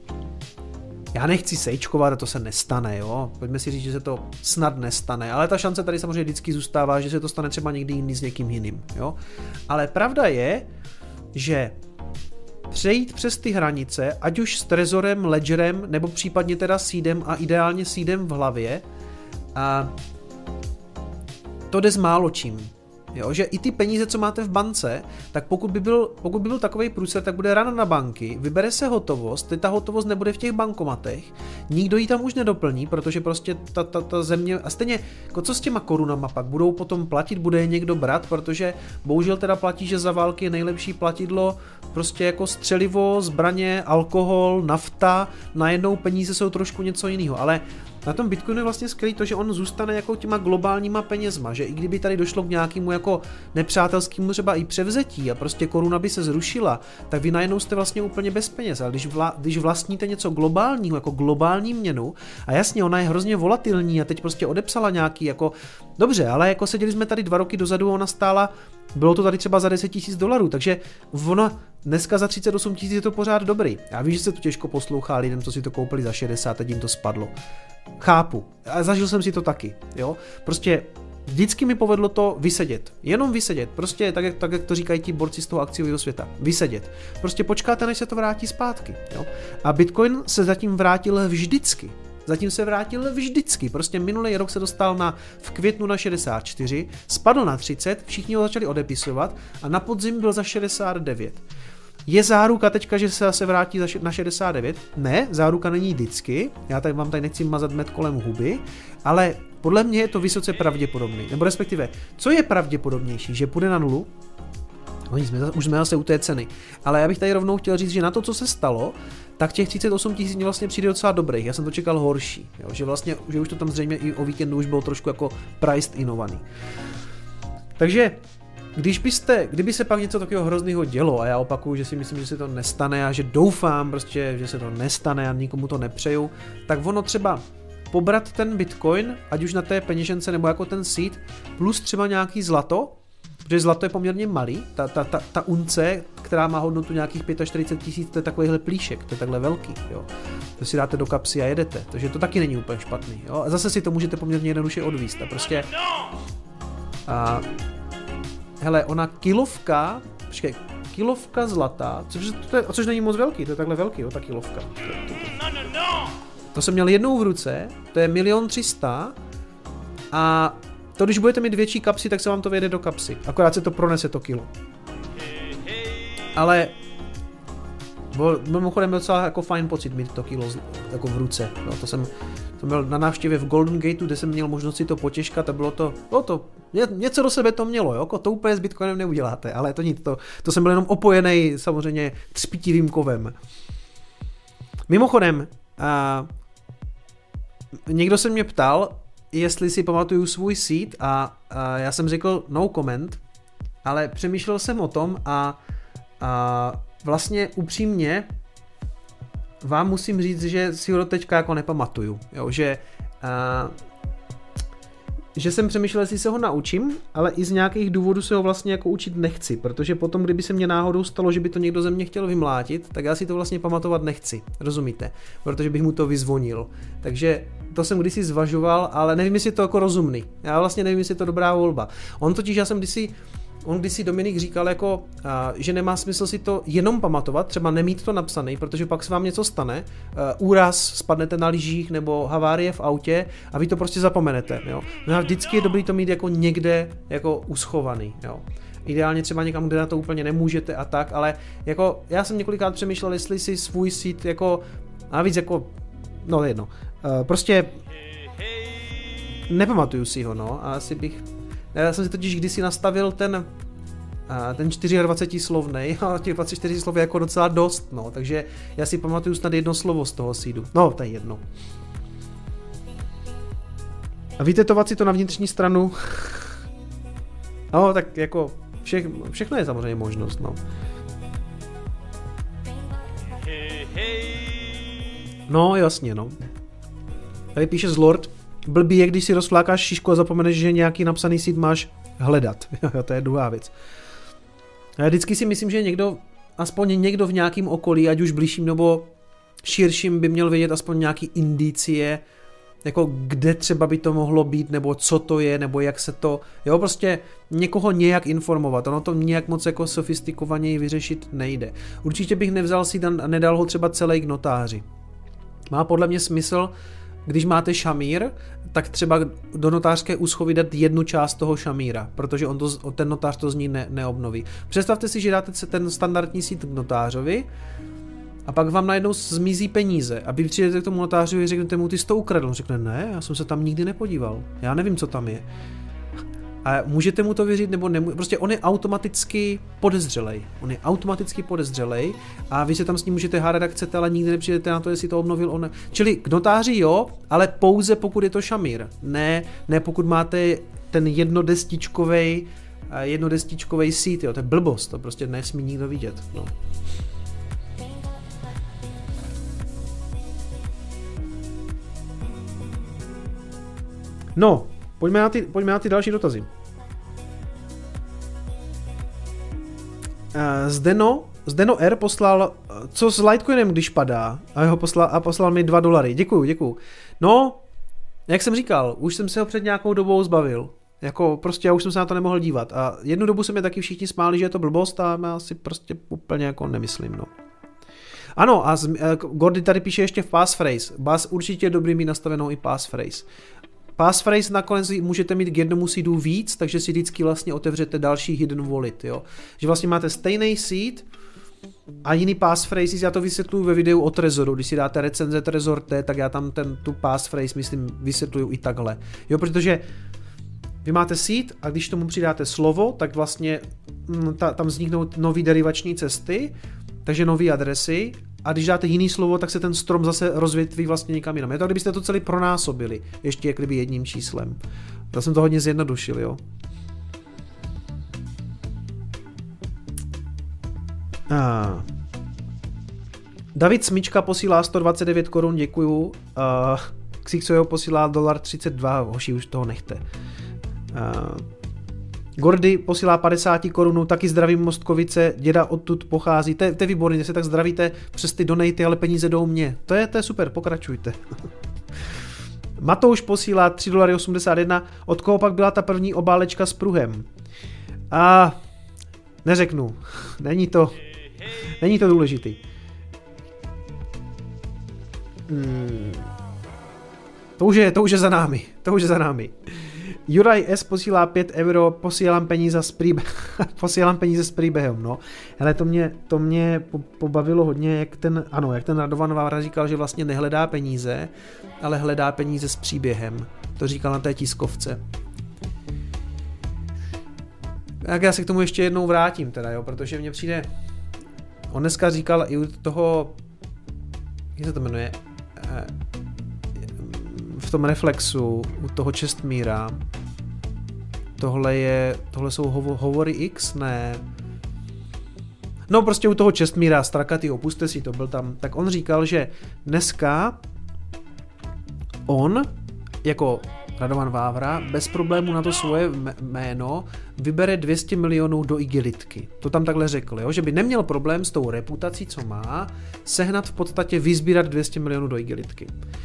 Speaker 2: Já nechci sejčkovat a to se nestane, jo. Pojďme si říct, že se to snad nestane, ale ta šance tady samozřejmě vždycky zůstává, že se to stane třeba někdy jindy s někým jiným, jo. Ale pravda je, že přejít přes ty hranice, ať už s trezorem, ledgerem, nebo případně teda seedem a ideálně seedem v hlavě, a to jde s málo čím. Jo, že i ty peníze, co máte v bance, tak pokud by byl takovej průser, tak bude ráno na banky, vybere se hotovost, teď ta hotovost nebude v těch bankomatech, nikdo ji tam už nedoplní, protože prostě ta země, a stejně, jako co s těma korunama pak, budou potom platit, bude je někdo brát, protože bohužel teda platí, že za války je nejlepší platidlo, prostě jako střelivo, zbraně, alkohol, nafta, najednou peníze jsou trošku něco jiného, ale na tom Bitcoinu je vlastně skvělý to, že on zůstane jako těma globálníma penězma, že i kdyby tady došlo k nějakému jako nepřátelskému třeba i převzetí a prostě koruna by se zrušila, tak vy najednou jste vlastně úplně bez peněz, ale když vlastníte něco globálního, jako globální měnu, a jasně, ona je hrozně volatilní a teď prostě odepsala nějaký jako, dobře, ale jako seděli jsme tady 2 roky dozadu a ona stála, bylo to tady třeba za $10 000, takže ona dneska za 38 000 je to pořád dobrý. Já vím, že se to těžko poslouchá lidem, co si to koupili za 60, teď jim to spadlo. Chápu. A zažil jsem si to taky, jo. Prostě vždycky mi povedlo to vysedět. Jenom vysedět. Prostě tak, jak to říkají ti borci z toho akciového světa. Vysedět. Prostě počkáte, než se to vrátí zpátky, jo. A Bitcoin se zatím vrátil vždycky. Prostě minulý rok se dostal v květnu na 64, spadl na 30, všichni ho začali odepisovat a na podzim byl za 69. Je záruka teďka, že se zase vrátí na 69? Ne, záruka není vždycky, já tady vám tady nechci mazat med kolem huby, ale Podle mě je to vysoce pravděpodobný, nebo respektive, co je pravděpodobnější, že půjde na nulu? Už jsme zase u té ceny, ale já bych tady rovnou chtěl říct, že na to, co se stalo, tak těch 38 000 mě vlastně přijde docela dobrých, já jsem to čekal horší, jo? Že už to tam zřejmě i o víkendu už bylo trošku jako priced inovaný. Takže kdyby se pak něco takového hrozného dělo, a já opakuju, že si myslím, že se to nestane a že doufám prostě, že se to nestane a nikomu to nepřeju, tak ono třeba pobrat ten Bitcoin, ať už na té peněžence nebo jako ten seed, plus třeba nějaký zlato, protože zlato je poměrně malý, ta unce, která má hodnotu nějakých 45 000, to je takovýhle plíšek, to je takhle velký, jo. To si dáte do kapsy a jedete, takže to taky není úplně špatný, jo. A zase si to můžete poměrně jednoduše odvízt a prostě... hele, ona kilovka zlata, což není moc velký, to je takhle velký, jo, ta kilovka. To jsem měl jednou v ruce, to je 1 300 000 a to, když budete mít větší kapsy, tak se vám to vejde do kapsy. Akorát se to pronese to kilo. Ale mimochodem byl docela jako fajn pocit mít to kilo jako v ruce. No, to jsem byl na návštěvě v Golden Gateu, kde jsem měl možnost si to potěžkat a bylo to něco do sebe to mělo, jo? To úplně s Bitcoinem neuděláte, ale to nic, to jsem byl jenom opojený samozřejmě třpitivým kovem. Mimochodem, někdo se mě ptal, jestli si pamatuju svůj seed a já jsem řekl no comment, ale přemýšlel jsem o tom a vlastně upřímně vám musím říct, že si ho teďka jako nepamatuju, jo, že jsem přemýšlel, jestli se ho naučím, ale i z nějakých důvodů se ho vlastně jako učit nechci, protože potom, kdyby se mě náhodou stalo, že by to někdo ze mě chtěl vymlátit, tak já si to vlastně pamatovat nechci, rozumíte, protože bych mu to vyzvonil. Takže to jsem kdysi zvažoval, ale nevím, jestli je to jako rozumný. Já vlastně nevím, jestli je to dobrá volba. On kdysi Dominik říkal, jako, že nemá smysl si to jenom pamatovat, třeba nemít to napsané, protože pak se vám něco stane, úraz, spadnete na lyžích nebo havárie v autě a vy to prostě zapomenete. Jo? No a vždycky je dobrý to mít jako někde jako uschovaný. Jo? Ideálně třeba někam, kde na to úplně nemůžete a tak, ale jako já jsem několikrát přemýšlel, jestli si svůj seed jako, a víc jako, no jedno, prostě nepamatuju si ho, no, a asi bych. Já jsem si totiž kdysi nastavil ten 24 slovnej a těch 24 slov je jako docela dost, no, takže já si pamatuju snad jedno slovo z toho seedu. No, to je jedno. A vytetovat si to na vnitřní stranu, no, tak jako všechno je samozřejmě možnost, no. No, jasně, no. Tady píše Zlord, blbý je, když si rozflákáš šišku a zapomeneš, že nějaký napsaný seed máš hledat. To je druhá věc. Já vždycky si myslím, že aspoň někdo v nějakém okolí, ať už blížším nebo širším, by měl vědět aspoň nějaký indicie, jako kde třeba by to mohlo být, nebo co to je, nebo jak se to, jo, prostě někoho nějak informovat. Ono to nějak moc jako sofistikovaněji vyřešit nejde. Určitě bych nevzal seed a nedal ho třeba celý k notáři. Má podle mě smysl, když máte šamír, tak třeba do notářské úschovy dát jednu část toho šamíra, protože ten notář to z ní neobnoví. Představte si, že dáte ten standardní seed k notářovi a pak vám najednou zmizí peníze a vy přijdete k tomu notářovi a řeknete mu, ty jsi to ukradl. On řekne, ne, já jsem se tam nikdy nepodíval, já nevím, co tam je. A můžete mu to věřit, nebo nemůžete, prostě on je automaticky podezřelej a vy se tam s ním můžete hádat, jak chcete, ale nikdy nepřijdete na to, jestli to obnovil on. Čili k notáři jo, ale pouze pokud je to šamír. Ne pokud máte ten jednodestičkovej seed, jo, to je blbost, to prostě nesmí nikdo vidět. No. No, pojďme na ty další dotazy. Zdeno R poslal, co s Litecoinem, když padá, a poslal mi $2. Děkuju. No, jak jsem říkal, už jsem se ho před nějakou dobou zbavil. Jako prostě já už jsem se na to nemohl dívat. A jednu dobu se mě taky všichni smáli, že je to blbost a já si prostě úplně jako nemyslím, no. Ano, a Gordy tady píše ještě v passphrase. Určitě je dobrý mít nastavenou i passphrase. Passphrase nakonec můžete mít k jednomu seedu víc, takže si vždycky vlastně otevřete další hidden wallet, jo. Že vlastně máte stejný seed, A jiný passphrases, já to vysvětluju ve videu o Trezoru, když si dáte recenze Trezor T, tak já tam tu passphrase, myslím, vysvětluju i takhle. Jo, protože vy máte seed a když tomu přidáte slovo, tak vlastně tam vzniknou nový derivační cesty, takže nové adresy, a když dáte jiný slovo, tak se ten strom zase rozvětví vlastně někam jinam. Je to, kdybyste to celý pronásobili, ještě jak kdyby jedním číslem. Já jsem to hodně zjednodušil, jo. David Smička posílá 129 korun, děkuju. Xixojo posílá $32, hoši, už toho nechte. Gordy posílá 50 korun, taky zdravím Mostkovice, děda odtud pochází, to je výborný, že se tak zdravíte přes ty donaty, ale peníze jdou mně. To je super, pokračujte. Matouš posílá $3,81, od koho pak byla ta první obálečka s pruhem? Neřeknu, není to důležitý. To už je za námi. Juraj S. posílá 5 euro, posílám peníze s příběhem, no. Hele, to mě pobavilo hodně, jak ten Radovan Vávra říkal, že vlastně nehledá peníze, ale hledá peníze s příběhem. To říkal na té tiskovce. Tak já se k tomu ještě jednou vrátím teda, jo, protože mně přijde, on dneska říkal i u toho, jak se to jmenuje, v tom Reflexu, u toho Čestmíra, tohle jsou hovory X, ne, no prostě u toho Čestmíra, Strakatýho, puste si to, byl tam, tak on říkal, že dneska on, jako Radovan Vávra, bez problému na to svoje jméno vybere 200 milionů do igelitky. To tam takhle řekl, jo? Že by neměl problém s tou reputací, co má, sehnat v podstatě, vyzbírat 200 milionů do igelitky.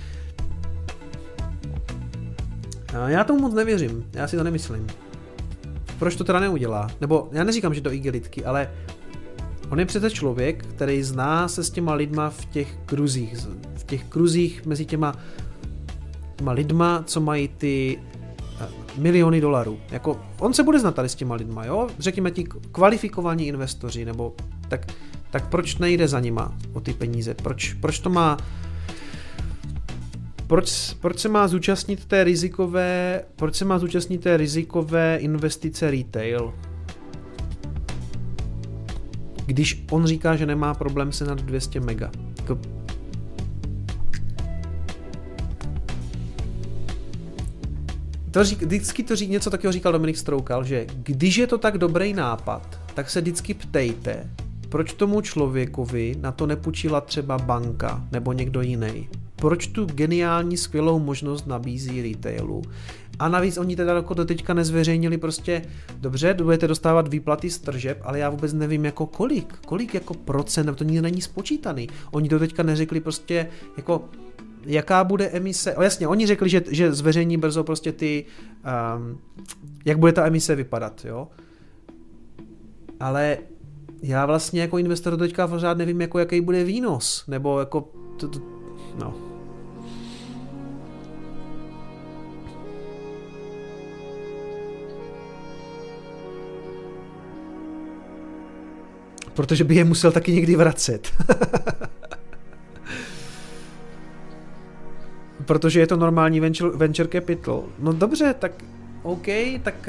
Speaker 2: Já tomu moc nevěřím, já si to nemyslím. Proč to teda neudělá? Nebo já neříkám, že do igelitky, ale on je přece člověk, který zná se s těma lidma v těch kruzích mezi těma lidma, co mají ty miliony dolarů. Jako, on se bude znát tady s těma lidma, jo? Řekněme ti kvalifikovaní investoři, nebo tak proč nejde za nima o ty peníze? Proč to má... Proč se má zúčastnit té rizikové investice retail? Když on říká, že nemá problém se nad 200 mega. Jako... Vždycky něco takového říkal Dominik Stroukal, že když je to tak dobrý nápad, tak se vždycky ptejte, proč tomu člověkovi na to nepůjčila třeba banka nebo někdo jiný. Proč tu geniální, skvělou možnost nabízí retailu. A navíc oni teda do teďka nezveřejnili prostě, dobře, budete dostávat výplaty z tržeb, ale já vůbec nevím jako kolik jako procent, to nikdy není spočítaný. Oni to teďka neřekli prostě jako, jaká bude emise, jasně, oni řekli, že zveřejní brzo prostě ty, jak bude ta emise vypadat, jo. Ale já vlastně jako investor teďka pořád nevím, jako jaký bude výnos, nebo jako, no. Protože by je musel taky někdy vracet. Protože je to normální venture capital. No dobře, tak OK, tak...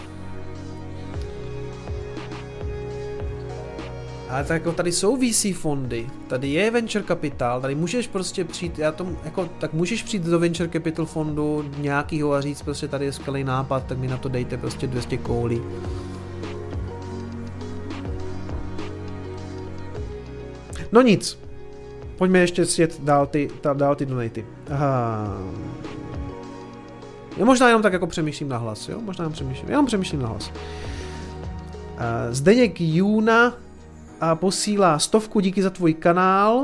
Speaker 2: Ale tak jako tady jsou VC fondy, tady je venture capital, tady můžeš prostě přijít, tak můžeš přijít do venture capital fondu nějakýho a říct prostě tady je skvělý nápad, tak mi na to dejte prostě 200 koulí. No nic, pojďme ještě sjet dál ty donaty. Aha. Já možná jenom tak jako přemýšlím na hlas, jo? Jenom přemýšlím na hlas. Zdeněk Juna a posílá 100, díky za tvůj kanál.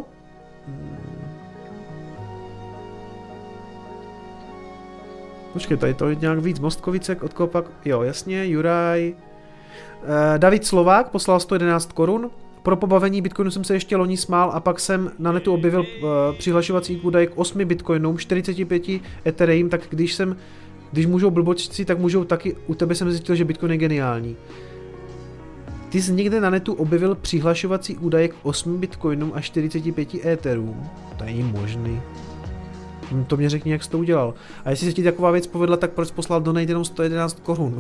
Speaker 2: Počkej, tady to je nějak víc. Mostkovicek, od koho pak? Jo, jasně, Juraj. David Slovák poslal 111 korun. Pro pobavení Bitcoinu jsem se ještě loni smál a pak jsem na netu objevil přihlašovací údaj k 8 Bitcoinům, 45 Ethereum, tak když můžou blbočci, tak můžou taky. U tebe jsem zjistil, že Bitcoin je geniální. Ty jsi někde na netu objevil přihlašovací údaje k 8 bitcoinům a 45 éterům? To není možný. To mě řekni, jak jsi to udělal. A jestli se ti taková věc povedla, tak proč poslal donate jenom 111 korun?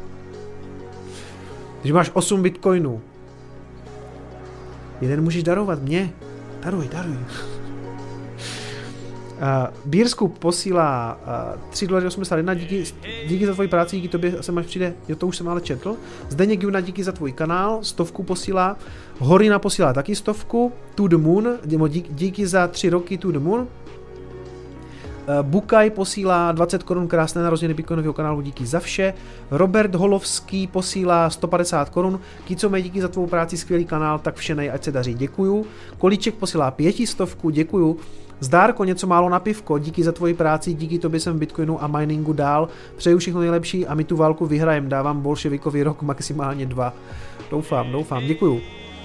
Speaker 2: Když máš 8 bitcoinů. Jeden můžeš darovat mě. Daruj. Beerscoop posílá $3.81, díky za tvoji práci, díky tobě se máš přijde, jo, to už jsem ale četl. Zdeněk Juna, díky za tvůj kanál, 100 posílá. Horina posílá taky 100, To the Moon, díky za 3 roky To the Moon. Bukaj posílá 20 korun, krásné narozeniny bitcoinového kanálu, díky za vše. Robert Holovský posílá 150 korun. Kicome, díky za tvou práci, skvělý kanál, tak vše ať se daří, děkuju. Kolíček posílá 500, děkuju. Zdárko, něco málo na pivko, díky za tvoji práci, díky tobě jsem v Bitcoinu a miningu dál. Přeju všechno nejlepší a my tu válku vyhrajem, dávám bolševikový rok, maximálně 2. Doufám, děkuju.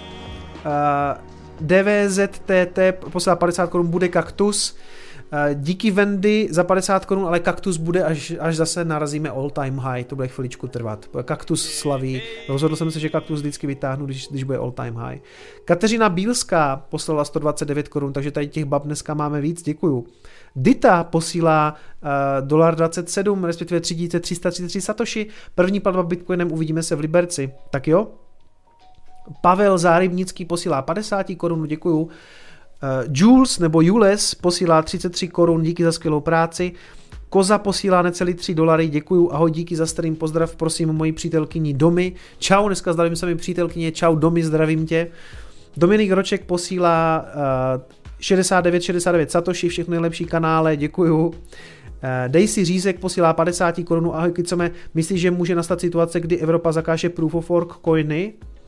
Speaker 2: DVZTT posílá 50 korun, bude kaktus. Díky Wendy za 50 korun, ale kaktus bude, až zase narazíme all time high, to bude chviličku trvat. Kaktus slaví, rozhodl jsem se, že kaktus vždycky vytáhnu, když bude all time high. Kateřina Bílská poslala 129 korun, takže tady těch bab dneska máme víc, děkuju. Dita posílá $27, respektive 3333 satoshi, první platba bitcoinem, uvidíme se v Liberci, tak jo. Pavel Zárybnický posílá 50 korun, děkuju. Jules nebo Jules posílá 33 korun, díky za skvělou práci. Koza posílá necelý $3, děkuju, ahoj, díky za stream, pozdrav, prosím moji přítelkyni Domy. Čau, dneska zdravím se mi přítelkyně, čau Domy, zdravím tě. Dominik Roček posílá 69 satoshi, všechno nejlepší kanále, děkuju. Daisy Řízek posílá 50 korun, ahoj Kicome, myslíš, že může nastat situace, kdy Evropa zakáže proof of work coiny?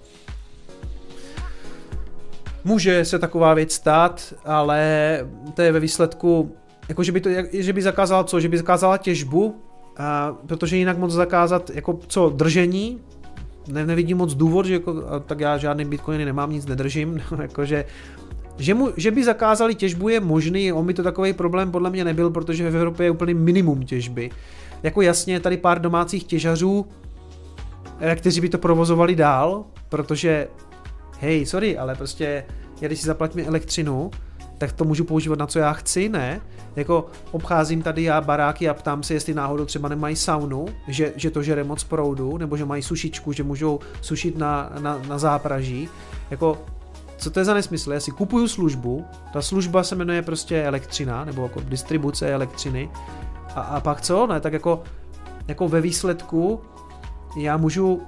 Speaker 2: Může se taková věc stát, ale to je ve výsledku, jako že by zakázala co? Že by zakázala těžbu, protože jinak moc zakázat, jako co, držení? Nevidím moc důvod, že jako, tak já žádný bitcoiny nemám, nic nedržím, jakože, že by zakázali těžbu je možný, on by to takový problém podle mě nebyl, protože v Evropě je úplný minimum těžby. Jako jasně, tady pár domácích těžařů, kteří by to provozovali dál, protože hej, sorry, ale prostě, když si zaplatím elektřinu, tak to můžu používat na co já chci, ne? Jako obcházím tady já baráky a ptám se, jestli náhodou třeba nemají saunu, že to žere moc proudu, nebo že mají sušičku, že můžou sušit na zápraží. Jako, co to je za nesmysl? Já si kupuju službu, ta služba se jmenuje prostě elektřina, nebo jako distribuce elektřiny. A pak co? Ne, tak jako ve výsledku já můžu...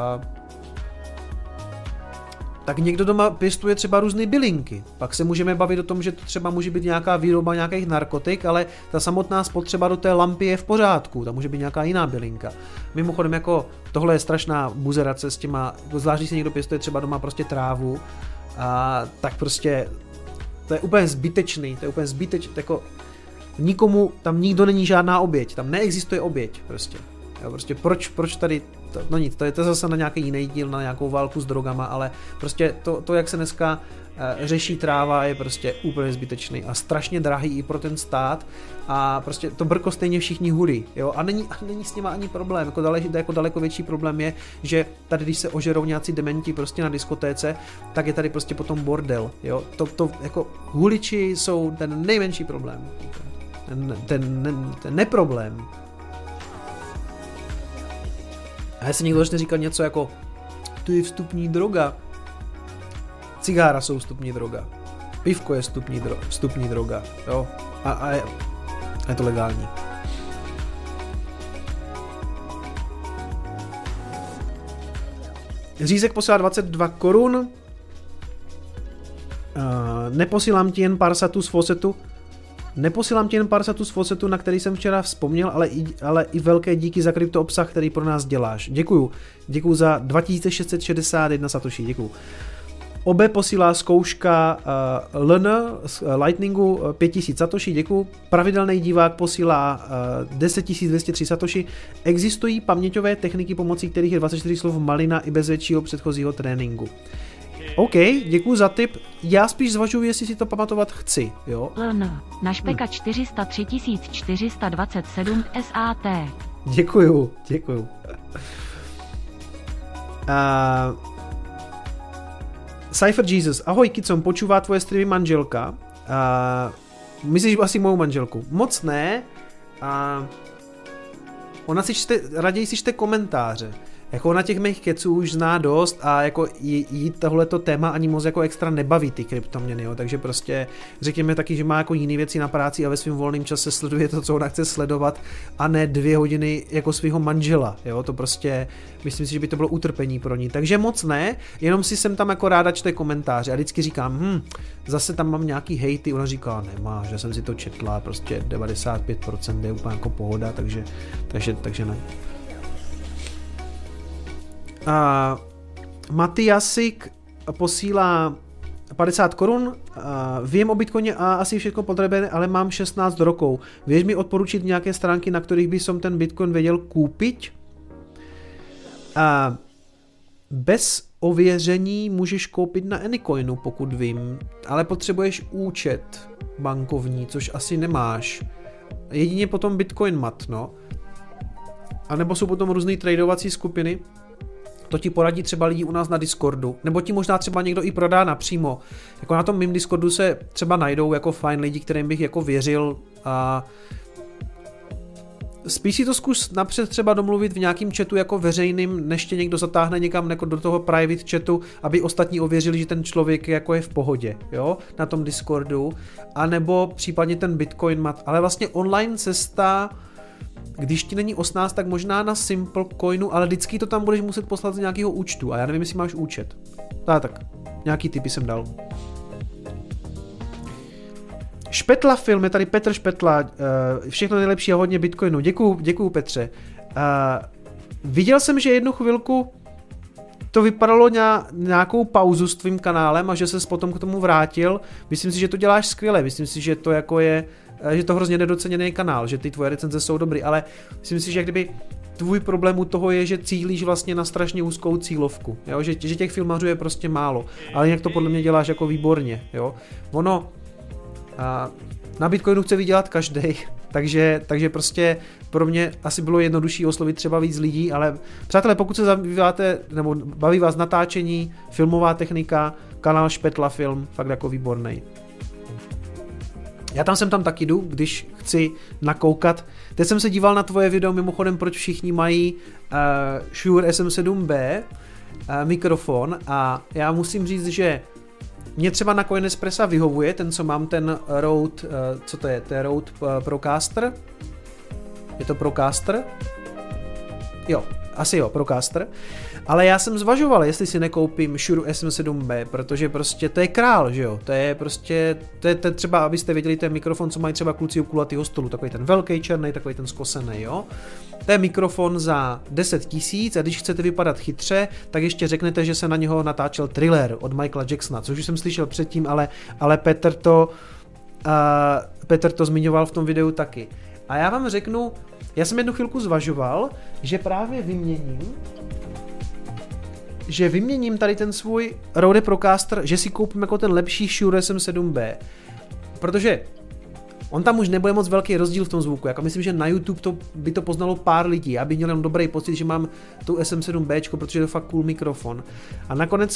Speaker 2: tak někdo doma pěstuje třeba různé bylinky. Pak se můžeme bavit o tom, že to třeba může být nějaká výroba nějakých narkotik, ale ta samotná spotřeba do té lampy je v pořádku, tam může být nějaká jiná bylinka. Mimochodem jako tohle je strašná buzerace s těma, zvlášť když se někdo pěstuje třeba doma prostě trávu, tak prostě to je úplně zbytečný, jako nikomu, tam nikdo není žádná oběť, tam neexistuje oběť prostě. Jo, prostě proč tady, no nic, to je to zase na nějaký jiný díl, na nějakou válku s drogama, ale prostě to jak se dneska řeší tráva, je prostě úplně zbytečný a strašně drahý i pro ten stát a prostě to brko stejně všichni hulí, jo, a není s nima ani problém, jako daleko větší problém je, že tady když se ožerou nějací dementi prostě na diskotéce, tak je tady prostě potom bordel, jo, to jako huliči jsou ten nejmenší problém, ten neproblém. A jestli někdo začne říkat něco jako to je vstupní droga. Cigára jsou vstupní droga. Pivko je vstupní droga. Jo? A je to legální. Řízek posílá 22 korun. Neposílám ti jen pár satů z Fawcetu, na který jsem včera vzpomněl, ale i velké díky za krypto obsah, který pro nás děláš. Děkuju za 2661 satoshi, děkuju. Obe posílá zkouška LN z Lightningu 5000 satoshi, děkuju. Pravidelný divák posílá 10203 satoshi. Existují paměťové techniky, pomocí kterých je 24 slov malina i bez většího předchozího tréninku. OK, děkuji za tip. Já spíš zvažuji, jestli si to pamatovat chci, jo?
Speaker 3: LN, na špeka 403 427 SAT.
Speaker 2: Děkuju. Cypher Jesus, ahoj Kicom, počúvá tvoje streamy manželka. Myslíš asi mou manželku? Moc ne. Ona raději si čte komentáře. Jako ona těch mých keců už zná dost a jako jí tohleto téma ani moc jako extra nebaví ty kryptoměny, jo. Takže prostě řekněme taky, že má jako jiné věci na práci a ve svém volném čase sleduje to, co ona chce sledovat a ne 2 hodiny jako svého manžela, jo. To prostě, myslím si, že by to bylo utrpení pro ní. Takže moc ne, jenom si jsem tam jako ráda čte komentáře a vždycky říkám, zase tam mám nějaký hejty, ona říká, nemá, že jsem si to četla, prostě 95% je úplně jako pohoda, takže ne. Matyasik posílá 50 korun. Vím o Bitcoine a asi všechno potřebujeme, ale mám 16 rokov. Vieš mi odporučit nějaké stránky, na kterých by som ten Bitcoin věděl koupit? Bez ověření můžeš koupit na Anycoinu, pokud vím, ale potřebuješ účet bankovní, což asi nemáš. Jedině potom Bitcoin mat, no. A nebo jsou potom různé tradovací skupiny. To ti poradí třeba lidi u nás na Discordu, nebo ti možná třeba někdo i prodá napřímo. Jako na tom mým Discordu se třeba najdou jako fajn lidi, kterým bych jako věřil a spíš si to zkus napřed třeba domluvit v nějakým chatu jako veřejným, než tě někdo zatáhne někam jako do toho private chatu, aby ostatní ověřili, že ten člověk jako je v pohodě, jo, na tom Discordu, a nebo případně ten Bitcoin mat, ale vlastně online cesta. Když ti není 18, tak možná na Simplecoinu, ale vždycky to tam budeš muset poslat z nějakého účtu a já nevím, jestli máš účet. Tak, nějaký tipy jsem dal. Špetla film, je tady Petr Špetla, všechno nejlepší a hodně Bitcoinu. Děkuju Petře. Viděl jsem, že jednu chvilku to vypadalo nějakou pauzu s tvým kanálem a že ses potom k tomu vrátil. Myslím si, že to děláš skvěle, myslím si, že to jako je, že to hrozně nedoceněný kanál, že ty tvoje recenze jsou dobrý, ale myslím si, že kdyby tvůj problém u toho je, že cílíš vlastně na strašně úzkou cílovku, jo? Že těch filmařů je prostě málo, ale jinak to podle mě děláš jako výborně, jo. Ono na Bitcoinu chce vydělat každej, takže prostě pro mě asi bylo jednodušší oslovit třeba víc lidí, ale přátelé, pokud se zabýváte nebo baví vás natáčení, filmová technika, kanál Špetla Film, fakt jako výborný. Já tam taky jdu, když chci nakoukat. Teď jsem se díval na tvoje video, mimochodem, proč všichni mají Shure SM7B mikrofon a já musím říct, že mě třeba na Coinespressa vyhovuje ten, co mám, ten Rode, co to je? To je Rode Procaster? Je to Procaster? Jo, asi jo, Procaster. Ale já jsem zvažoval, jestli si nekoupím Shure SM7B, protože prostě to je král, že jo? To je prostě, to je třeba, abyste věděli, ten mikrofon, co mají třeba kluci u kulatýho stolu, takový ten velký černý, takový ten skosený, jo? To je mikrofon za 10 000 a když chcete vypadat chytře, tak ještě řeknete, že se na něho natáčel Thriller od Michaela Jacksona, což už jsem slyšel předtím, ale Petr to zmiňoval v tom videu taky. A já vám řeknu, já jsem jednu chvilku zvažoval, že právě vyměním tady ten svůj Rode Procaster, že si koupím jako ten lepší Shure SM7B, protože on tam už nebude moc velký rozdíl v tom zvuku, jako myslím, že na YouTube by to poznalo pár lidí, já bych měl jenom dobrý pocit, že mám tu SM7B, protože je to fakt cool mikrofon. A nakonec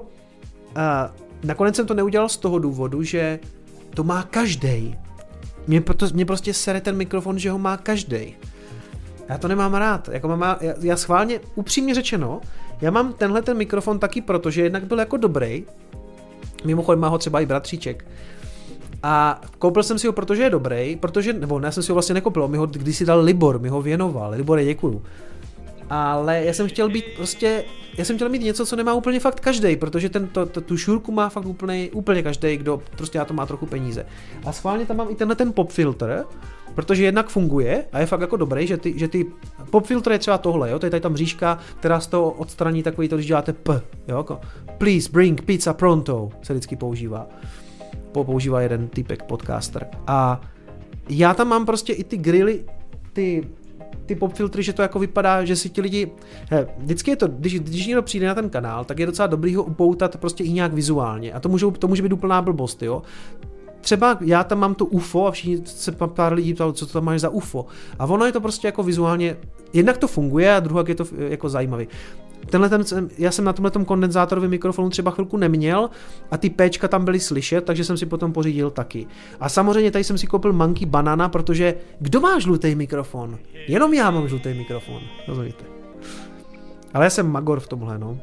Speaker 2: jsem to neudělal z toho důvodu, že to má každej. Mě prostě sere ten mikrofon, že ho má každej. Já to nemám rád, jako já schválně, upřímně řečeno, já mám tenhle ten mikrofon taky, protože jednak byl jako dobrý, mimochodem má ho třeba i bratříček, a koupil jsem si ho, protože je dobrý, já jsem si ho vlastně nekoupil, mi ho kdysi dal Libor, mi ho věnoval, Libore, děkuju. Ale já jsem chtěl mít něco, co nemá úplně fakt každej, protože tu šurku má fakt úplně každej, kdo prostě na to má trochu peníze. A schválně tam mám i tenhle ten pop filtr, protože jednak funguje a je fakt jako dobrý, že ty pop filtr je třeba tohle, jo, to je tady ta mřížka, která z toho odstraní takový to, když děláte p, jo, jako please bring pizza pronto, se vždycky používá. Používá jeden typek podcaster. A já tam mám prostě i ty grily, ty pop filtry, že to jako vypadá, že si ti lidi, vždycky je to, když někdo přijde na ten kanál, tak je docela dobrý ho upoutat prostě i nějak vizuálně a to může být úplná blbost, jo. Třeba já tam mám to UFO a všichni se pár lidí ptali, co to tam máš za UFO. A ono je to prostě jako vizuálně, jednak to funguje a druhá je to jako zajímavý. já jsem na tomhletom kondenzátorovém mikrofonu třeba chvilku neměl a ty Pčka tam byly slyšet, takže jsem si potom pořídil taky. A samozřejmě tady jsem si koupil Monkey Banana, protože kdo má žlutý mikrofon? Jenom já mám žlutý mikrofon, rozumíte. Ale já jsem magor v tomhle, no.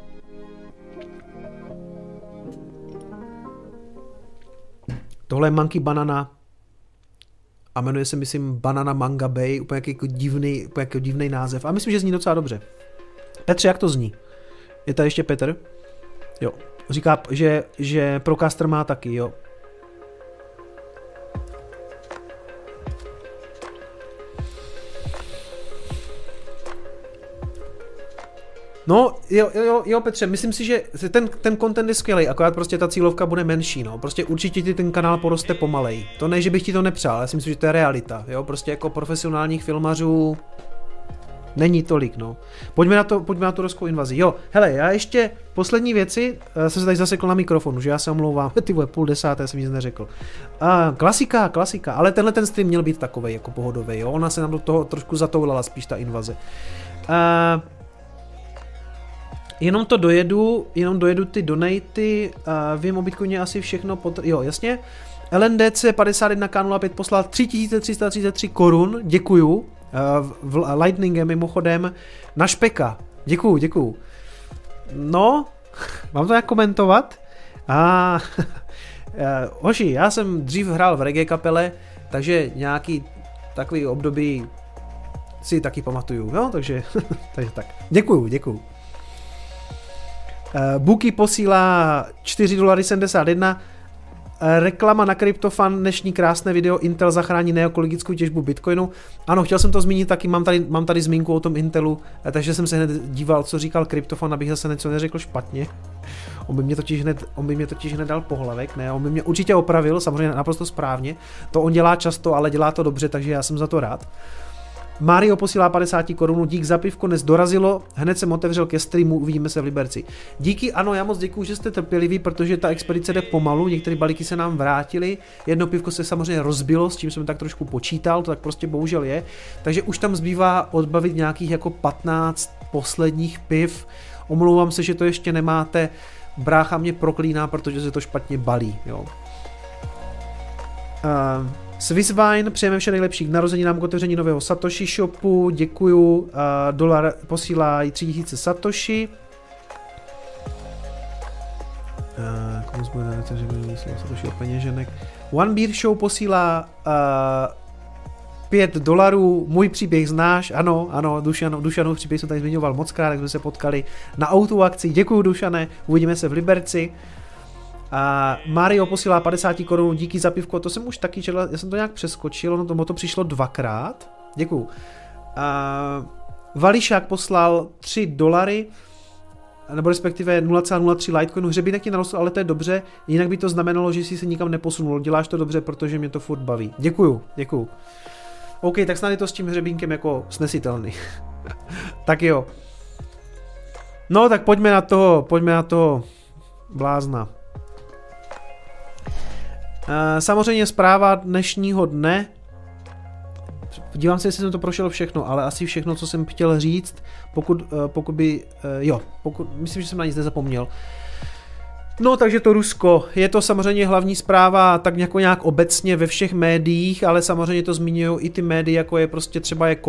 Speaker 2: Tohle je Monkey Banana a jmenuje se, myslím, Banana Manga Bay, úplně jako divný název. A myslím, že zní docela dobře. Petře, jak to zní? Je tady ještě Petr? Jo. Říká, že Procaster má taky, jo. No, jo, Petře, myslím si, že ten content je skvělej, akorát prostě ta cílovka bude menší, no. Prostě určitě ti ten kanál poroste pomalej. To ne, že bych ti to nepřál, já si myslím, že to je realita, jo. Prostě jako profesionálních filmařů není tolik, no. Pojďme na tu ruskou invazi. Jo, hele, já ještě poslední věci, jsem se tady zasekl na mikrofonu, že já se omlouvám, ty vole, 9:30 jsem nic neřekl. Klasika, ale tenhle ten stream měl být takovej, jako pohodový, jo. Ona se nám do toho trošku zatoulala spíš ta invaze. Jenom dojedu ty donaty, vím o Bitcoině asi všechno, jo, jasně. LNDC 51K05 poslal 3333 korun, děkuju, Lightningem mimochodem, na Špeka, děkuju. No, mám to jak komentovat? Hoši, já jsem dřív hrál v reggae kapele, takže nějaký takový období si taky pamatuju, jo, takže tak, děkuju. Buky posílá $4.71. Reklama na CryptoFan, dnešní krásné video, Intel zachrání neekologickou těžbu Bitcoinu. Ano, chtěl jsem to zmínit taky, mám tady zmínku o tom Intelu, takže jsem se hned díval, co říkal CryptoFan, abych zase něco neřekl špatně. On by mě totiž hned dal pohlavek, ne, on by mě určitě opravil, samozřejmě naprosto správně. To on dělá často, ale dělá to dobře, takže já jsem za to rád. Mario posílá 50 korun, dík za pivko, dnes dorazilo, hned jsem otevřel ke streamu, uvidíme se v Liberci. Díky, ano, já moc děkuju, že jste trpěliví, protože ta expedice jde pomalu, některé balíky se nám vrátily, jedno pivko se samozřejmě rozbilo, s čím jsem tak trošku počítal, to tak prostě bohužel je, takže už tam zbývá odbavit nějakých jako 15 posledních piv, omlouvám se, že to ještě nemáte, brácha mě proklíná, protože se to špatně balí, jo. Swisswine, přejeme vše nejlepší k narozeninám k otevření nového Satoshi shopu, děkuju, dolar posílá 3000 Satoshi. Komu zbude Satoshi o peněženek. One Beer Show posílá $5, můj příběh znáš, ano, Dušanův příběh jsem tady zmiňoval mockrát, tak jsme se potkali na autoakci, děkuju Dušane, uvidíme se v Liberci. Mario posílá 50 korun, díky za pivko, to jsem už taky četl, já jsem to nějak přeskočil, ono to přišlo dvakrát, děkuju. Vališák poslal $3, nebo respektive 0,03 Litecoinu, hřebínek ti narostl, ale to je dobře, jinak by to znamenalo, že jsi se nikam neposunul, děláš to dobře, protože mě to furt baví. Děkuju. OK, tak snad je to s tím hřebínkem jako snesitelný. Tak jo. No, tak pojďme na toho blázna. Samozřejmě zpráva dnešního dne. Dívám se, jestli jsem to prošel všechno, ale asi všechno, co jsem chtěl říct, myslím, že jsem na nic nezapomněl. No, takže to Rusko, je to samozřejmě hlavní zpráva tak nějak obecně ve všech médiích, ale samozřejmě to zmiňují i ty média, jako je prostě třeba je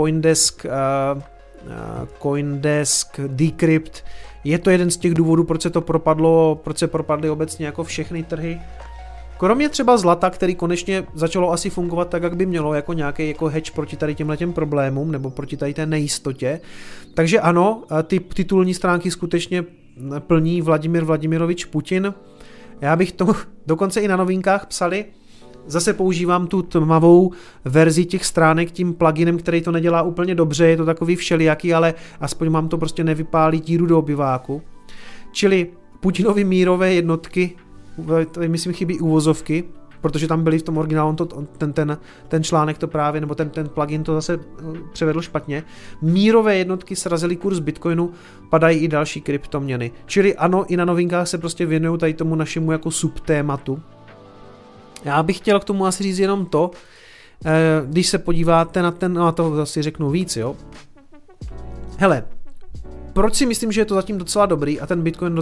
Speaker 2: Coindesk, Decrypt. Je to jeden z těch důvodů, proč se propadly obecně jako všechny trhy. Kromě třeba zlata, který konečně začalo asi fungovat tak, jak by mělo, jako nějaký jako hedge proti tady těmhletěm problémům, nebo proti tady té nejistotě. Takže ano, ty titulní stránky skutečně plní Vladimir Vladimirovič Putin. Já bych to dokonce i na novinkách psali. Zase používám tu tmavou verzi těch stránek tím pluginem, který to nedělá úplně dobře, je to takový všelijaký, ale aspoň mám to prostě nevypálí díru do obyváku. Čili Putinovy mírové jednotky, tady myslím chybí uvozovky, protože tam byly v tom originálu ten článek to právě, nebo ten plugin to zase převedl špatně. Mírové jednotky srazily kurz Bitcoinu, padají i další kryptoměny. Čili ano, i na novinkách se prostě věnují tady tomu našemu jako subtématu. Já bych chtěl k tomu asi říct jenom to, když se podíváte na to asi řeknu víc, jo. Hele, proč si myslím, že je to zatím docela dobrý a ten Bitcoin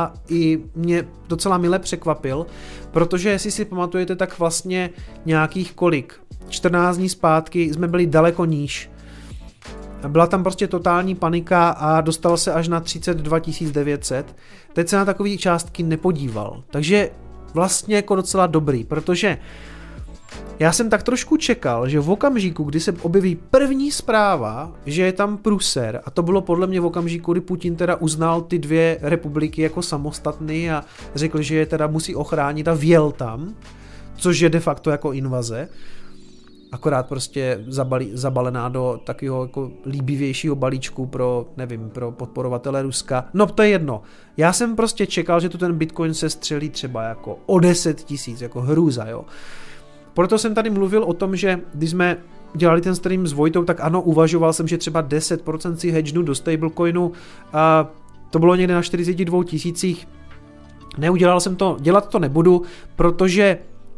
Speaker 2: mě docela mile překvapil, protože jestli si pamatujete, tak vlastně nějakých 14 dní zpátky jsme byli daleko níž. Byla tam prostě totální panika a dostal se až na 32 900. Teď se na takové částky nepodíval. Takže vlastně jako docela dobrý, protože já jsem tak trošku čekal, že v okamžiku, kdy se objeví první zpráva, že je tam průser, a to bylo podle mě v okamžiku, kdy Putin teda uznal ty 2 republiky jako samostatný a řekl, že je teda musí ochránit a vjel tam, což je de facto jako invaze, akorát prostě zabalená do takového jako líbivějšího balíčku pro podporovatele Ruska. No to je jedno. Já jsem prostě čekal, že tu ten Bitcoin se střelí třeba jako o 10 000, jako hrůza, jo. Proto jsem tady mluvil o tom, že když jsme dělali ten stream s Vojtou, tak ano, uvažoval jsem, že třeba 10% si hedgenu do stablecoinu a to bylo někde na 42 000. Neudělal jsem to, dělat to nebudu, protože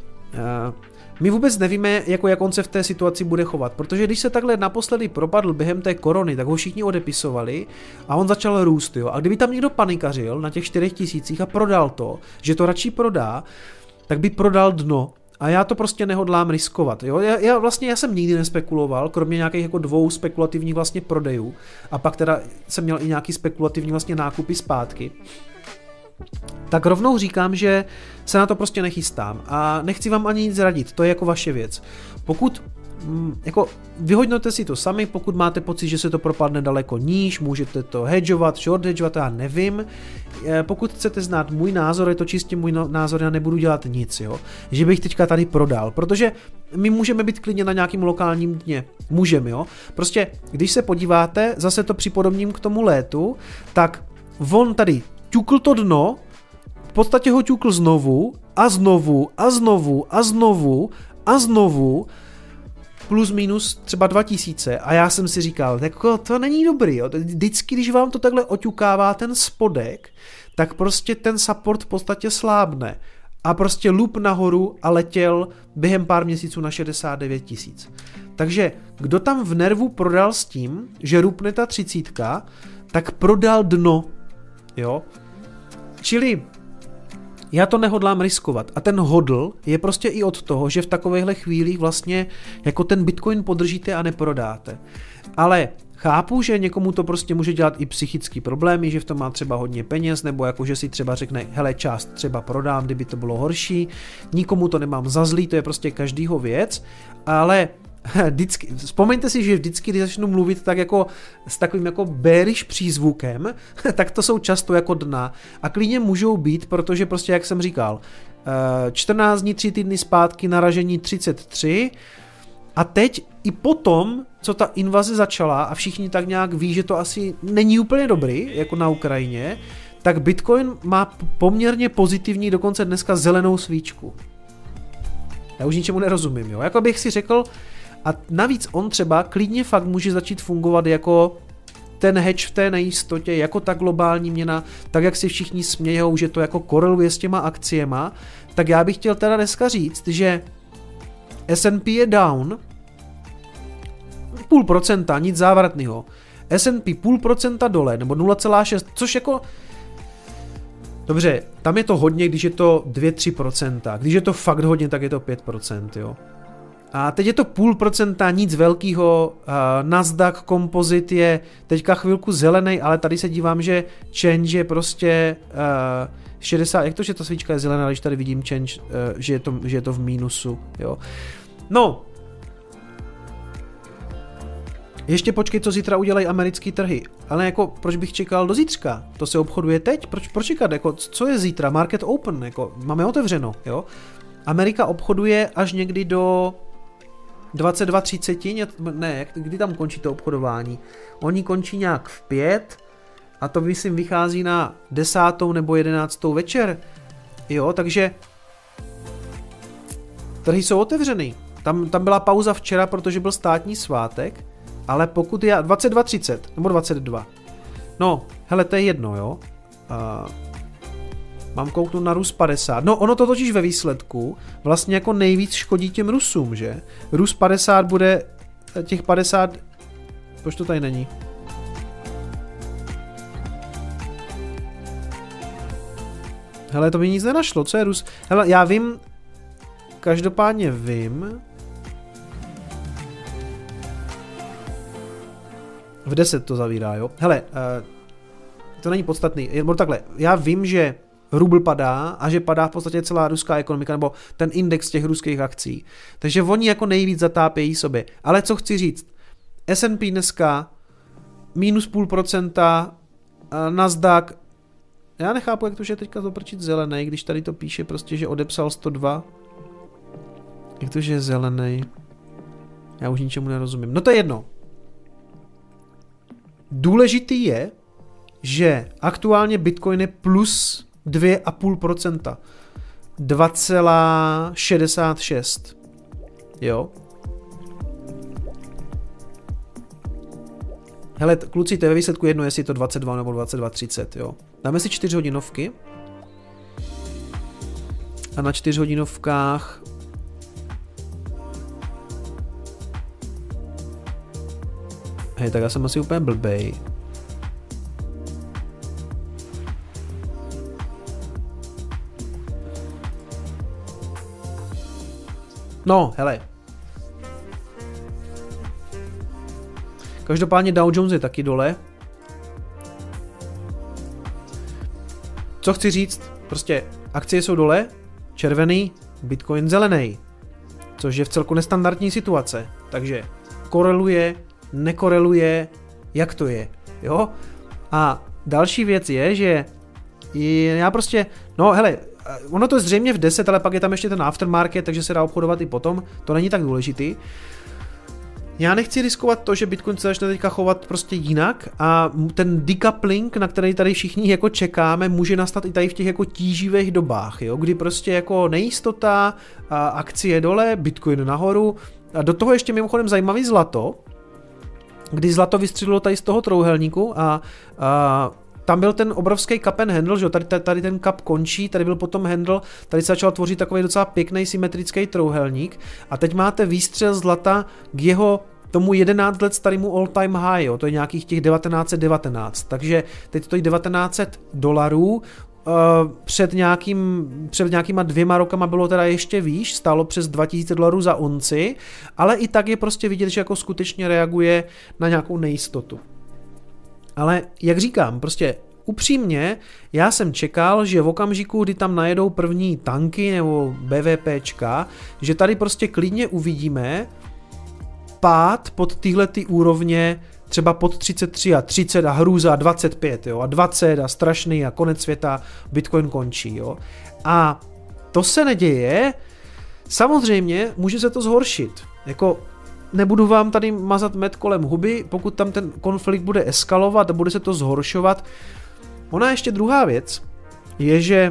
Speaker 2: my vůbec nevíme, jak on se v té situaci bude chovat, protože když se takhle naposledy propadl během té korony, tak ho všichni odepisovali a on začal růst, jo. A kdyby tam někdo panikařil na těch 4 000 a prodal to, že to radši prodá, tak by prodal dno. A já to prostě nehodlám riskovat. Jo? Já jsem nikdy nespekuloval, kromě nějakých jako 2 spekulativních vlastně prodejů. A pak teda jsem měl i nějaký spekulativní vlastně nákupy zpátky. Tak rovnou říkám, že se na to prostě nechystám. A nechci vám ani nic radit, to je jako vaše věc. Pokud jako vyhodnote si to sami, pokud máte pocit, že se to propadne daleko níž, můžete to hedžovat, short hedžovat, já nevím. Pokud chcete znát můj názor, je to čistě můj názor, já nebudu dělat nic, jo. Že bych teďka tady prodal, protože my můžeme být klidně na nějakým lokálním dně. Můžeme, jo. Prostě, když se podíváte, zase to připodobním k tomu létu, tak on tady ťukl to dno, v podstatě ho ťukl znovu a znovu a znovu a znovu a znovu, plus minus třeba 2000 a já jsem si říkal, jako to není dobrý, jo. Vždycky, když vám to takhle oťukává ten spodek, tak prostě ten support v podstatě slábne a prostě lup nahoru a letěl během pár měsíců na 69 000. Takže kdo tam v nervu prodal s tím, že rupne ta 30, tak prodal dno, jo. Čili já to nehodlám riskovat a ten hodl je prostě i od toho, že v takovéchhle chvílích vlastně jako ten Bitcoin podržíte a neprodáte. Ale chápu, že někomu to prostě může dělat i psychický problémy, že v tom má třeba hodně peněz, nebo jako že si třeba řekne, hele, část třeba prodám, kdyby to bylo horší. Nikomu to nemám za zlý, to je prostě každýho věc, ale vždycky, vzpomeňte si, že vždycky, když začnu mluvit tak jako s takovým jako bearish přízvukem, tak to jsou často jako dna a klidně můžou být, protože prostě, jak jsem říkal, 14 dní, 3 týdny zpátky naražení 33 a teď i potom, co ta invaze začala a všichni tak nějak ví, že to asi není úplně dobrý, jako na Ukrajině, tak Bitcoin má poměrně pozitivní, dokonce dneska zelenou svíčku. Já už ničemu nerozumím, jo. Jako bych si řekl, a navíc on třeba klidně fakt může začít fungovat jako ten hedge v té nejistotě, jako ta globální měna, tak jak si všichni smějou, že to jako koreluje s těma akciema, tak já bych chtěl teda dneska říct, že S&P je down 0,5%, nic závratného. S&P 0,5% dole, nebo 0,6%, což jako dobře, tam je to hodně, když je to 2-3%, když je to fakt hodně, tak je to 5%, jo. A teď je to 0,5%, nic velkého, Nasdaq Composite je teďka chvilku zelený, ale tady se dívám, že change je prostě 60, jak to, že ta svíčka je zelená, když tady vidím change, že je to v mínusu, jo. No, ještě počkej, co zítra udělají americké trhy. Ale jako, proč bych čekal do zítřka? To se obchoduje teď? Proč čekat? Jako, co je zítra? Market open, jako, máme otevřeno, jo? Amerika obchoduje až někdy do 22:30, ne, kdy tam končí to obchodování? Oni končí nějak v 5 a to myslím vychází na 10. nebo 11. večer, jo, takže trhy jsou otevřený. Tam byla pauza včera, protože byl státní svátek, ale pokud je 22:30 nebo 22. No, hele, to je jedno, jo. Mám kouknout na Rus 50. No, ono to totiž ve výsledku vlastně jako nejvíc škodí těm Rusům, že? Rus 50 bude těch 50... Proč to tady není? Hele, to mi nic nenašlo, co je Rus... Hele, já vím, každopádně vím, v 10 to zavírá, jo. Hele, to není podstatný, nebo takhle, já vím, že rubl padá a že padá v podstatě celá ruská ekonomika, nebo ten index těch ruských akcí. Takže oni jako nejvíc zatápějí sobě. Ale co chci říct, S&P dneska minus 0,5%, Nasdaq, já nechápu, jak to, že je teďka zoprčit zelený, když tady to píše prostě, že odepsal 102. Jak to, že je zelený? Já už ničemu nerozumím. No to je jedno. Důležitý je, že aktuálně Bitcoin je plus 2,5%. 2,66. Jo? Hele, kluci, to je ve výsledku jedno, jestli je to 22 nebo 22,30, jo. Dáme si 4 hodinovky. A na 4 hodinovkách hej, tak já jsem asi úplně blbej. No, hele. Každopádně Dow Jones je taky dole. Co chci říct? Prostě akcie jsou dole, červený, Bitcoin zelený. Což je v celku nestandardní situace. Takže koreluje, nekoreluje, jak to je, jo? A další věc je, že já prostě, no hele, ono to je zřejmě v 10, ale pak je tam ještě ten aftermarket, takže se dá obchodovat i potom, to není tak důležitý. Já nechci riskovat to, že Bitcoin se začne teďka chovat prostě jinak a ten decoupling, na který tady všichni jako čekáme, může nastat i tady v těch jako tíživých dobách, jo? Kdy prostě jako nejistota, akcie dole, Bitcoin nahoru a do toho ještě mimochodem zajímavý zlato, kdy zlato vystřelilo tady z toho trouhelníku a tam byl ten obrovský cup and handle, že tady ten cup končí, tady byl potom handle, tady se začal tvořit takový docela pěkný symetrický trouhelník a teď máte výstřel zlata k jeho tomu 11 let starému all time high, jo, to je nějakých těch 1919, takže teď stojí $1900, před nějakýma 2 rokama bylo teda ještě výš, stálo přes $2000 za unci, ale i tak je prostě vidět, že jako skutečně reaguje na nějakou nejistotu. Ale jak říkám, prostě upřímně, já jsem čekal, že v okamžiku, kdy tam najedou první tanky nebo BVPčka, že tady prostě klidně uvidíme pád pod tyhle ty úrovně, třeba pod 33 a 30 a hrůza a 25, jo, a 20 a strašný a konec světa, Bitcoin končí, jo. A to se neděje, samozřejmě může se to zhoršit, jako nebudu vám tady mazat med kolem huby, pokud tam ten konflikt bude eskalovat a bude se to zhoršovat. Ona ještě druhá věc je, že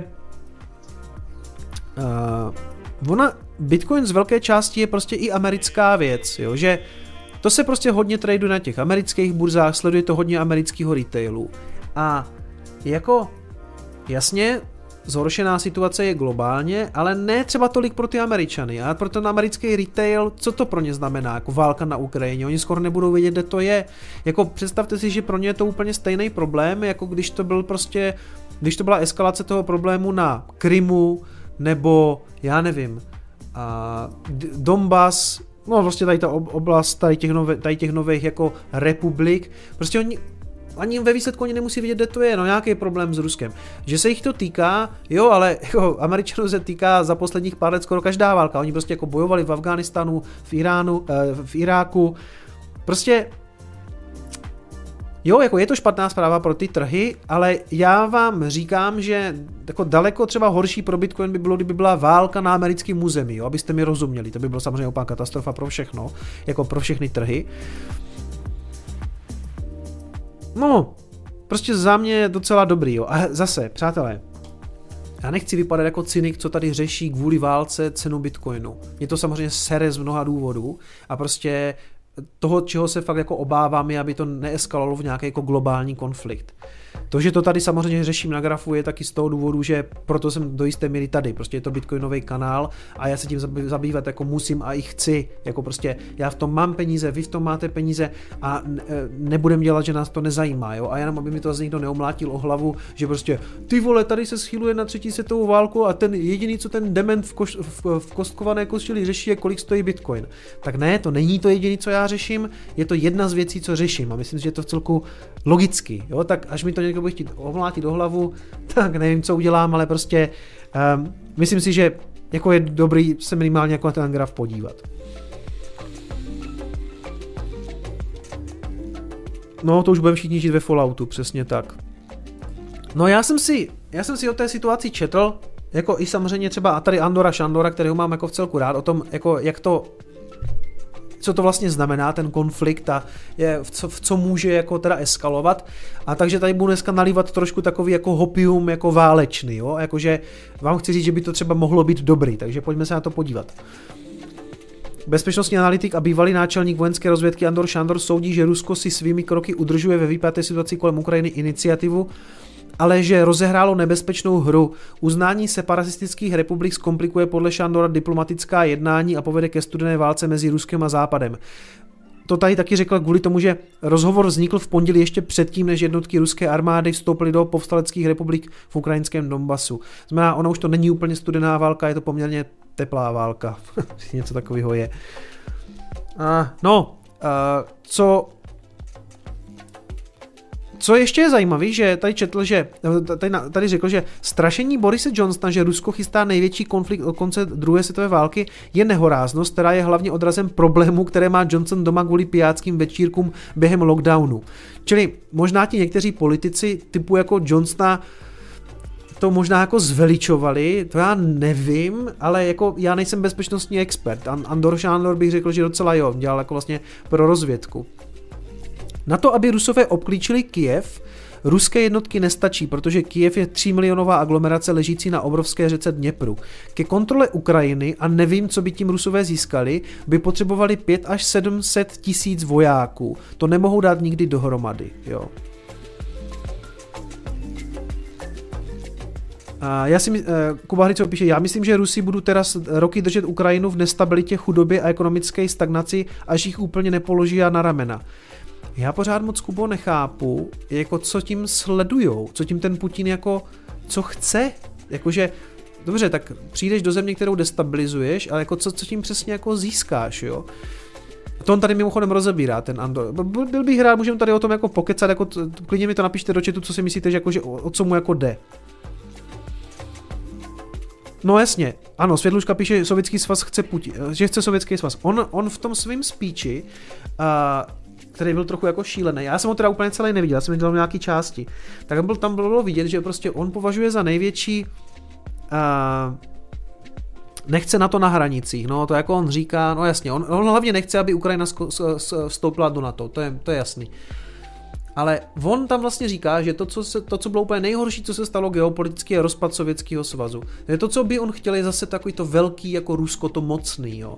Speaker 2: Bitcoin z velké části je prostě i americká věc, jo, že to se prostě hodně traduje na těch amerických burzách, sleduje to hodně amerického retailu. A jako jasně, zhoršená situace je globálně, ale ne třeba tolik pro ty Američany. A pro ten americký retail, co to pro ně znamená? Jako válka na Ukrajině. Oni skoro nebudou vědět, kde to je. Jako představte si, že pro ně je to úplně stejný problém, jako když to byla eskalace toho problému na Krymu, nebo já nevím, Donbas, no prostě tady ta oblast, tady těch nových jako republik. Prostě ani ve výsledku oni nemusí vidět, kde to je, no nějaký problém s Ruskem. Že se jich to týká, jo, ale jako Američanů se týká za posledních pár let skoro každá válka. Oni prostě jako bojovali v Afghánistánu, v Iránu, v Iráku. Prostě jo, jako je to špatná zpráva pro ty trhy, ale já vám říkám, že jako daleko třeba horší pro Bitcoin by bylo, kdyby byla válka na americkém území, jo, abyste mi rozuměli. To by bylo samozřejmě úplná katastrofa pro všechno, jako pro všechny trhy. No, prostě za mě docela dobrý, jo. A zase, přátelé, já nechci vypadat jako cynik, co tady řeší kvůli válce cenu Bitcoinu. Mě to samozřejmě sere z mnoha důvodů a prostě toho, čeho se fakt jako obávám, je, aby to neeskalovalo v nějaký jako globální konflikt. To, že to tady samozřejmě řeším na grafu, je taky z toho důvodu, že proto jsem do jisté míry tady. Prostě je to bitcoinový kanál a já se tím zabývat jako musím a i chci. Jako prostě já v tom mám peníze, vy v tom máte peníze a nebudem dělat, že nás to nezajímá. Jo? A jenom, aby mi to zase někdo neomlátil o hlavu, že prostě ty vole, tady se schyluje na 3. světovou válku a ten jediný, co ten dement v kostkované košili řeší, je, kolik stojí bitcoin. Tak ne, to není to jediný, co já řeším, je to jedna z věcí, co řeším a myslím si, že je to v celku logicky. Jo? Tak až mi to někdo bude chtít omlátit do hlavu, tak nevím, co udělám, ale prostě myslím si, že jako je dobrý se minimálně jako na ten graf podívat. No, to už budeme všichni žít ve Falloutu, přesně tak. No já jsem si o té situaci četl, jako i samozřejmě třeba tady Andora Šandora, kterého mám jako v celku rád, o tom, jako jak to, co to vlastně znamená, ten konflikt a v co může jako teda eskalovat. A takže tady budu dneska nalívat trošku takový jako hopium jako válečný, jo? Jakože vám chci říct, že by to třeba mohlo být dobrý, takže pojďme se na to podívat. Bezpečnostní analytik a bývalý náčelník vojenské rozvědky Andor Šandor soudí, že Rusko si svými kroky udržuje ve výpjaté situaci kolem Ukrajiny iniciativu, ale že rozehrálo nebezpečnou hru. Uznání separatistických republik zkomplikuje podle Šandora diplomatická jednání a povede ke studené válce mezi Ruskem a Západem. To tady taky řekl kvůli tomu, že rozhovor vznikl v pondělí ještě předtím, než jednotky ruské armády vstoupily do povstaleckých republik v ukrajinském Donbasu. Znamená, ono už to není úplně studená válka, je to poměrně teplá válka. Něco takového je. Co ještě je zajímavé, že tady četl, že tady řekl, že strašení Borise Johnsona, že Rusko chystá největší konflikt od konce druhé světové války, je nehoráznost, která je hlavně odrazem problémů, které má Johnson doma kvůli pijáckým večírkům během lockdownu. Čili možná ti někteří politici typu jako Johnsona to možná jako zveličovali, to já nevím, ale jako já nejsem bezpečnostní expert. Andor Šandor bych řekl, že docela jo, dělal jako vlastně pro rozvědku. Na to, aby Rusové obklíčili Kyjev, ruské jednotky nestačí, protože Kyjev je 3milionová aglomerace ležící na obrovské řece Dněpru. Ke kontrole Ukrajiny, a nevím, co by tím Rusové získali, by potřebovali 500 až 700 tisíc vojáků. To nemohou dát nikdy dohromady, jo. Kuba Hrycov píše, já myslím, že Rusi budou teraz roky držet Ukrajinu v nestabilitě, chudobě a ekonomické stagnaci, až jich úplně nepoloží na ramena. Já pořád moc, Kubo, nechápu, jako co tím sledujou, co tím ten Putin jako, co chce, jakože, dobře, tak přijdeš do země, kterou destabilizuješ, ale jako co tím přesně jako získáš, jo. To on tady mimochodem rozebírá, ten Andor. Byl bych rád, můžeme tady o tom jako pokecat, jako klidně mi to napište do chatu, co si myslíte, že, jako, že o co mu jako jde. No jasně, ano, Světluška píše, že Sovětský svaz chce Putin, že chce Sovětský svaz. On v tom svém speechi, který byl trochu jako šílený, já jsem ho teda úplně celý neviděl, já jsem dělal nějaký části, tak tam bylo vidět, že prostě on považuje za největší, nechce NATO na hranicích, no to jako on říká, no jasně, on hlavně nechce, aby Ukrajina vstoupila do NATO, to je jasný. Ale on tam vlastně říká, že to, co bylo úplně nejhorší, co se stalo geopoliticky, je rozpad Sovětského svazu. To, co by on chtěl, je zase takový to velký jako Rusko, to mocný, jo.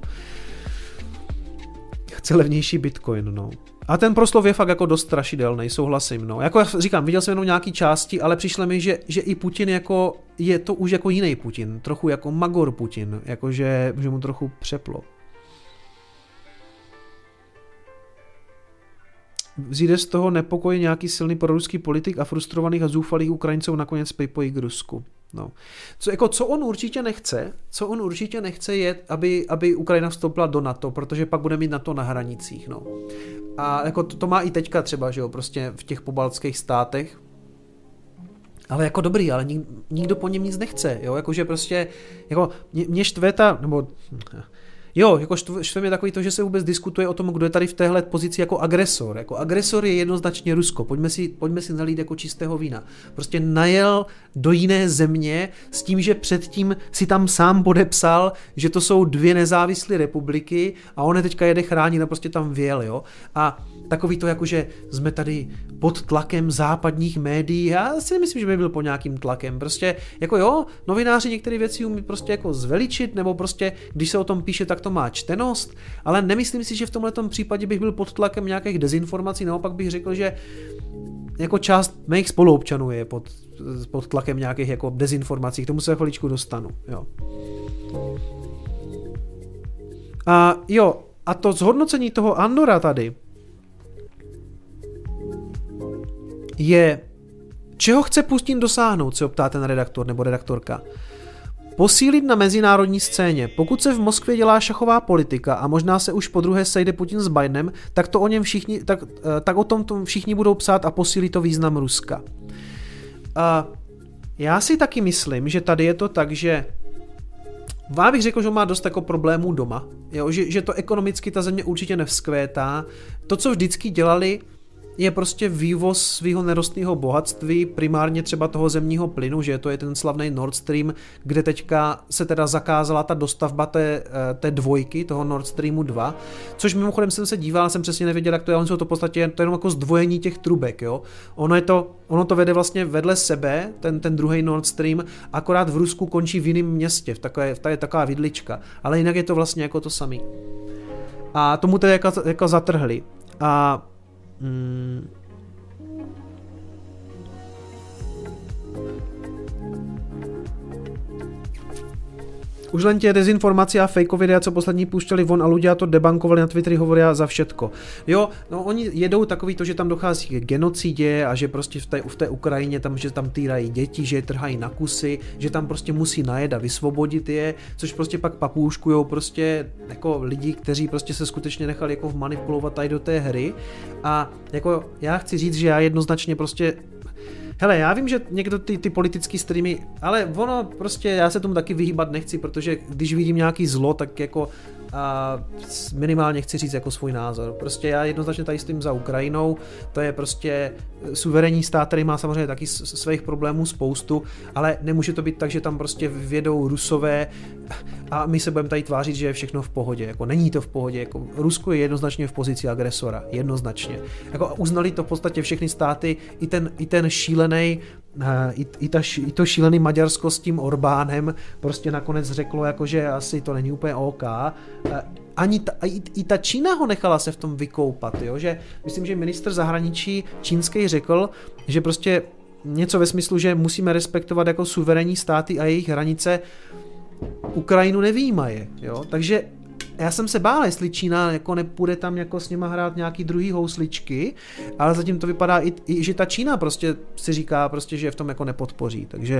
Speaker 2: Chce levnější Bitcoin, no. A ten proslov je fakt jako dost strašidelný, souhlasím, no. Jako říkám, viděl jsem jenom nějaký části, ale přišlo mi, že i Putin jako, je to už jako jiný Putin, trochu jako Magor Putin, jakože že mu trochu přeplo. Vzjde z toho nepokoj nějaký silný proruský politik a frustrovaných a zoufalých Ukrajinců nakonec připojí k Rusku. No. Co on určitě nechce je, aby Ukrajina vstoupila do NATO, protože pak bude mít NATO na hranicích. No. A jako to má i teďka třeba, že jo, prostě v těch pobaltských státech. Ale jako dobrý, ale nikdo po něm nic nechce, jo, jakože prostě, jako mě štve nebo... Jo, jako štve mě takový to, že se vůbec diskutuje o tom, kdo je tady v téhle pozici jako agresor. Jako agresor je jednoznačně Rusko. Pojďme si nalít jako čistého vína. Prostě najel do jiné země s tím, že předtím si tam sám podepsal, že to jsou 2 nezávislé republiky a on je teďka jede chránit a prostě tam vyjel, jo. A takový to jako, že jsme tady pod tlakem západních médií. Já si nemyslím, že by byl pod nějakým tlakem. Prostě jako jo, novináři některé věci umí prostě jako zveličit, nebo prostě když se o tom píše, tak to to má čtenost, ale nemyslím si, že v tomhletom případě bych byl pod tlakem nějakých dezinformací, naopak bych řekl, že jako část mých spoluobčanů je pod tlakem nějakých jako dezinformací, k tomu se chviličku dostanu, jo. A to zhodnocení toho Andora tady je, čeho chce Putin dosáhnout, se optá ten redaktor nebo redaktorka. Posílit na mezinárodní scéně. Pokud se v Moskvě dělá šachová politika a možná se už podruhé sejde Putin s Bidenem, tak to o něm všichni, tak o tom všichni budou psát a posílí to význam Ruska. Já si taky myslím, že tady je to tak, že já bych řekl, že má dost jako problémů doma, jo? Že to ekonomicky ta země určitě nevzkvétá. To, co vždycky dělali, je prostě vývoz svého nerostného bohatství, primárně třeba toho zemního plynu, že to je ten slavný Nord Stream, kde teďka se teda zakázala ta dostavba té dvojky, toho Nord Streamu 2, což mimochodem jsem se díval, jsem přesně nevěděl, jak to je, ale jsou to v podstatě to jenom jako zdvojení těch trubek, jo. Ono to vede vlastně vedle sebe, ten druhý Nord Stream, akorát v Rusku končí v jiném městě, je taková vidlička, ale jinak je to vlastně jako to samý. A tomu tedy jako zatrhli. A už len tie dezinformácie a fejkové videa, co poslední púšťali von a ľudia to debankovali na Twitteri, hovoria za všetko. Jo, no oni jedou takový to, že tam dochází k genocidě a že prostě v té Ukrajině že tam týrají děti, že je trhají na kusy, že tam prostě musí najet a vysvobodit je, což prostě pak papůškujou prostě jako lidi, kteří prostě se skutečně nechali jako manipulovat tady do té hry a jako já chci říct, že já jednoznačně prostě hele, já vím, že někdo ty politický streamy, ale ono prostě, já se tomu taky vyhýbat nechci, protože když vidím nějaký zlo, tak jako minimálně chci říct jako svůj názor. Prostě já jednoznačně tady stojím za Ukrajinou, to je prostě suverénní stát, který má samozřejmě taky svých problémů spoustu, ale nemůže to být tak, že tam prostě vědou Rusové a my se budeme tady tvářit, že je všechno v pohodě. Jako není to v pohodě, jako Rusko je jednoznačně v pozici agresora, jednoznačně. Jako uznali to v podstatě všechny státy, i ten šílený i to šílený Maďarsko s tím Orbánem prostě nakonec řeklo, jako, že asi to není úplně OK. I ta Čína ho nechala se v tom vykoupat, jo? Že myslím, že ministr zahraničí čínský řekl, že prostě něco ve smyslu, že musíme respektovat jako suverénní státy a jejich hranice, Ukrajinu nevyjímaje, jo? Takže já jsem se bál, jestli Čína jako nepůjde tam jako s nima hrát nějaký druhý housličky, ale zatím to vypadá i že ta Čína prostě si říká prostě, že je v tom jako nepodpoří, takže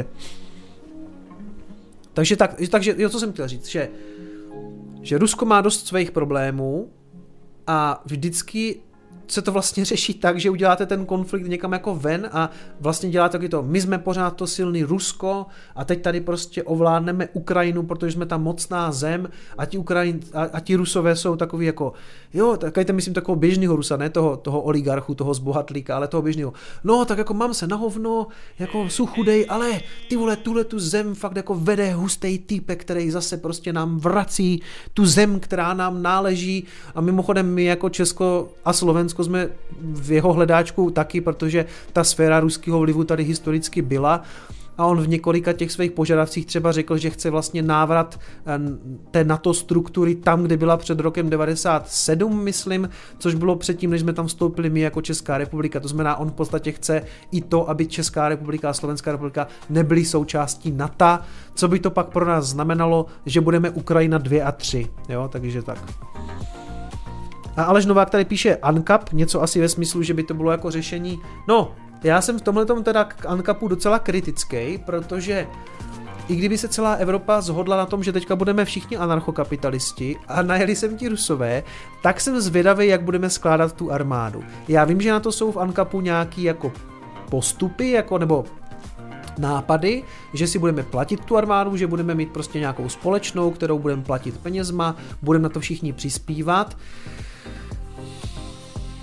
Speaker 2: jo, co jsem chtěl říct, že Rusko má dost svých problémů a vždycky se to vlastně řeší tak, že uděláte ten konflikt někam jako ven a vlastně děláte taky to, my jsme pořád to silný Rusko a teď tady prostě ovládneme Ukrajinu, protože jsme tam mocná zem a ti Rusové jsou takový jako, jo, tak myslím takového běžného Rusa, ne toho oligarchu, toho zbohatlíka, ale toho běžného. No, tak jako mám se na hovno, jako jsou chudej, ale ty vole, tuhle tu zem fakt jako vede hustej týpek, který zase prostě nám vrací tu zem, která nám náleží a mimochodem my jako Česko a Slovensko jsme v jeho hledáčku taky, protože ta sféra ruského vlivu tady historicky byla a on v několika těch svých požadavcích třeba řekl, že chce vlastně návrat té NATO struktury tam, kde byla před rokem 97, myslím, což bylo předtím, než jsme tam vstoupili my jako Česká republika. To znamená, on v podstatě chce i to, aby Česká republika a Slovenská republika nebyly součástí NATO, co by to pak pro nás znamenalo, že budeme Ukrajina 2 a 3, jo, takže tak. A Aleš Novák tady píše ANCAP, něco asi ve smyslu, že by to bylo jako řešení. No, já jsem v tomhletom teda k ANCAPu docela kritický, protože i kdyby se celá Evropa shodla na tom, že teďka budeme všichni anarchokapitalisti a najeli sem ti Rusové, tak jsem zvědavý, jak budeme skládat tu armádu. Já vím, že na to jsou v ANCAPu nějaký jako postupy, jako nebo nápady, že si budeme platit tu armádu, že budeme mít prostě nějakou společnou, kterou budeme platit penězma, budeme na to všichni přispívat.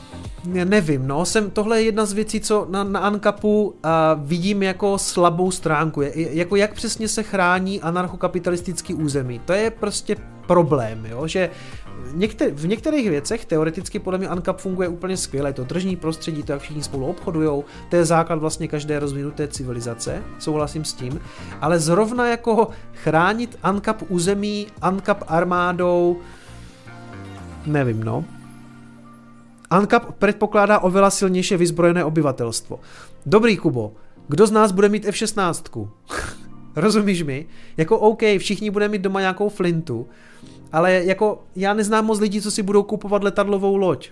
Speaker 2: nevím, no, tohle je jedna z věcí, co na ANCAPu vidím jako slabou stránku, jako jak přesně se chrání anarchokapitalistický území. To je prostě problém, jo, že v některých věcech teoreticky podle mě ANCAP funguje úplně skvěle, je to tržní prostředí, to jak všichni spolu obchodujou, to je základ vlastně každé rozvinuté civilizace, souhlasím s tím, ale zrovna jako chránit ANCAP území, ANCAP armádou, nevím, no. ANCAP předpokládá oveľa silnější vyzbrojené obyvatelstvo. Dobrý, Kubo, kdo z nás bude mít F-16? Rozumíš mi? Jako OK, všichni budeme mít doma nějakou flintu, ale jako já neznám moc lidí, co si budou kupovat letadlovou loď.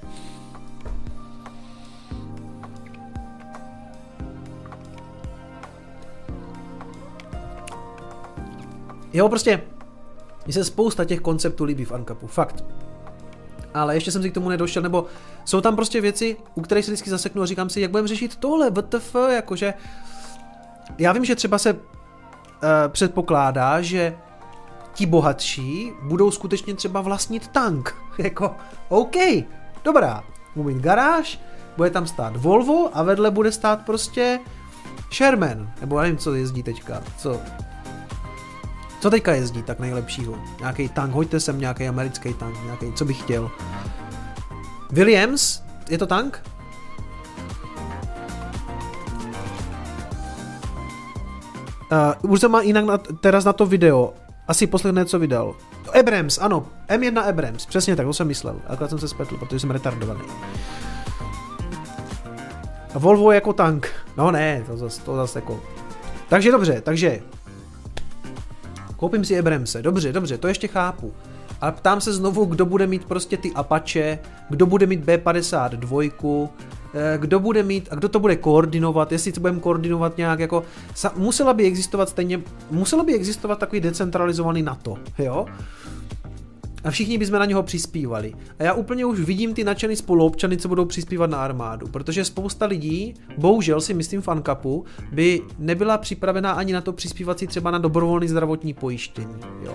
Speaker 2: Jo, prostě mně se spousta těch konceptů líbí v ANCAPu, fakt. Ale ještě jsem si k tomu nedošel, nebo jsou tam prostě věci, u kterých se vždycky zaseknu a říkám si, jak budeme řešit tohle, WTF, jakože já vím, že třeba se předpokládá, že ti bohatší budou skutečně třeba vlastnit tank, jako OK, dobrá, budu mít garáž, bude tam stát Volvo a vedle bude stát prostě Sherman, nebo nevím, co jezdí teďka, co teďka jezdí tak nejlepšího? Nějaký tank, hoďte sem nějaký americký tank, nějaký, co bych chtěl. Williams, je to tank? Už jsem má jinak teraz na to video, asi posledné, co vydal. Abrams, ano, M1 Abrams, přesně tak, to jsem myslel, akorát jsem se spletl, protože jsem retardovaný. A Volvo jako tank, no ne, to zase jako... Takže dobře, koupím si Abramse, dobře, to ještě chápu. Ale ptám se znovu, kdo bude mít prostě ty Apache, kdo bude mít B-52, kdo bude mít, a kdo to bude koordinovat, jestli to budeme koordinovat nějak jako, musela by existovat takový decentralizovaný NATO, jo? A všichni bychom na něho přispívali. A já úplně už vidím ty nadšený spoluobčany, co budou přispívat na armádu, protože spousta lidí, bohužel si myslím v ANCAPu, by nebyla připravená ani na to přispívat si třeba na dobrovolné zdravotní pojištění, jo.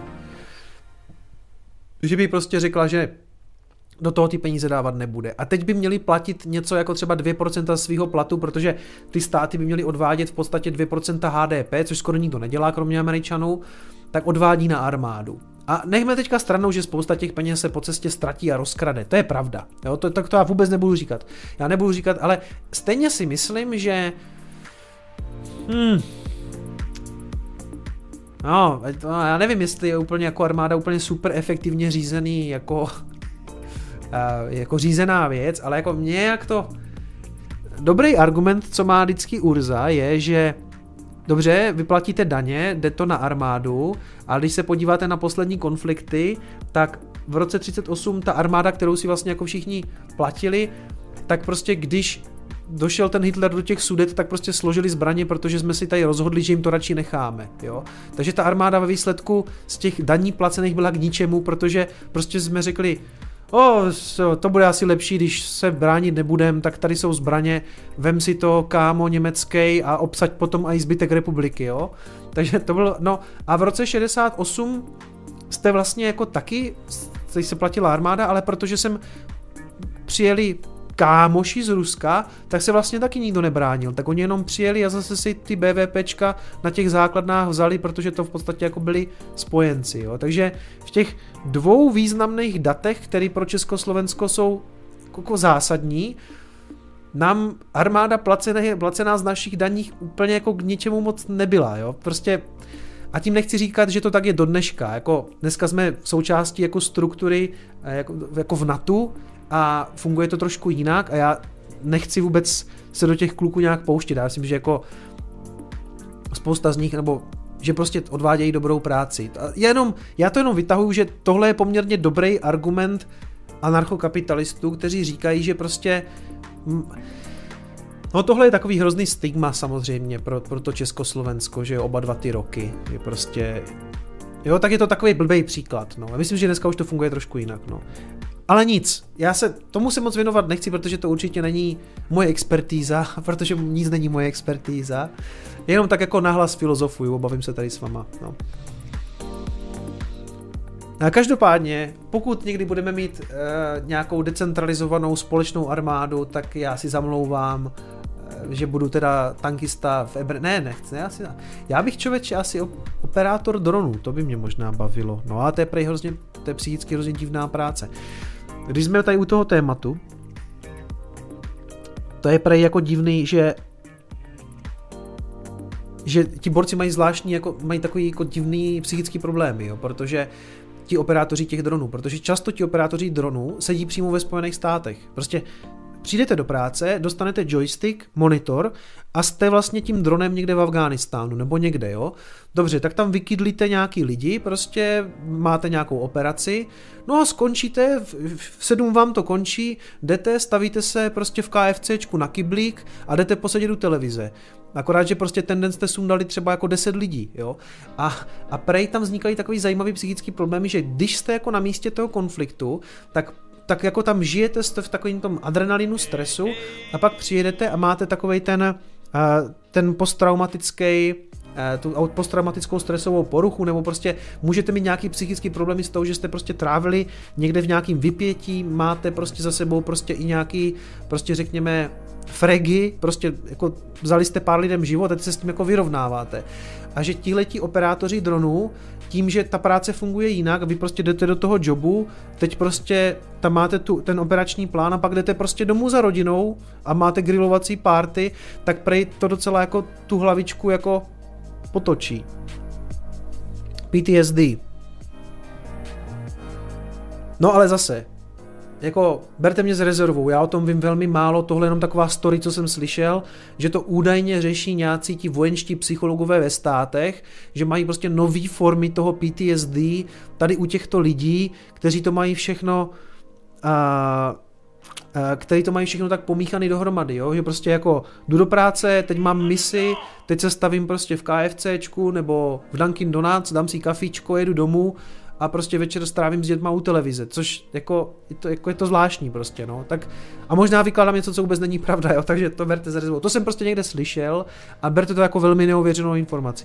Speaker 2: Že by prostě řekla, že do toho ty peníze dávat nebude. A teď by měli platit něco jako třeba 2% svého platu, protože ty státy by měly odvádět v podstatě 2% HDP, což skoro nikdo nedělá, kromě Američanů, tak odvádí na armádu. A nechme teďka stranou, že spousta těch peněz se po cestě ztratí a rozkrade. To je pravda. Jo? To já vůbec nebudu říkat. Já nebudu říkat, ale stejně si myslím, že... No, já nevím, jestli je úplně jako armáda úplně super efektivně řízený jako řízená věc, ale jako nějak to... Dobrý argument, co má vždycky Urza, je, že dobře, vyplatíte daně, jde to na armádu, ale když se podíváte na poslední konflikty, tak v roce 1938 ta armáda, kterou si vlastně jako všichni platili, tak prostě když došel ten Hitler do těch Sudet, tak prostě složili zbraně, protože jsme si tady rozhodli, že jim to radši necháme. Jo? Takže ta armáda ve výsledku z těch daní placených byla k ničemu, protože prostě jsme řekli, to bude asi lepší, když se bránit nebudem, tak tady jsou zbraně, vem si to, kámo, německý a obsaď potom i zbytek republiky, jo. Takže to bylo, no a v roce 68 jste vlastně jako taky, tady se platila armáda, ale protože sem přijeli kámoši z Ruska, tak se vlastně taky nikdo nebránil, tak oni jenom přijeli a zase si ty BVPčka na těch základnách vzali, protože to v podstatě jako byli spojenci, jo. Takže v těch dvou významných datech, které pro Československo jsou jako zásadní, nám armáda placená z našich daních úplně jako k ničemu moc nebyla, jo. Prostě a tím nechci říkat, že to tak je do dneška, jako dneska jsme v součástí jako struktury jako v NATO, a funguje to trošku jinak a já nechci vůbec se do těch kluků nějak pouštět. Já myslím, že jako spousta z nich, nebo že prostě odvádějí dobrou práci. Já to jenom vytahuju, že tohle je poměrně dobrý argument anarchokapitalistů, kteří říkají, že prostě no tohle je takový hrozný stigma samozřejmě pro to Československo, že oba dva ty roky je prostě jo, tak je to takový blbej příklad, no. A myslím, že dneska už to funguje trošku jinak, no. Ale nic, já se tomu se moc věnovat nechci, protože to určitě není moje expertíza, protože nic není moje expertíza. Jenom tak jako nahlas filozofuju, obavím se tady s váma. No. A každopádně, pokud někdy budeme mít nějakou decentralizovanou společnou armádu, tak já si zamlouvám, že budu teda tankista v nechci. Já bych člověče asi operátor dronů, to by mě možná bavilo. No a to je prej hrozně, to je psychicky hrozně divná práce. Když jsme tady u toho tématu, to je prej jako divný, že ti borci mají zvláštní, jako, mají takový jako divný psychický problémy, jo, protože ti operátoři těch dronů, protože často ti operátoři dronů sedí přímo ve Spojených státech. Prostě přijdete do práce, dostanete joystick, monitor a jste vlastně tím dronem někde v Afghánistánu nebo někde, jo. Dobře, tak tam vykydlíte nějaký lidi, prostě máte nějakou operaci, no a skončíte, v 7 vám to končí, jdete, stavíte se prostě v KFCčku na kyblík a jdete posedět u televize. Akorát, že prostě ten den jste sundali třeba jako 10 lidí, jo. A prej tam vznikají takový zajímavý psychický problémy, že když jste jako na místě toho konfliktu, tak jako tam žijete, jste v takovém tom adrenalinu, stresu a pak přijedete a máte takovej ten posttraumatický, tu posttraumatickou stresovou poruchu, nebo prostě můžete mít nějaký psychický problémy z toho, že jste prostě trávili někde v nějakým vypětí, máte prostě za sebou prostě i nějaký, prostě řekněme, fregy, prostě jako vzali jste pár lidem život a teď se s tím jako vyrovnáváte. A že tihleti operátoři dronů, tím, že ta práce funguje jinak, vy prostě jdete do toho jobu, teď prostě tam máte ten operační plán a pak jdete prostě domů za rodinou a máte grilovací party, tak prej to docela jako tu hlavičku jako potočí. PTSD. No ale zase, jako berte mě s rezervou, já o tom vím velmi málo, tohle je jenom taková story, co jsem slyšel, že to údajně řeší nějací ti vojenští psychologové ve státech, že mají prostě nový formy toho PTSD tady u těchto lidí, kteří to mají všechno tak pomíchaný dohromady, jo? Že prostě jako jdu do práce, teď mám misi, teď se stavím prostě v KFCčku nebo v Dunkin Donuts, dám si kafičko, jedu domů a prostě večer strávím s dětma u televize, což jako je to zvláštní prostě, no, tak a možná vykládám něco, co vůbec není pravda, jo, takže to berte za rezervou. To jsem prostě někde slyšel a berte to jako velmi neověřenou informaci.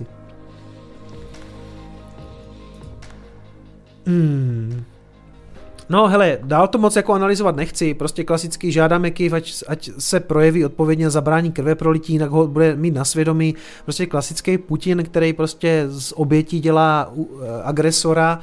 Speaker 2: No hele, dál to moc jako analyzovat nechci, prostě klasicky žádáme Kyjev, ať se projeví odpovědně a zabrání krve prolití, jinak ho bude mít na svědomí, prostě klasický Putin, který prostě z obětí dělá agresora.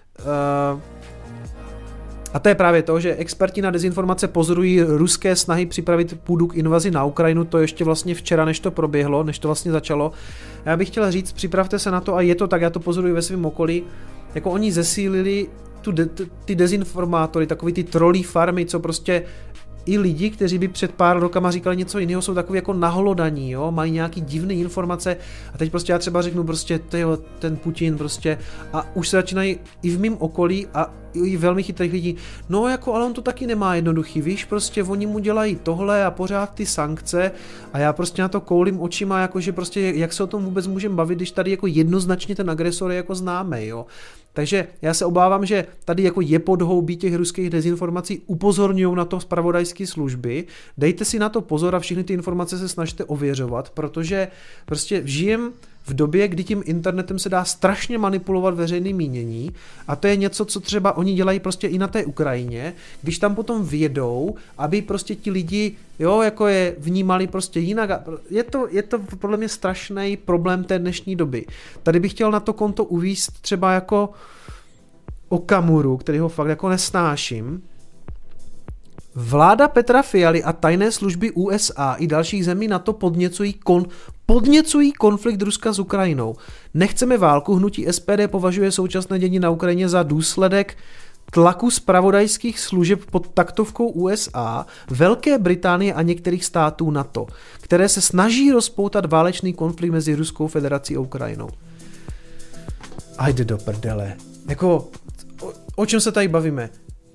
Speaker 2: A to je právě to, že experti na dezinformace pozorují ruské snahy připravit půdu k invazi na Ukrajinu, to ještě vlastně včera, než to proběhlo, než to vlastně začalo. Já bych chtěl říct, připravte se na to a je to tak, já to pozoruji ve svém okolí, jako oni zesílili ty dezinformátory, takový ty trolí farmy, co prostě i lidi, kteří by před pár rokama říkali něco jiného, jsou takový jako nahlodaní, jo, mají nějaký divné informace a teď prostě já třeba řeknu prostě ten Putin prostě a už se začínají i v mém okolí a i velmi chytrých lidí, no jako, ale on to taky nemá jednoduchý, víš, prostě oni mu dělají tohle a pořád ty sankce a já prostě na to koulím očima, jakože prostě jak se o tom vůbec můžeme bavit, když tady jako jednoznačně ten agresor je jako známý, jo. Takže já se obávám, že tady jako je podhoubí těch ruských dezinformací, upozorňují na to zpravodajské služby, dejte si na to pozor a všechny ty informace se snažte ověřovat, protože prostě žijem v době, kdy tím internetem se dá strašně manipulovat veřejné mínění a to je něco, co třeba oni dělají prostě i na té Ukrajině, když tam potom vědou, aby prostě ti lidi, jo, jako je vnímali prostě jinak. Je to podle mě strašný problém té dnešní doby. Tady bych chtěl na to konto uvést třeba jako Okamuru, který ho fakt jako nesnáším. Vláda Petra Fialy a tajné služby USA i dalších zemí na to podněcují konflikt Ruska s Ukrajinou. Nechceme válku, hnutí SPD považuje současné dění na Ukrajině za důsledek tlaku zpravodajských služeb pod taktovkou USA, Velké Británie a některých států NATO, které se snaží rozpoutat válečný konflikt mezi Ruskou federací a Ukrajinou. Ajde do prdele. Jako, o čem se tady bavíme?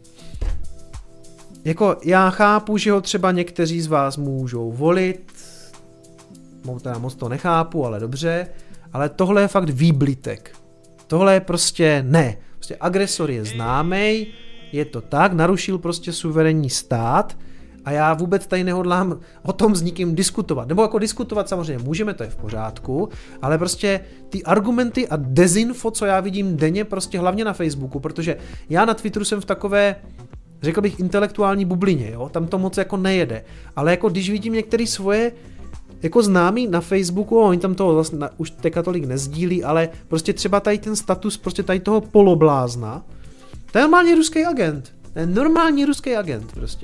Speaker 2: Jako, já chápu, že ho třeba někteří z vás můžou volit, teda moc to nechápu, ale dobře, ale tohle je fakt výblitek. Tohle je prostě ne. Prostě agresor je známej, je to tak, narušil prostě suverénní stát a já vůbec tady nehodlám o tom s nikým diskutovat. Nebo jako diskutovat samozřejmě můžeme, to je v pořádku, ale prostě ty argumenty a dezinfo, co já vidím denně, prostě hlavně na Facebooku, protože já na Twitteru jsem v takové, řekl bych, intelektuální bublině, jo? Tam to moc jako nejede. Ale jako když vidím některé svoje jako známí na Facebooku, oni tam toho vlastně už teďka tolik nezdílí, ale prostě třeba tady ten status prostě tady toho poloblázna, to je normální ruský agent. To je normální ruský agent prostě.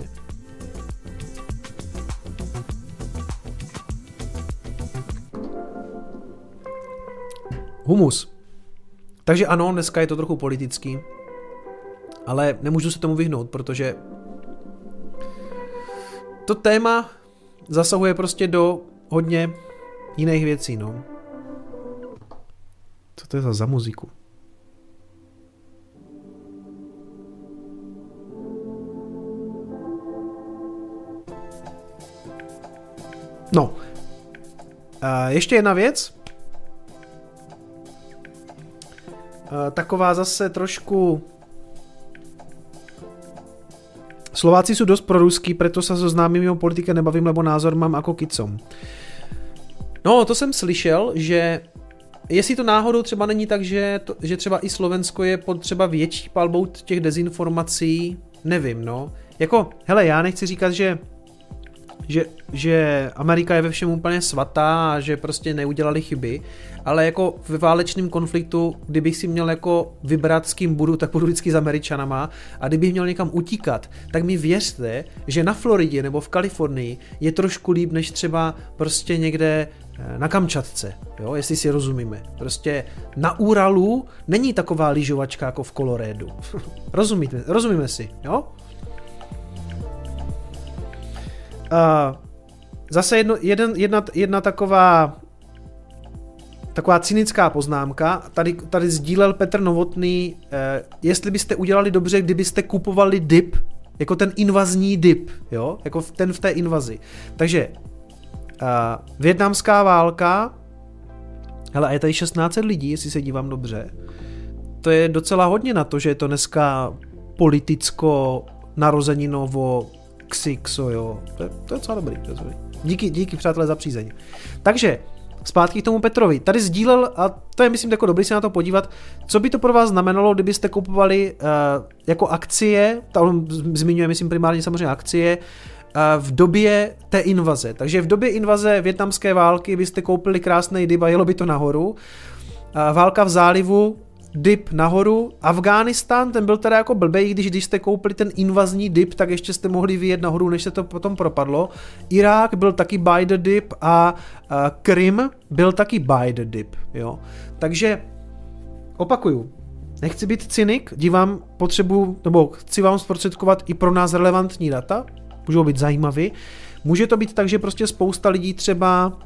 Speaker 2: Humus. Takže ano, dneska je to trochu politický, ale nemůžu se tomu vyhnout, protože to téma zasahuje prostě do hodně jiných věcí, no. Co to je za muziku? No. Ještě jedna věc. Taková zase trošku... Slováci sú dosť proruskí, preto sa so známými o politike nebavím, lebo názor mám ako kicom. No, to jsem slyšel, že jestli to náhodou třeba není tak, že třeba i Slovensko je pod třeba větší palbou těch dezinformací, nevím, no. Jako, hele, já nechci říkat, že Amerika je ve všem úplně svatá a že prostě neudělali chyby, ale jako ve válečném konfliktu, kdybych si měl jako vybrat, s kým budu, tak budu vždycky s Američanama, a kdybych měl někam utíkat, tak mi věřte, že na Floridě nebo v Kalifornii je trošku líp než třeba prostě někde na Kamčatce, jo, jestli si rozumíme. Prostě na Uralu není taková lyžovačka jako v Kolorédu. Rozumíme si, jo? Zase jedna taková cynická poznámka. Tady sdílel Petr Novotný, jestli byste udělali dobře, kdybyste kupovali dip, jako ten invazní dip, jo? Jako ten v té invazi. Takže vietnamská válka, hele, a je tady 1600 lidí, jestli se dívám dobře. To je docela hodně na to, že je to dneska politicko narozeninovo Xixo, jo. To je docela dobrý. Díky přátelé za přízeň. Takže zpátky k tomu Petrovi. Tady sdílel, a to je myslím jako dobrý se na to podívat, co by to pro vás znamenalo, kdybyste kupovali jako akcie, tam zmiňuje myslím primárně samozřejmě akcie, v době té invaze. Takže v době invaze vietnamské války byste koupili krásný dip a jelo by to nahoru. Válka v zálivu, dip nahoru. Afghánistán, ten byl teda jako blbej, když jste koupili ten invazní dip, tak ještě jste mohli vyjet nahoru, než se to potom propadlo. Irák byl taky buy the dip a Krym byl taky buy the dip, jo. Takže opakuju, nechci být cynik, chci vám zprostředkovat i pro nás relevantní data, můžou být zajímavý. Může to být tak, že prostě spousta lidí třeba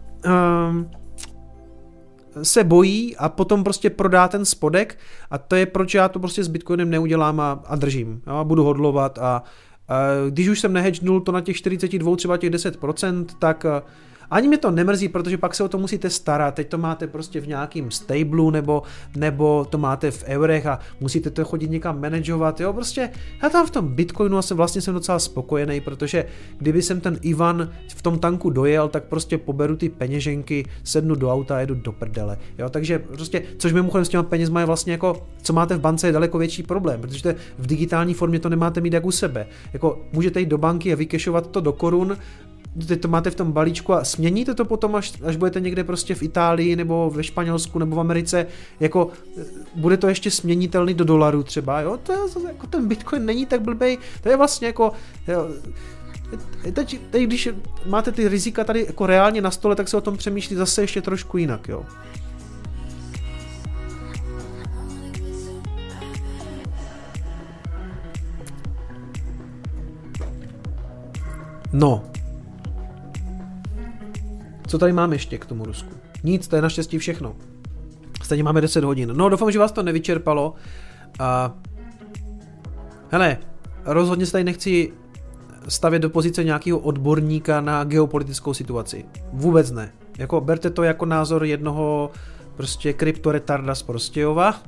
Speaker 2: se bojí a potom prostě prodá ten spodek, a to je proč já to prostě s Bitcoinem neudělám a držím. A budu hodlovat a když už jsem nehedžnul to na těch 42, třeba těch 10%, tak ani mě to nemrzí, protože pak se o to musíte starat. Teď to máte prostě v nějakým stablu nebo to máte v eurech a musíte to chodit někam manažovat. Jo, prostě já tam v tom Bitcoinu asi vlastně jsem docela spokojený, protože kdyby jsem ten Ivan v tom tanku dojel, tak prostě poberu ty peněženky, sednu do auta a jedu do prdele. Jo, takže prostě, což mimochodem s těma penězma je vlastně jako, co máte v bance, je daleko větší problém, protože v digitální formě to nemáte mít jak u sebe. Jako můžete jít do banky a vykešovat to do korun, teď to máte v tom balíčku a směníte to potom, až budete někde prostě v Itálii nebo ve Španělsku nebo v Americe, jako bude to ještě směnitelný do dolarů třeba, jo, to je jako ten Bitcoin není tak blbej, to je vlastně jako, jo, teď když máte ty rizika tady jako reálně na stole, tak se o tom přemýšlí zase ještě trošku jinak, jo. No. Co tady máme ještě k tomu Rusku? Nic, to je naštěstí všechno. Stejně máme 10 hodin. No, doufám, že vás to nevyčerpalo. Hele, rozhodně se tady nechci stavět do pozice nějakého odborníka na geopolitickou situaci. Vůbec ne. Jako, berte to jako názor jednoho prostě kryptoretarda z Prostějova.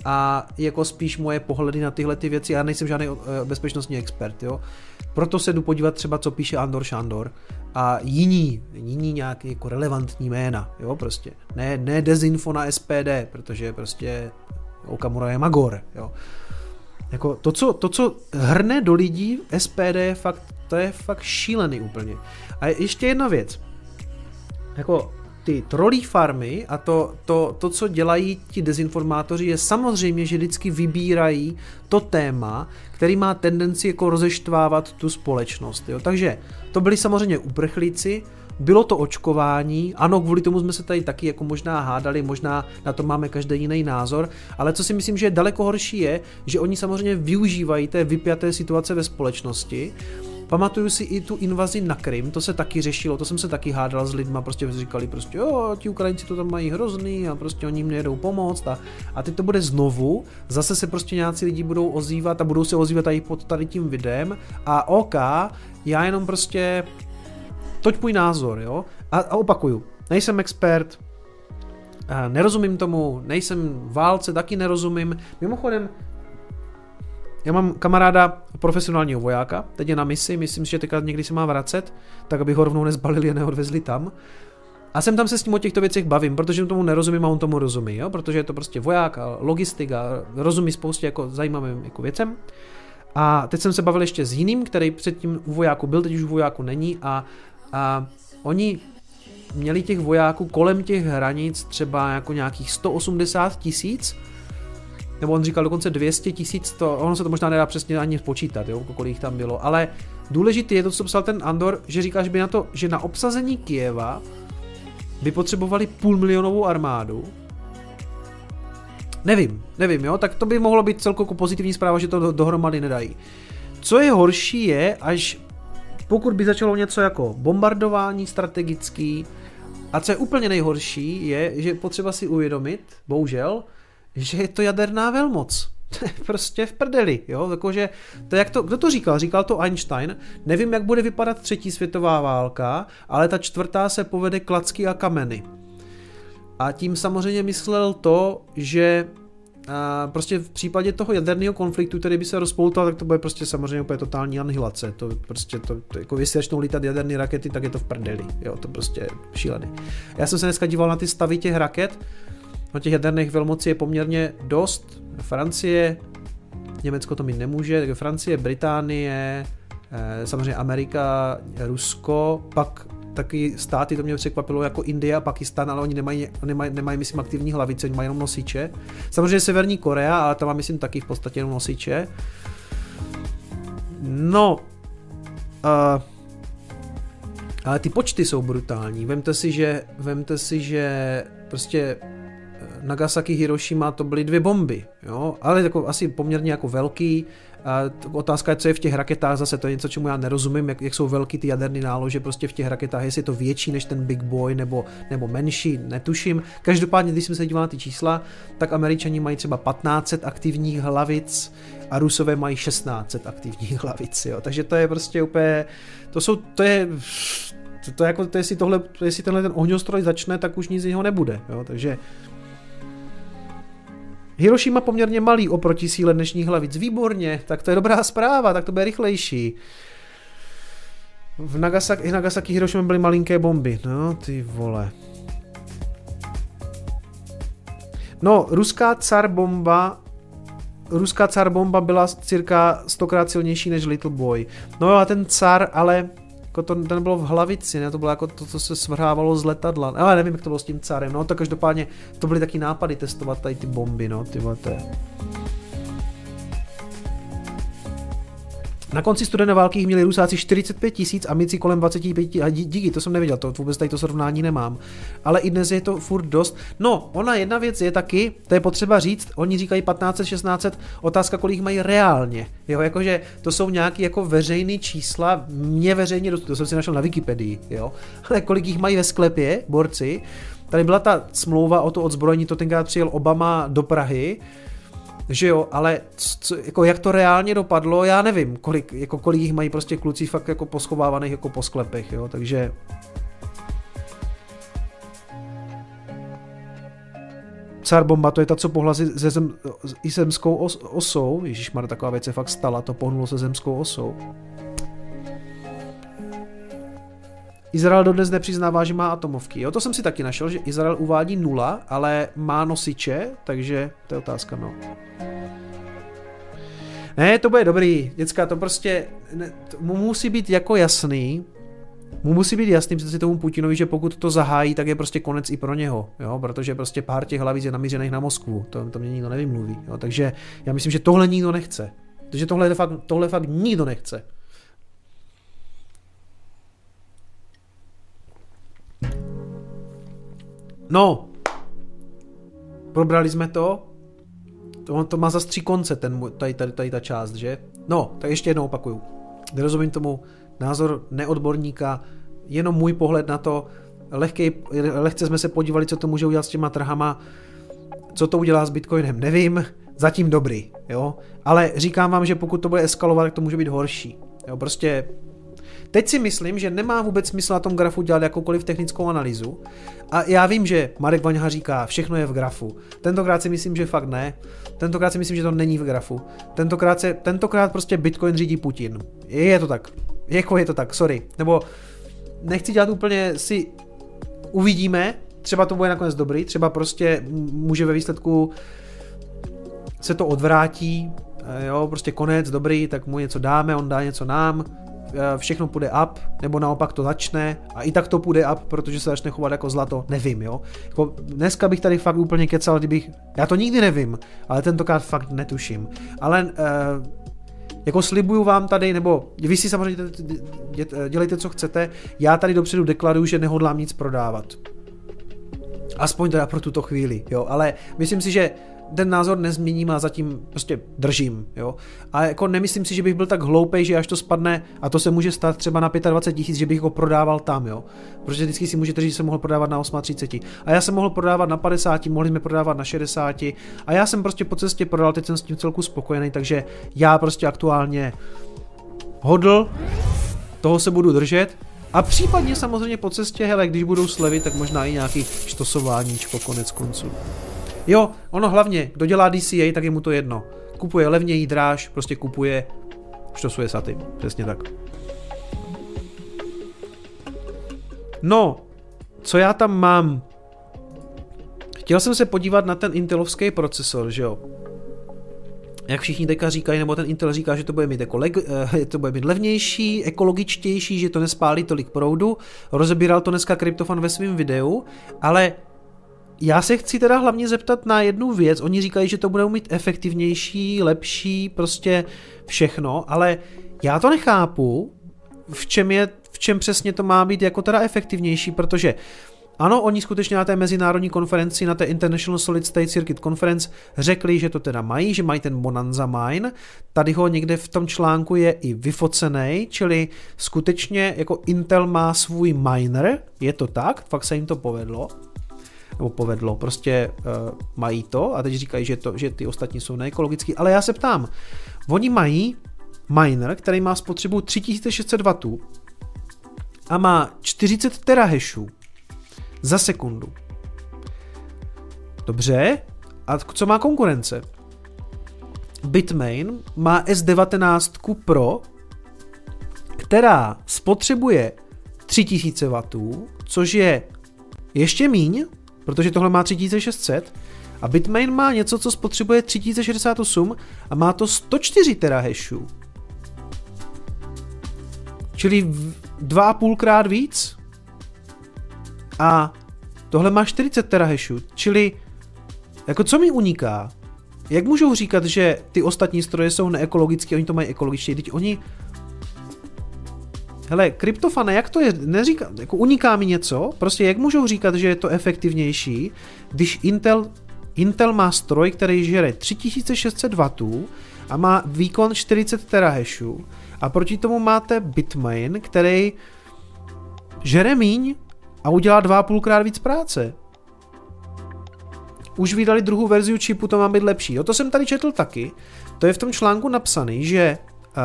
Speaker 2: a jako spíš moje pohledy na tyhle ty věci, já nejsem žádný bezpečnostní expert, jo. Proto se jdu podívat třeba, co píše Andor Šandor a jiní nějaký jako relevantní jména, jo, prostě. Ne dezinfo na SPD, protože prostě Okamura je magor, jo. Jako to, co hrne do lidí SPD, to je fakt šílený úplně. A ještě jedna věc. Jako ty trolí farmy a to, co dělají ti dezinformátoři, je samozřejmě, že vždycky vybírají to téma, který má tendenci jako rozeštvávat tu společnost. Jo. Takže to byli samozřejmě uprchlíci, bylo to očkování, ano, kvůli tomu jsme se tady taky jako možná hádali, možná na to máme každý jiný názor, ale co si myslím, že je daleko horší je, že oni samozřejmě využívají té vypjaté situace ve společnosti. Pamatuju si i tu invazi na Krym, to se taky řešilo, to jsem se taky hádal s lidma, prostě říkali prostě, jo, ti Ukrajinci to tam mají hrozný a prostě oni jim nejedou pomoct a teď to bude znovu, zase se prostě nějací lidi budou ozývat a budou se ozývat i pod tady tím videem a OK, já jenom prostě, toť můj názor, jo, a opakuju, nejsem expert, nerozumím tomu, nejsem v válce, taky nerozumím, mimochodem, já mám kamaráda profesionálního vojáka, teď je na misi, myslím si, že teďka někdy se má vracet, tak aby ho rovnou nezbalili a neodvezli tam. A jsem tam se s ním o těchto věcech bavím, protože tomu nerozumím a on tomu rozumí, jo? Protože je to prostě voják a logistik a rozumí spoustě jako zajímavým jako věcem. A teď jsem se bavil ještě s jiným, který předtím u vojáku byl, teď už u vojáku není a oni měli těch vojáků kolem těch hranic třeba jako nějakých 180 000, nebo on říkal dokonce 200 000, ono se to možná nedá přesně ani spočítat, jo, kolik tam bylo, ale důležitý je to, co psal ten Andor, že říká, že na obsazení Kyjeva by potřebovali 500 000 armádu. Nevím, jo, tak to by mohlo být celkově pozitivní zpráva, že to dohromady nedají. Co je horší je, až pokud by začalo něco jako bombardování strategický, a co je úplně nejhorší je, že potřeba si uvědomit, bohužel, že je to jaderná velmoc. To je prostě v prdeli, jo, jakože, to jak to, kdo to říkal? Říkal to Einstein, nevím, jak bude vypadat 3. světová válka, ale ta 4. se povede klacky a kameny. A tím samozřejmě myslel to, že prostě v případě toho jaderného konfliktu, který by se rozpoutal, tak to bude prostě samozřejmě úplně totální anihilace. To prostě, to jako jestli začnou lítat jaderné rakety, tak je to v prdeli, jo, to prostě šílený. Já jsem se dneska díval na ty stavy těch raket. No těch jaderných velmocí je poměrně dost. Francie, Německo to mít nemůže, takže Francie, Británie, samozřejmě Amerika, Rusko, pak taky státy, to mě překvapilo, jako Indie a Pakistan, ale oni nemají myslím, aktivní hlavice, oni mají jenom nosiče. Samozřejmě Severní Korea, ale tam má, myslím, taky v podstatě jenom nosiče. No, ale ty počty jsou brutální. Vemte si, že prostě Nagasaki, Hiroshima to byly 2 bomby, jo, ale jako asi poměrně jako velký. Otázka je, co je v těch raketách, zase to je něco, čemu já nerozumím, jak jsou velký ty jaderný nálože prostě v těch raketách, jestli je to větší než ten Big Boy nebo menší, netuším. Každopádně, když jsem se díval na ty čísla, tak Američani mají třeba 1500 aktivních hlavic a Rusové mají 1600 aktivních hlavic, jo, takže to je prostě úplně, jestli tenhle ten ohňostroj začne, tak už nic z něho nebude, jo, takže Hiroshima poměrně malý oproti síle dnešních hlavic. Výborně, tak to je dobrá zpráva, tak to bude rychlejší. V Nagasaki Hiroshima byly malinké bomby. No, ty vole. No, ruská car bomba byla cirka 100krát silnější než Little Boy. No jo, a ten car, ale jako to nebylo v hlavici, ne? To bylo jako to, co se svrhávalo z letadla. Ale nevím, jak to bylo s tím carem, no, tak každopádně to byly taky nápady testovat tady ty bomby, no, ty vole, to je. Na konci studené války jich měli Rusáci 45 000 a Amici kolem 25 000. A díky, to jsem nevěděl, to vůbec tady to srovnání nemám. Ale i dnes je to furt dost. No, ona jedna věc je taky, to je potřeba říct, oni říkají 1500, 1600, otázka, kolik mají reálně. Jo, jakože to jsou nějaký jako veřejný čísla, mě veřejně dostupné, to jsem si našel na Wikipedii, jo. Ale kolik jich mají ve sklepě, borci. Tady byla ta smlouva o to odzbrojení, to tenkrát přijel Obama do Prahy. Že jo, ale jako jak to reálně dopadlo, já nevím, kolik jich mají prostě kluci fakt jako poschovávaných jako po sklepech, jo, takže Tsar bomba, to je ta, co pohla se zemskou osou. Ježišmarja, taková věc se fakt stala, to pohnulo se zemskou osou. Izrael dodnes nepřiznává, že má atomovky. Jo, to jsem si taky našel, že Izrael uvádí 0, ale má nosiče, takže to je otázka, no. Ne, to bude dobrý, děcka, to prostě mu musí být jako jasný, přece tomu Putinovi, že pokud to zahájí, tak je prostě konec i pro něho, jo, protože prostě pár těch hlavic je namířených na Moskvu, to mě nikdo nevymluví, jo, takže já myslím, že tohle nikdo nechce, protože tohle fakt nikdo nechce. No, probrali jsme to má zas 3 konce, tady ta část, že? No, tak ještě jednou opakuju. Nerozumím tomu, názor neodborníka, jenom můj pohled na to, lehce jsme se podívali, co to může udělat s těma trhama, co to udělá s Bitcoinem, nevím, zatím dobrý, jo? Ale říkám vám, že pokud to bude eskalovat, tak to může být horší, jo? Prostě teď si myslím, že nemá vůbec smysl na tom grafu dělat jakoukoliv technickou analýzu. A já vím, že Marek Vaňha říká, všechno je v grafu. Tentokrát si myslím, že fakt ne. Tentokrát si myslím, že to není v grafu. Tentokrát prostě Bitcoin řídí Putin. Je to tak. Je to tak, sorry. Nebo nechci dělat úplně si... Uvidíme, třeba to bude nakonec dobrý, třeba prostě může ve výsledku se to odvrátí, jo, prostě konec, dobrý, tak mu něco dáme, on dá něco nám, všechno půjde up, nebo naopak to začne a i tak to půjde up, protože se začne chovat jako zlato, nevím, jo. Jako dneska bych tady fakt úplně kecal, já to nikdy nevím, ale tentokrát fakt netuším. Ale jako slibuju vám tady, nebo vy si samozřejmě dělejte, co chcete, já tady dopředu deklaruju, že nehodlám nic prodávat. Aspoň teda pro tuto chvíli, jo, ale myslím si, že ten názor nezměním a zatím prostě držím, jo. A jako nemyslím si, že bych byl tak hloupej, že až to spadne, a to se může stát třeba na 25 000, že bych ho prodával tam, jo. Protože vždycky si můžete říct, že jsem mohl prodávat na 38. A já jsem mohl prodávat na 50, mohli jsme prodávat na 60 a já jsem prostě po cestě prodal, teď jsem s tím celku spokojený, takže já prostě aktuálně hodl, toho se budu držet. A případně samozřejmě po cestě, hele, když budou slevy, tak možná i nějaký štosováníčko konec konců. Jo, ono hlavně, kdo dělá DCA, tak je mu to jedno. Kupuje levněji, dráž, prostě kupuje, štosuje saty, přesně tak. No, co já tam mám? Chtěl jsem se podívat na ten intelovský procesor, že jo. Jak všichni teďka říkají, nebo ten Intel říká, že to bude mít jako to bude mít levnější, ekologičtější, že to nespálí tolik proudu. Rozebíral to dneska Kryptofan ve svém videu, ale já se chci teda hlavně zeptat na jednu věc. Oni říkají, že to bude mít efektivnější, lepší, prostě všechno, ale já to nechápu, v čem přesně to má být jako teda efektivnější, protože ano, oni skutečně na té mezinárodní konferenci, na té International Solid State Circuit Conference řekli, že to teda mají, že mají ten Bonanza Mine. Tady ho někde v tom článku je i vyfocený, čili skutečně jako Intel má svůj miner, je to tak, fakt se jim to povedlo, prostě mají to a teď říkají, že ty ostatní jsou neekologický, ale já se ptám, oni mají miner, který má spotřebu 3600 W a má 40 terahashů za sekundu. Dobře, a co má konkurence? Bitmain má S19 Pro, která spotřebuje 3000 W, což je ještě míň, protože tohle má 3600 a Bitmain má něco, co spotřebuje 3068 a má to 104 terahashů. Čili 2,5 krát víc. A tohle má 40 terahashů, čili jako co mi uniká? Jak můžou říkat, že ty ostatní stroje jsou neekologické, oni to mají ekologičtěji, teď oni... Hele, Kryptofane, jak to je? Neříká, jako uniká mi něco, prostě jak můžou říkat, že je to efektivnější, když Intel má stroj, který žere 3600 W a má výkon 40 terahashů a proti tomu máte Bitmain, který žere míň a udělá 2,5 krát víc práce. Už vydali druhou verzi čipu, to má být lepší. Jo, to jsem tady četl taky. To je v tom článku napsaný, že...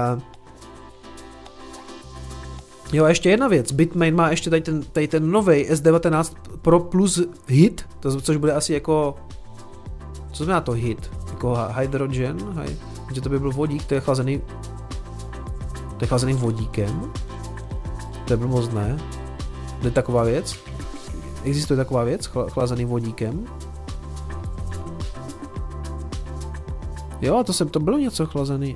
Speaker 2: Jo, a ještě jedna věc. Bitmain má ještě tady ten novej S19 Pro plus hit, což bude asi jako Co znamená to hit? Jako hydrogen? Že to by byl vodík, to je chlazený vodíkem? To je blbost, ne? To je taková věc? Existuje taková věc? Chlazený vodíkem? Jo, to bylo něco chlazený.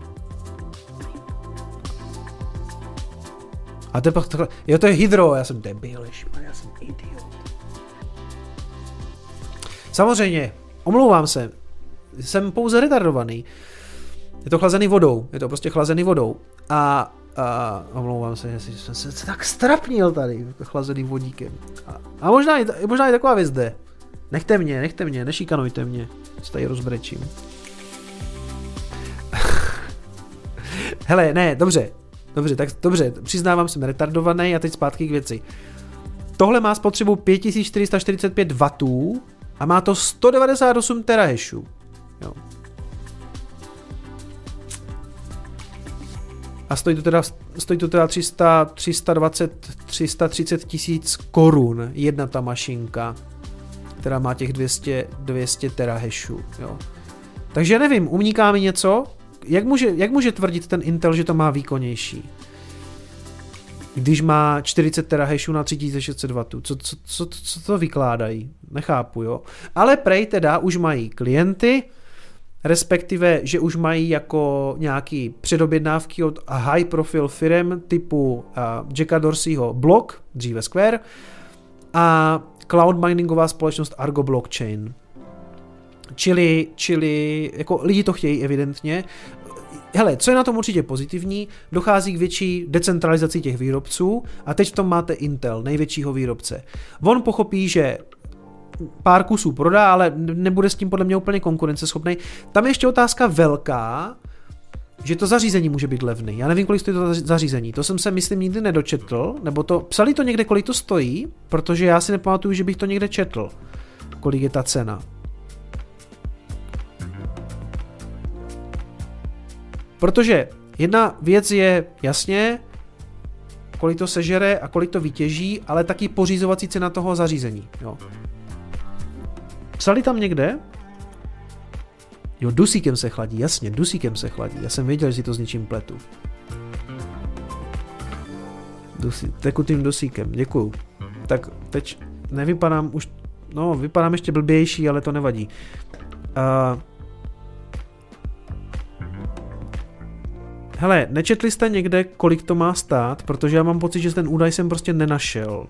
Speaker 2: A to je pak takhle, jo, to je hydro, já jsem debil, já jsem idiot. Samozřejmě, omlouvám se, jsem pouze retardovaný. Je to chlazený vodou, je to prostě chlazený vodou. A omlouvám se, jestli jsem se tak strapnil tady, chlazený vodíkem. A možná i taková věc jde. Nechte mě, nešikanujte mě, se tady rozbrečím. Hele, ne, dobře, přiznávám, jsem retardovaný a teď zpátky k věci. Tohle má spotřebu 5445 W a má to 198 terahashů. Jo. A stojí to teda 330 tisíc korun jedna ta mašinka, která má těch 200 terahashů. Jo. Takže nevím, umniká mi něco? Jak může tvrdit ten Intel, že to má výkonnější? Když má 40 terahashů na 3600 W. Co to vykládají? Nechápu, jo. Ale prej teda už mají klienty, respektive, že už mají jako nějaký předobjednávky od high profile firm typu Jacka Dorseyho Block, dříve Square, a cloud miningová společnost Argo Blockchain. Čili jako lidi to chtějí evidentně. Hele, co je na tom určitě pozitivní, dochází k větší decentralizaci těch výrobců a teď v tom máte Intel, největšího výrobce. On pochopí, že pár kusů prodá, ale nebude s tím podle mě úplně konkurenceschopný. Tam je ještě otázka velká, že to zařízení může být levný. Já nevím, kolik stojí to zařízení. To jsem se, myslím, nikdy nedočetl, nebo to psali to někde, kolik to stojí, protože já si nepamatuju, že bych to někde četl, kolik je ta cena. Protože jedna věc je jasně, kolik to sežere a kolik to vytěží, ale taky pořizovací cena toho zařízení. Jo. Psali tam někde? Jo, dusíkem se chladí, jasně, dusíkem se chladí. Já jsem věděl, že si to s něčím pletu. Tekutým dusíkem, děkuju. Tak teď nevypadám už, no vypadám ještě blbější, ale to nevadí. Hele, nečetli jste někde, kolik to má stát? Protože já mám pocit, že ten údaj jsem prostě nenašel.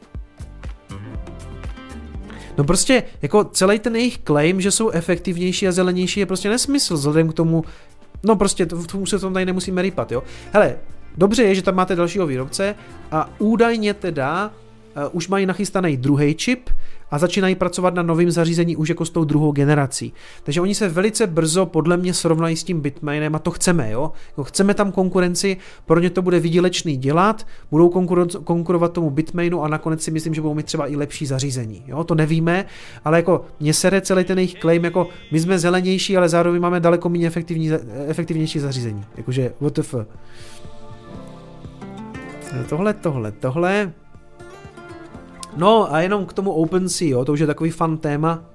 Speaker 2: No prostě, jako celý ten jejich claim, že jsou efektivnější a zelenější, je prostě nesmysl vzhledem k tomu, no prostě, tomu se tom tady nemusíme rýpat, jo. Hele, dobře je, že tam máte dalšího výrobce a údajně teda už mají nachystaný druhý čip a začínají pracovat na novém zařízení už jako s tou druhou generací. Takže oni se velice brzo podle mě srovnají s tím Bitmainem a to chceme, jo. Chceme tam konkurenci, pro ně to bude výdělečný dělat, budou konkurovat tomu Bitmainu a nakonec si myslím, že budou mít třeba i lepší zařízení, jo. To nevíme, ale jako mě sere celý ten jejich claim, jako my jsme zelenější, ale zároveň máme daleko méně efektivnější zařízení. Jakože WTF. Tohle. No a jenom k tomu OpenSea, jo, to už je takový fun téma.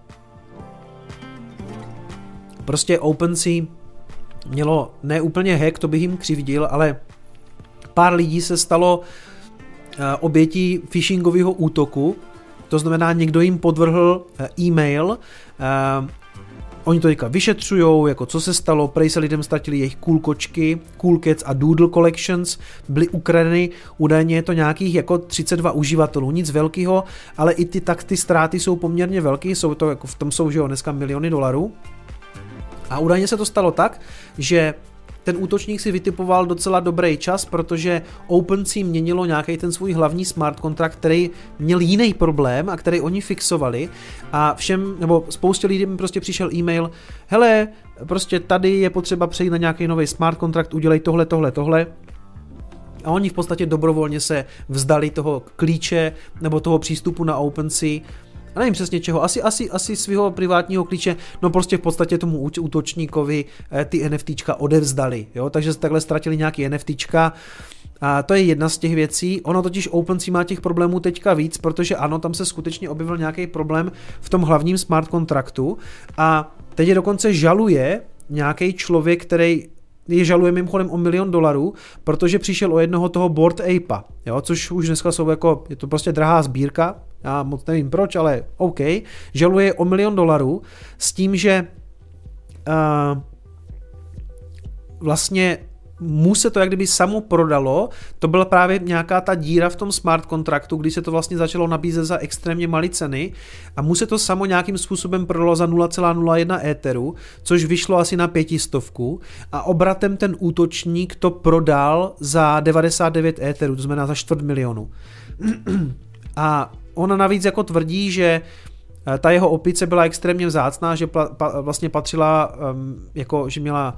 Speaker 2: Prostě OpenSea mělo ne úplně hack, to bych jim křivdil, ale pár lidí se stalo obětí phishingového útoku, to znamená někdo jim podvrhl e-mail, oni to teďka vyšetřujou, jako co se stalo, prej se lidem ztratili jejich coolkočky, Coolcats a Doodle Collections, byly ukradeny, údajně je to nějakých jako 32 uživatelů, nic velkého, ale i ty ztráty jsou poměrně velké, jsou to jako v tom jsou, že jo, dneska miliony dolarů. A údajně se to stalo tak, že ten útočník si vytipoval docela dobrý čas, protože OpenSea měnilo nějaký ten svůj hlavní smart kontrakt, který měl jiný problém a který oni fixovali a všem, nebo spoustě lidí mi prostě přišel e-mail, hele, prostě tady je potřeba přejít na nějaký nový smart kontrakt, udělej tohle. A oni v podstatě dobrovolně se vzdali toho klíče nebo toho přístupu na OpenSea. A nevím přesně čeho, asi svého privátního klíče, no prostě v podstatě tomu útočníkovi ty NFTčka odevzdali, jo, takže se takhle ztratili nějaký NFTčka A to je jedna z těch věcí. Ono totiž OpenSea má těch problémů teďka víc, protože ano, tam se skutečně objevil nějaký problém v tom hlavním smart kontraktu a teď je dokonce žaluje nějaký člověk, který je žaluje mimochodem o $1 milion, protože přišel o jednoho toho Bored Apea, jo, což už dneska jsou jako, je to prostě drahá sbírka, já moc nevím proč, ale OK, žaluje o $1 milion s tím, že vlastně mu se to jak kdyby samo prodalo, to byla právě nějaká ta díra v tom smart kontraktu, kdy se to vlastně začalo nabízet za extrémně malé ceny a mu se to samo nějakým způsobem prodalo za 0,01 Etheru, což vyšlo asi na 500 a obratem ten útočník to prodal za 99 Etherů, to znamená za 250 000. A ona navíc jako tvrdí, že ta jeho opice byla extrémně vzácná, že vlastně patřila, jako,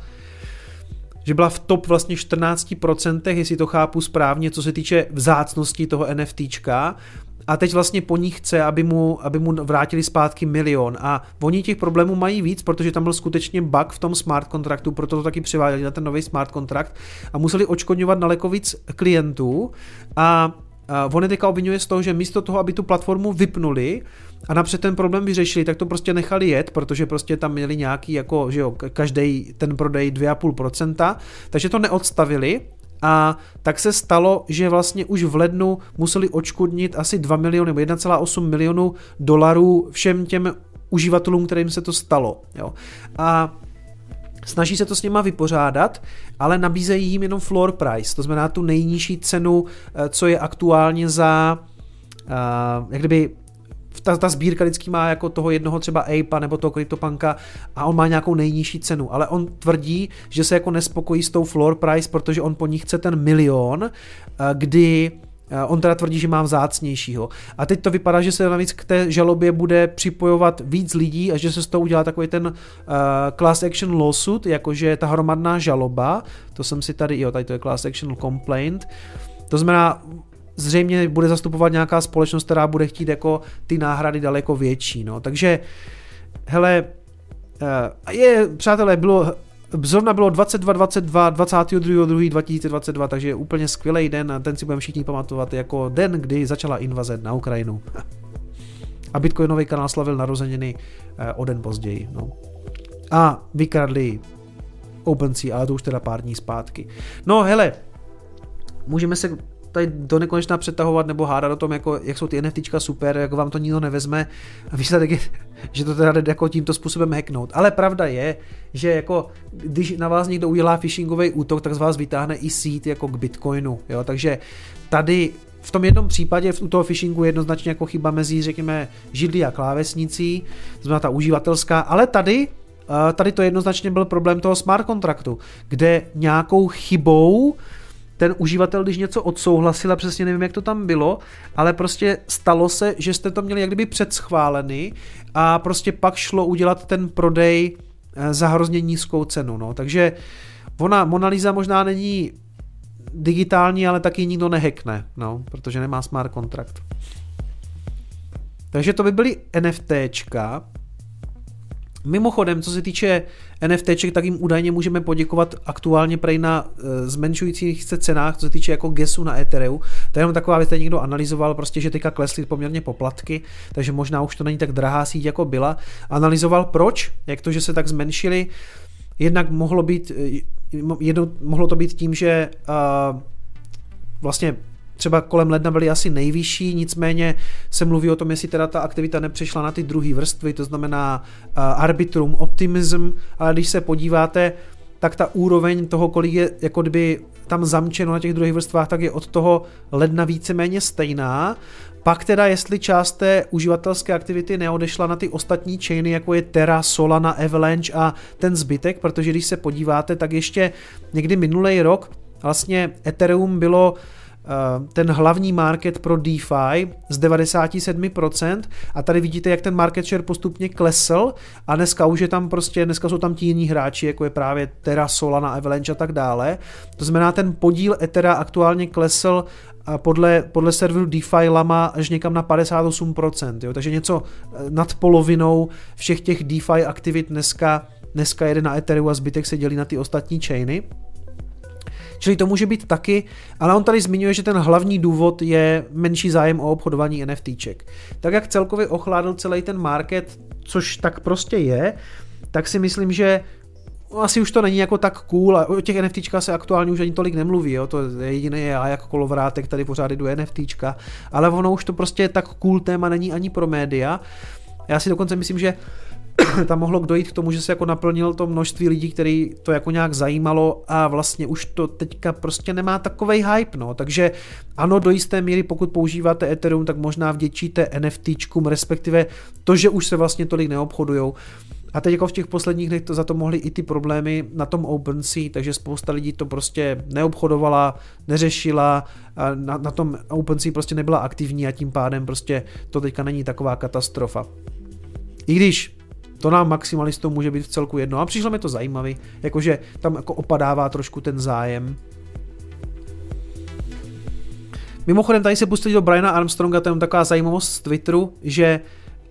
Speaker 2: že byla v top vlastně 14%, jestli to chápu správně, co se týče vzácnosti toho NFTčka a teď vlastně po ní chce, aby mu vrátili zpátky $1 milion a oni těch problémů mají víc, protože tam byl skutečně bug v tom smart kontraktu, proto to taky přiváděli na ten nový smart kontrakt a museli odškodňovat daleko víc klientů a on teďka obvinuje z toho, že místo toho, aby tu platformu vypnuli a napřed ten problém vyřešili, tak to prostě nechali jet, protože prostě tam měli nějaký, jako, že jo, každý ten prodej 2,5%, takže to neodstavili a tak se stalo, že vlastně už v lednu museli odškodnit asi 2 miliony nebo 1,8 milionu dolarů všem těm uživatelům, kterým se to stalo. Jo. A snaží se to s nima vypořádat, ale nabízejí jim jenom floor price, to znamená tu nejnižší cenu, co je aktuálně za, jak kdyby, ta sbírka vždycky má jako toho jednoho třeba Apea nebo toho CryptoPunka a on má nějakou nejnižší cenu, ale on tvrdí, že se jako nespokojí s tou floor price, protože on po ní chce ten $1 milion, kdy on teda tvrdí, že má vzácnějšího. A teď to vypadá, že se navíc k té žalobě bude připojovat víc lidí a že se z toho udělá takový ten class action lawsuit, jakože ta hromadná žaloba, to jsem si tady to je class action complaint, to znamená, zřejmě bude zastupovat nějaká společnost, která bude chtít jako ty náhrady daleko větší, no. Takže, hele, přátelé, zrovna bylo 22.22.2022, takže úplně skvělý den a ten si budeme všichni pamatovat jako den, kdy začala invaze na Ukrajinu. A Bitcoinový kanál slavil narozeniny o den později. No. A vykradli OpenSea, ale to už teda pár dní zpátky. No hele, můžeme se tady do nekonečna přetahovat nebo hádat o tom, jako, jak jsou ty NFTčka super, jako vám to nikdo nevezme a výsledek je, že to teda jde jako tímto způsobem hacknout. Ale pravda je, že jako, když na vás někdo udělá phishingový útok, tak z vás vytáhne i seed jako k Bitcoinu. Jo? Takže tady v tom jednom případě u toho phishingu jednoznačně jako chyba mezi, řekněme, židlí a klávesnicí, to znamená ta uživatelská, ale tady to jednoznačně byl problém toho smart kontraktu, kde nějakou chybou ten uživatel, když něco odsouhlasil, a přesně nevím, jak to tam bylo, ale prostě stalo se, že jste to měli jak kdyby předschválený a prostě pak šlo udělat ten prodej za hrozně nízkou cenu. No. Takže Mona Lisa možná není digitální, ale taky nikdo nehackne, no, protože nemá smart kontrakt. Takže to by byly NFTčka. Mimochodem, co se týče NFTček, tak jim údajně můžeme poděkovat aktuálně prej na zmenšujících se cenách, co se týče jako gasu na Ethereu. To je jenom taková věc, tady někdo analyzoval, prostě, že teďka klesly poměrně poplatky, takže možná už to není tak drahá síť, jako byla. Analyzoval proč, jak to, že se tak zmenšily. Jednak mohlo to být tím, že vlastně třeba kolem ledna byly asi nejvyšší, nicméně se mluví o tom, jestli teda ta aktivita nepřešla na ty druhé vrstvy, to znamená Arbitrum, Optimism, ale když se podíváte, tak ta úroveň toho, kolik je jako kdyby tam zamčeno na těch druhých vrstvách, tak je od toho ledna víceméně stejná. Pak teda, jestli část té uživatelské aktivity neodešla na ty ostatní chainy, jako je Terra, Solana, Avalanche a ten zbytek, protože když se podíváte, tak ještě někdy minulý rok vlastně Ethereum bylo ten hlavní market pro DeFi z 97% a tady vidíte, jak ten market share postupně klesl a dneska už je tam prostě, dneska jsou tam ti jiní hráči, jako je právě Terra, Solana, Avalanche a tak dále. To znamená, ten podíl Ethera aktuálně klesl podle serveru DeFi Lama až někam na 58%, jo? Takže něco nad polovinou všech těch DeFi aktivit dneska jede na Ethereum a zbytek se dělí na ty ostatní chainy. Čili to může být taky, ale on tady zmiňuje, že ten hlavní důvod je menší zájem o obchodování NFTček. Tak jak celkově ochládl celý ten market, což tak prostě je, tak si myslím, že asi už to není jako tak cool a o těch NFTčkách se aktuálně už ani tolik nemluví, jo? To je jediný já jako kolovrátek, tady pořád jdu NFTčka, ale ono už to prostě tak cool téma není ani pro média. Já si dokonce myslím, že tam mohlo dojít k tomu, že se jako naplnilo to množství lidí, který to jako nějak zajímalo a vlastně už to teďka prostě nemá takovej hype, no. Takže ano, do jisté míry, pokud používáte Ethereum, tak možná vděčíte NFTčkům, respektive to, že už se vlastně tolik neobchodujou. A teď jako v těch posledních dnech to za to mohly i ty problémy na tom OpenSea, takže spousta lidí to prostě neobchodovala, neřešila, a na tom OpenSea prostě nebyla aktivní a tím pádem prostě to teďka není taková katastrofa. I když to nám maximalistům může být v celku jedno. A přišlo mi to zajímavý, jakože tam jako opadává trošku ten zájem. Mimochodem tady se pustili do Briana Armstronga, to je taková zajímavost z Twitteru, že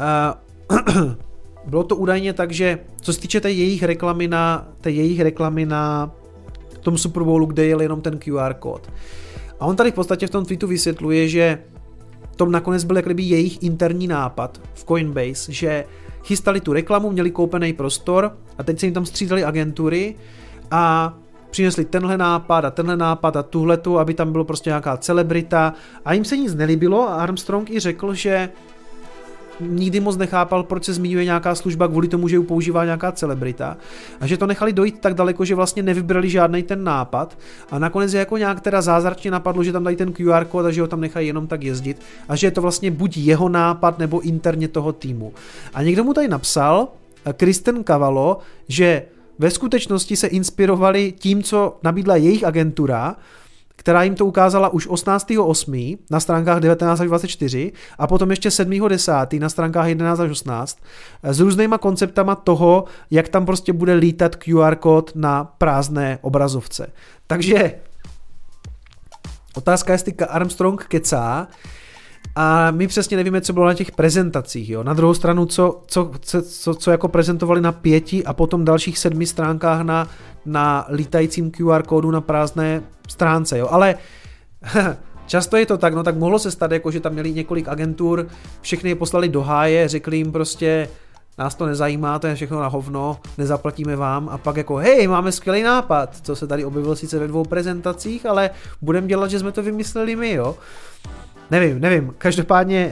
Speaker 2: bylo to údajně tak, že co se týče té jejich reklamy na tom Super Bowlu, kde je jenom ten QR kód. A on tady v podstatě v tom tweetu vysvětluje, že to nakonec byl jakby jejich interní nápad v Coinbase, že chystali tu reklamu, měli koupený prostor a teď se jim tam střídali agentury a přinesli tenhle nápad a tuhletu, aby tam bylo prostě nějaká celebrita a jim se nic nelíbilo a Armstrong i řekl, že nikdy moc nechápal, proč se zmiňuje nějaká služba kvůli tomu, že ji používá nějaká celebrita a že to nechali dojít tak daleko, že vlastně nevybrali žádnej ten nápad a nakonec je jako nějak teda zázračně napadlo, že tam dají ten QR kód a že ho tam nechají jenom tak jezdit a že je to vlastně buď jeho nápad nebo interně toho týmu. A někdo mu tady napsal, Kristen Cavallo, že ve skutečnosti se inspirovali tím, co nabídla jejich agentura, která jim to ukázala už 18.8. na stránkách 19 až 24 a potom ještě 7.10. na stránkách 11 až 18 s různýma konceptama toho, jak tam prostě bude lítat QR kód na prázdné obrazovce. Takže otázka je, jestli Armstrong kecá a my přesně nevíme, co bylo na těch prezentacích. Jo. Na druhou stranu, co jako prezentovali na 5 a potom dalších 7 stránkách na lítajícím QR kódu na prázdné stránce. Jo. Ale často je to tak, no tak mohlo se stát, jako, že tam měli několik agentur, všechny je poslali do háje, řekli jim prostě, nás to nezajímá, to je všechno na hovno, nezaplatíme vám a pak jako hej, máme skvělý nápad, co se tady objevilo sice ve 2 prezentacích, ale budeme dělat, že jsme to vymysleli my, jo. Nevím, každopádně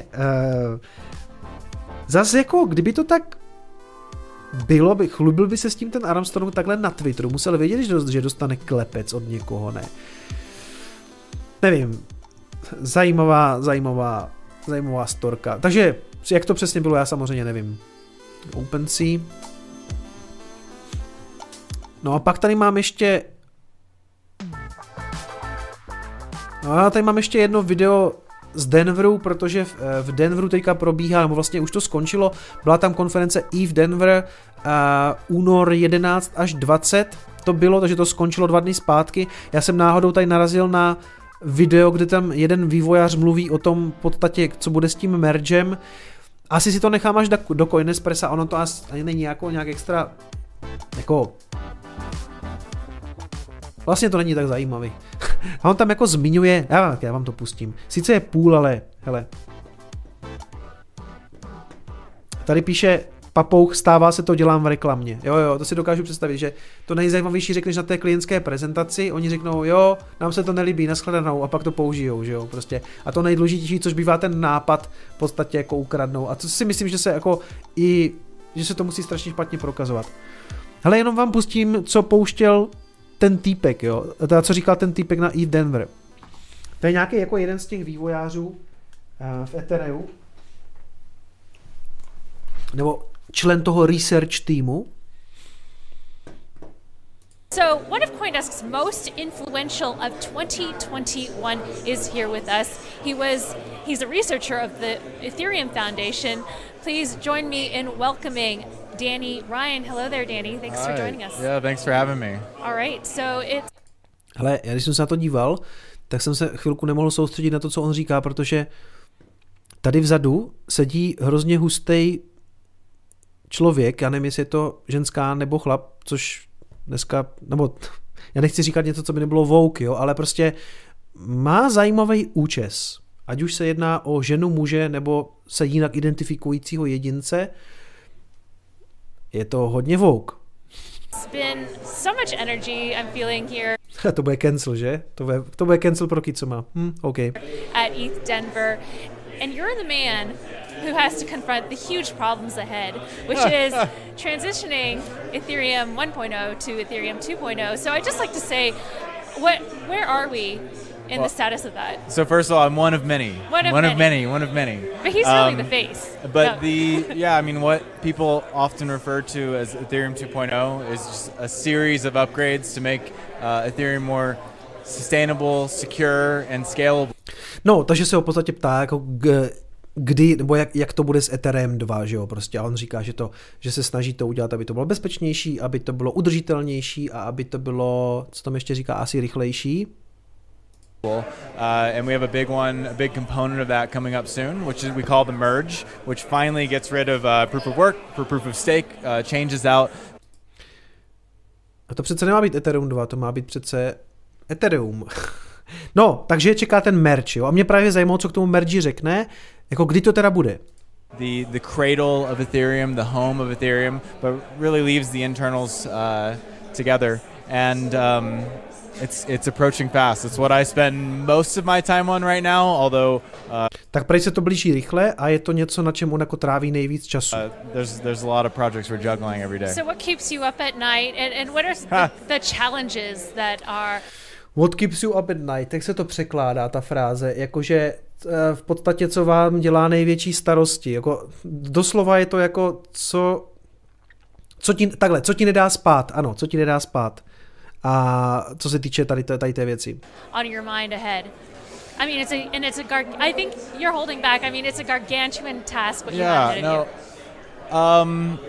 Speaker 2: zase jako, kdyby to tak bylo, chlubil by se s tím ten Armstrong takhle na Twitteru, musel vědět, že dostane klepec od někoho, ne? Nevím, zajímavá storka, takže jak to přesně bylo, já samozřejmě nevím. OpenSea. No a pak tady mám ještě jedno video z Denveru, protože v Denveru teďka probíhá, nebo vlastně už to skončilo, byla tam konference ETH Denver, únor 11 až 20 to bylo, takže to skončilo 2 dny zpátky. Já jsem náhodou tady narazil na video, kde tam jeden vývojář mluví o tom v podstatě, co bude s tím mergem. Asi si to nechám až do Coinespressa, ono to ani není jako nějak extra, jako vlastně to není tak zajímavý. A on tam jako zmiňuje, já vám to pustím, sice je půl, ale hele. Tady píše Papouch, stává se to, dělám v reklamě. Jo, to si dokážu představit, že to nejzajímavější řekneš na té klientské prezentaci, oni řeknou, jo, nám se to nelíbí, nashledanou a pak to použijou, že jo, prostě. A to nejdůležitější, což bývá ten nápad, v podstatě jako ukradnou. A to si myslím, že se jako že se to musí strašně špatně prokazovat. Hele, jenom vám pustím, co pouštěl ten týpek, jo, teda co říkal ten týpek na ETH Denver. To je nějaký jako jeden z těch vývojářů v Ethereum, nebo člen toho research týmu.
Speaker 4: So one of CoinDesk's most influential of 2021 is here with us. He's a researcher of the Ethereum Foundation. Please join me in welcoming Danny Ryan. Hello there, Danny. Thanks for joining us.
Speaker 5: Yeah, thanks for having me.
Speaker 4: All right, so it's...
Speaker 2: Hele, já když jsem se na to díval, tak jsem se chvilku nemohl soustředit na to, co on říká, protože tady vzadu sedí hrozně hustý člověk, já nevím, jestli je to ženská nebo chlap, což dneska, nebo já nechci říkat něco, co by nebylo woke, jo, ale prostě má zajímavý účes. Ať už se jedná o ženu, muže nebo se jinak identifikujícího jedince, je to hodně woke.
Speaker 4: It's been so much energy I'm feeling here.
Speaker 2: To bude cancel, že? To bude cancel pro Kicoma. OK.
Speaker 4: At ETH Denver, and you're the man who has to confront the huge problems ahead, which is transitioning Ethereum 1.0 to Ethereum 2.0. So I'd just like to say, where are we in the status of that?
Speaker 5: So first of all, I'm one of many. One of many.
Speaker 4: But he's really the face.
Speaker 5: But what people often refer to as Ethereum 2.0 is just a series of upgrades to make Ethereum more sustainable, secure and scalable.
Speaker 2: No, takže se ho v podstatě ptá, jako kdy, nebo jak to bude s Ethereum 2, že jo, prostě. A on říká, že se snaží to udělat, aby to bylo bezpečnější, aby to bylo udržitelnější a aby to bylo, co tam ještě říká, asi rychlejší.
Speaker 5: And we have a big component of that coming up soon, which we call the merge, which finally gets rid of proof of work for proof of stake, changes out.
Speaker 2: A to přece nemá být Ethereum 2, to má být přece Ethereum. No, takže čeká ten merge, jo. A mě právě zajímalo, co k tomu merge řekne, jako kdy to teda bude.
Speaker 5: The cradle of Ethereum, the home of Ethereum, but really leaves the internals together. And it's approaching fast. It's what I spend most of my time on right now, although
Speaker 2: tak prej se to blíží rychle a je to něco, na čem on jako tráví nejvíc času.
Speaker 5: There's a lot of projects we're juggling every day.
Speaker 4: So what keeps you up at night and what are the challenges that are
Speaker 2: What keeps you up at night, tak se to překládá ta fráze, jakože v podstatě co vám dělá největší starosti, jako doslova je to jako co ti nedá spát, ano, co ti nedá spát. A co se týče tady té věci.
Speaker 4: On your mind ahead. I mean, I think you're holding back. I mean, it's a gargantuan task what you have ahead of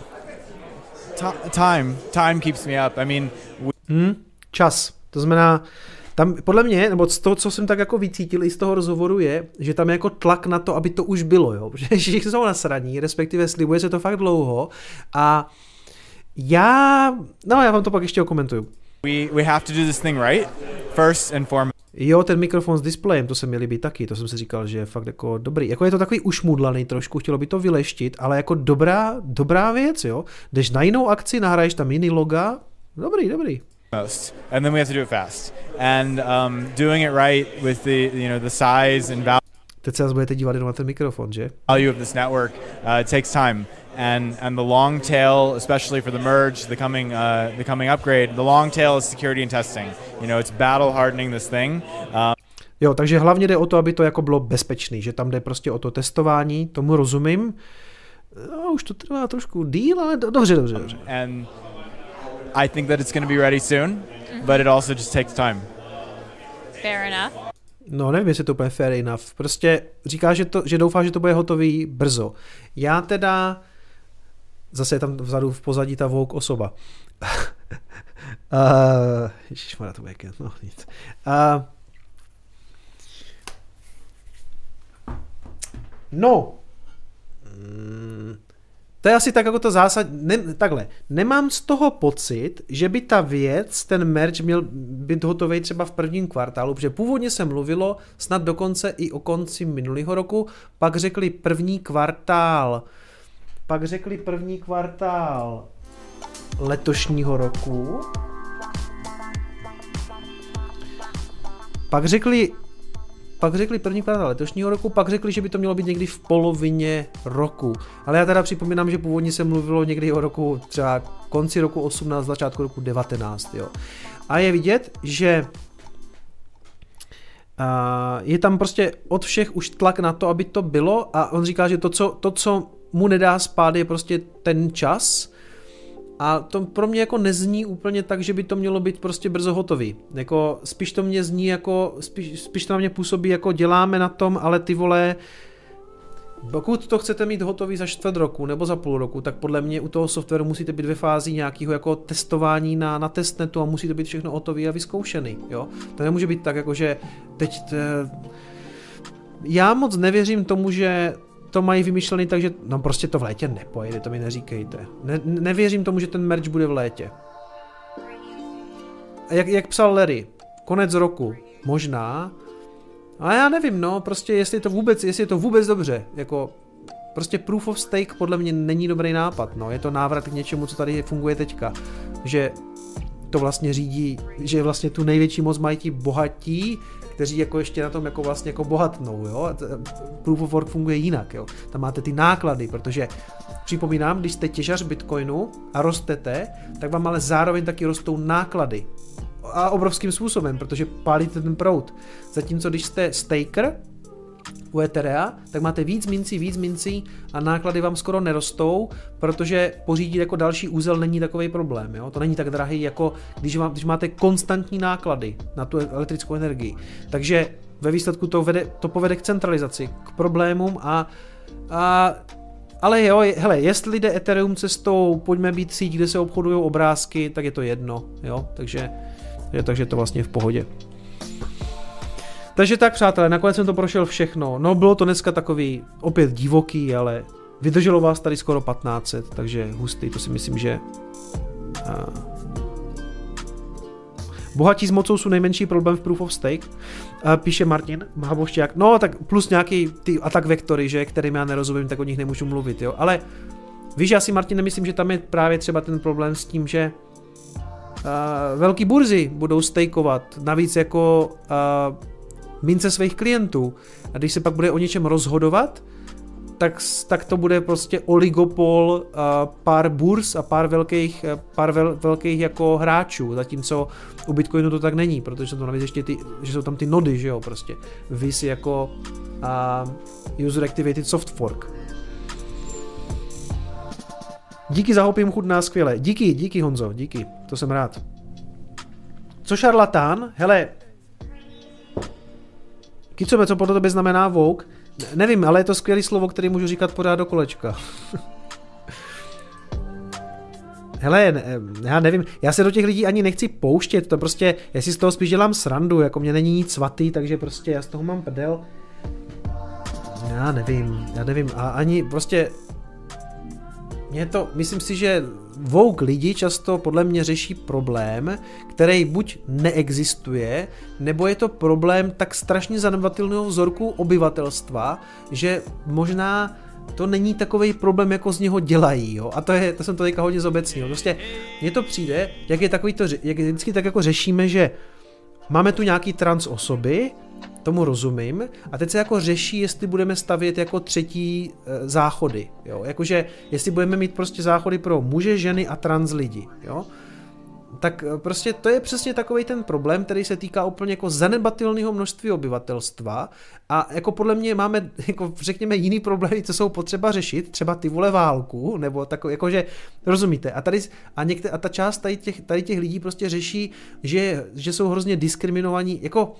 Speaker 5: you. Time keeps me up. I mean,
Speaker 2: čas. To znamená, tam podle mě, nebo z toho, co jsem tak jako vycítil i z toho rozhovoru je, že tam je jako tlak na to, aby to už bylo, jo. Protože všichni jsou nasraní, respektive slibuje se to fakt dlouho a já vám to pak ještě okomentuju.
Speaker 5: We have to do this thing right, first and foremost.
Speaker 2: Jo, ten mikrofon s displejem, to se mi líbí taky, to jsem si říkal, že je fakt jako dobrý. Jako je to takový ušmudlaný trošku, chtělo by to vyleštit, ale jako dobrá věc, jo. Jdeš na jinou akci, nahraješ tam jiný loga, dobrý.
Speaker 5: And then we have to do it fast. And doing it right with the size and value.
Speaker 2: Teď se budete dívat jenom na ten mikrofon, že?
Speaker 5: Value of this network takes time. And the long tail, especially for the merge, the coming upgrade, the long tail is security and testing. It's battle hardening this thing.
Speaker 2: Jo, takže hlavně jde o to, aby to jako bylo bezpečný, že tam jde prostě o to testování, tomu rozumím. No, už to trvá trošku díl, ale dobře.
Speaker 5: And I think that it's going to be ready soon, but it also just takes time.
Speaker 4: Fair enough.
Speaker 2: No, nevím, jestli to úplně fair enough. Prostě říká, že doufá, že to bude hotový brzo. Já teda zase je tam vzadu v pozadí ta woke osoba. Ježišmarja, to bude no nic. To je asi tak jako to takhle. Nemám z toho pocit, že by ta věc, ten merge měl být hotový třeba v prvním kvartálu, protože původně se mluvilo snad dokonce i o konci minulého roku, pak řekli první kvartál letošního roku, pak řekli první kvartál letošního roku, pak řekli, že by to mělo být někdy v polovině roku. Ale já teda připomínám, že původně se mluvilo někdy o roku, třeba konci roku 18, začátku roku 19. Jo. A je vidět, že je tam prostě od všech už tlak na to, aby to bylo a on říká, že to, co mu nedá spát, je prostě ten čas. A to pro mě jako nezní úplně tak, že by to mělo být prostě brzo hotový. Jako spíš to mě zní jako, spíš to na mě působí jako děláme na tom, ale ty vole, pokud to chcete mít hotový za čtvrt roku nebo za půl roku, tak podle mě u toho softwaru musíte být ve fázi nějakého jako testování na testnetu a musí to být všechno hotový a vyzkoušený, jo. To nemůže být tak jako, že teď já moc nevěřím tomu, že to mají vymyšlený, takže no prostě to v létě nepojede, to mi neříkejte. Nevěřím tomu, že ten merge bude v létě. jak psal Larry, konec roku, možná, ale já nevím, no, prostě jestli je to vůbec dobře, jako prostě proof of stake podle mě není dobrý nápad, no, je to návrat k něčemu, co tady funguje teďka, že to vlastně řídí, že vlastně tu největší moc mají ti bohatí, kteří jako ještě na tom jako vlastně jako bohatnou, jo, proof of work funguje jinak, jo, tam máte ty náklady, protože připomínám, když jste těžař Bitcoinu a rostete, tak vám ale zároveň taky rostou náklady a obrovským způsobem, protože pálíte ten proud, zatímco když jste staker u Etherea, tak máte víc mincí a náklady vám skoro nerostou, protože pořídit jako další úzel není takový problém. Jo? To není tak drahý, jako když máte konstantní náklady na tu elektrickou energii. Takže ve výsledku to povede k centralizaci, k problémům ale jo, hele, jestli jde Ethereum cestou, pojďme být síť, kde se obchodují obrázky, tak je to jedno, jo, takže je to vlastně v pohodě. Takže tak, přátelé, nakonec jsem to prošel všechno. No, bylo to dneska takový opět divoký, ale vydrželo vás tady skoro 1500, takže hustý, to si myslím, že... Bohatí s mocou jsou nejmenší problém v Proof of Stake, píše Martin Havošťák. No, tak plus nějaký ty atak vektory, že, kterým já nerozumím, tak o nich nemůžu mluvit, jo. Ale víš, já si, Martin, nemyslím, že tam je právě třeba ten problém s tím, že velký burzy budou stakeovat, navíc jako mince svých klientů. A když se pak bude o něčem rozhodovat, tak to bude prostě oligopol pár burz a pár velkých jako hráčů, zatímco u Bitcoinu to tak není, protože jsou to navíc ještě že jsou tam ty nody, že jo, prostě VIS jako User Activated Soft Fork. Díky za hopím, chutná, skvěle. Díky Honzo, díky, to jsem rád. Co šarlatán? Hele, Kicome, co podle tebe znamená woke? Nevím, ale je to skvělé slovo, které můžu říkat pořád do kolečka. Hele, já nevím, já se do těch lidí ani nechci pouštět, to prostě, já si z toho spíš dělám srandu, jako mě není nic svatý, takže prostě já z toho mám prdel. Já nevím, a ani prostě, myslím si, že woke lidi často podle mě řeší problém, který buď neexistuje, nebo je to problém tak strašně zanedbatelného vzorku obyvatelstva, že možná to není takovej problém, jako z něho dělají, jo? A to jsem to teďka hodně zobecnil. Prostě mně to přijde, jak vždycky tak jako řešíme, že máme tu nějaký trans osoby, tomu rozumím, a teď se jako řeší, jestli budeme stavět jako třetí záchody, jo, jakože jestli budeme mít prostě záchody pro muže, ženy a trans lidi, jo, tak prostě to je přesně takovej ten problém, který se týká úplně jako zanedbatelného množství obyvatelstva a jako podle mě máme, jako řekněme, jiný problémy, co jsou potřeba řešit, třeba ty vole válku, nebo takový, jakože, rozumíte, a ta část tady těch lidí prostě řeší, že jsou hrozně diskriminovaní, jako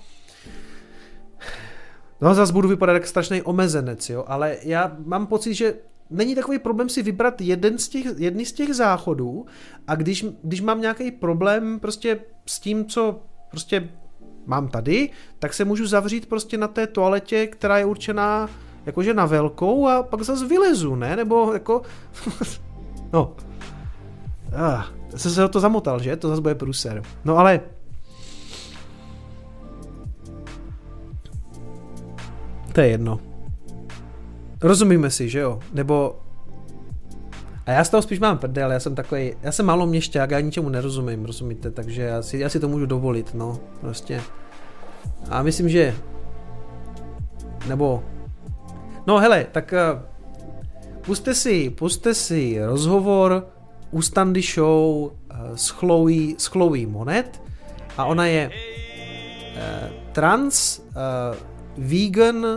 Speaker 2: no zase budu vypadat jak strašný omezenec, jo, ale já mám pocit, že není takový problém si vybrat jedny z těch záchodů a když mám nějaký problém prostě s tím, co prostě mám tady, tak se můžu zavřít prostě na té toaletě, která je určená jakože na velkou a pak zase vylezu, ne? Nebo jako... no. Jsem se to zamotal, že? To zase bude průser. No ale... To je jedno. Rozumíme si, že jo? Nebo... A já z toho spíš mám prdel, já jsem maloměšťák, já ničemu nerozumím, rozumíte? Takže já si to můžu dovolit, no. Prostě. A myslím, že... Nebo... No hele, tak... Puste si rozhovor u Standy Show s Chloe Monet a ona je trans, vegan,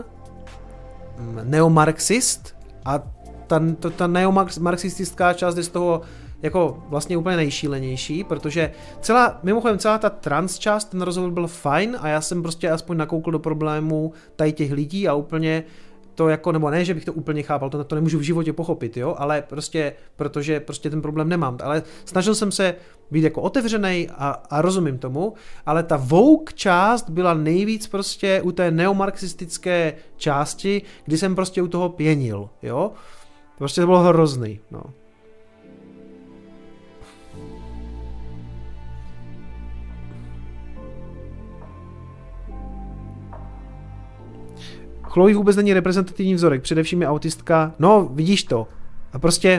Speaker 2: neomarxist a ta neomarxistická část je z toho jako vlastně úplně nejšílenější, protože mimochodem celá ta trans část, ten rozhovor byl fajn a já jsem prostě aspoň nakoukl do problémů tady těch lidí a úplně to jako, nebo ne, že bych to úplně chápal, to nemůžu v životě pochopit, jo, ale prostě, protože prostě ten problém nemám, ale snažil jsem se být jako otevřenej a rozumím tomu, ale ta woke část byla nejvíc prostě u té neomarxistické části, kdy jsem prostě u toho pěnil, jo, prostě to bylo hrozný, no. Chloe vůbec není reprezentativní vzorek, především je autistka. No, vidíš to. A prostě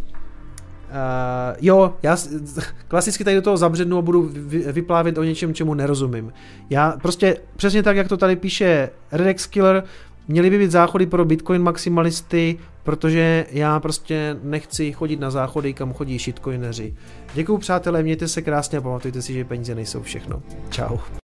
Speaker 2: jo, já klasicky tady do toho zabřednu a budu vyplávět o něčem, čemu nerozumím. Já prostě přesně tak, jak to tady píše Redex Killer, měly by být záchody pro Bitcoin maximalisty, protože já prostě nechci chodit na záchody, kam chodí shitcoineři. Děkuju přátelé, mějte se krásně a pamatujte si, že peníze nejsou všechno. Čau.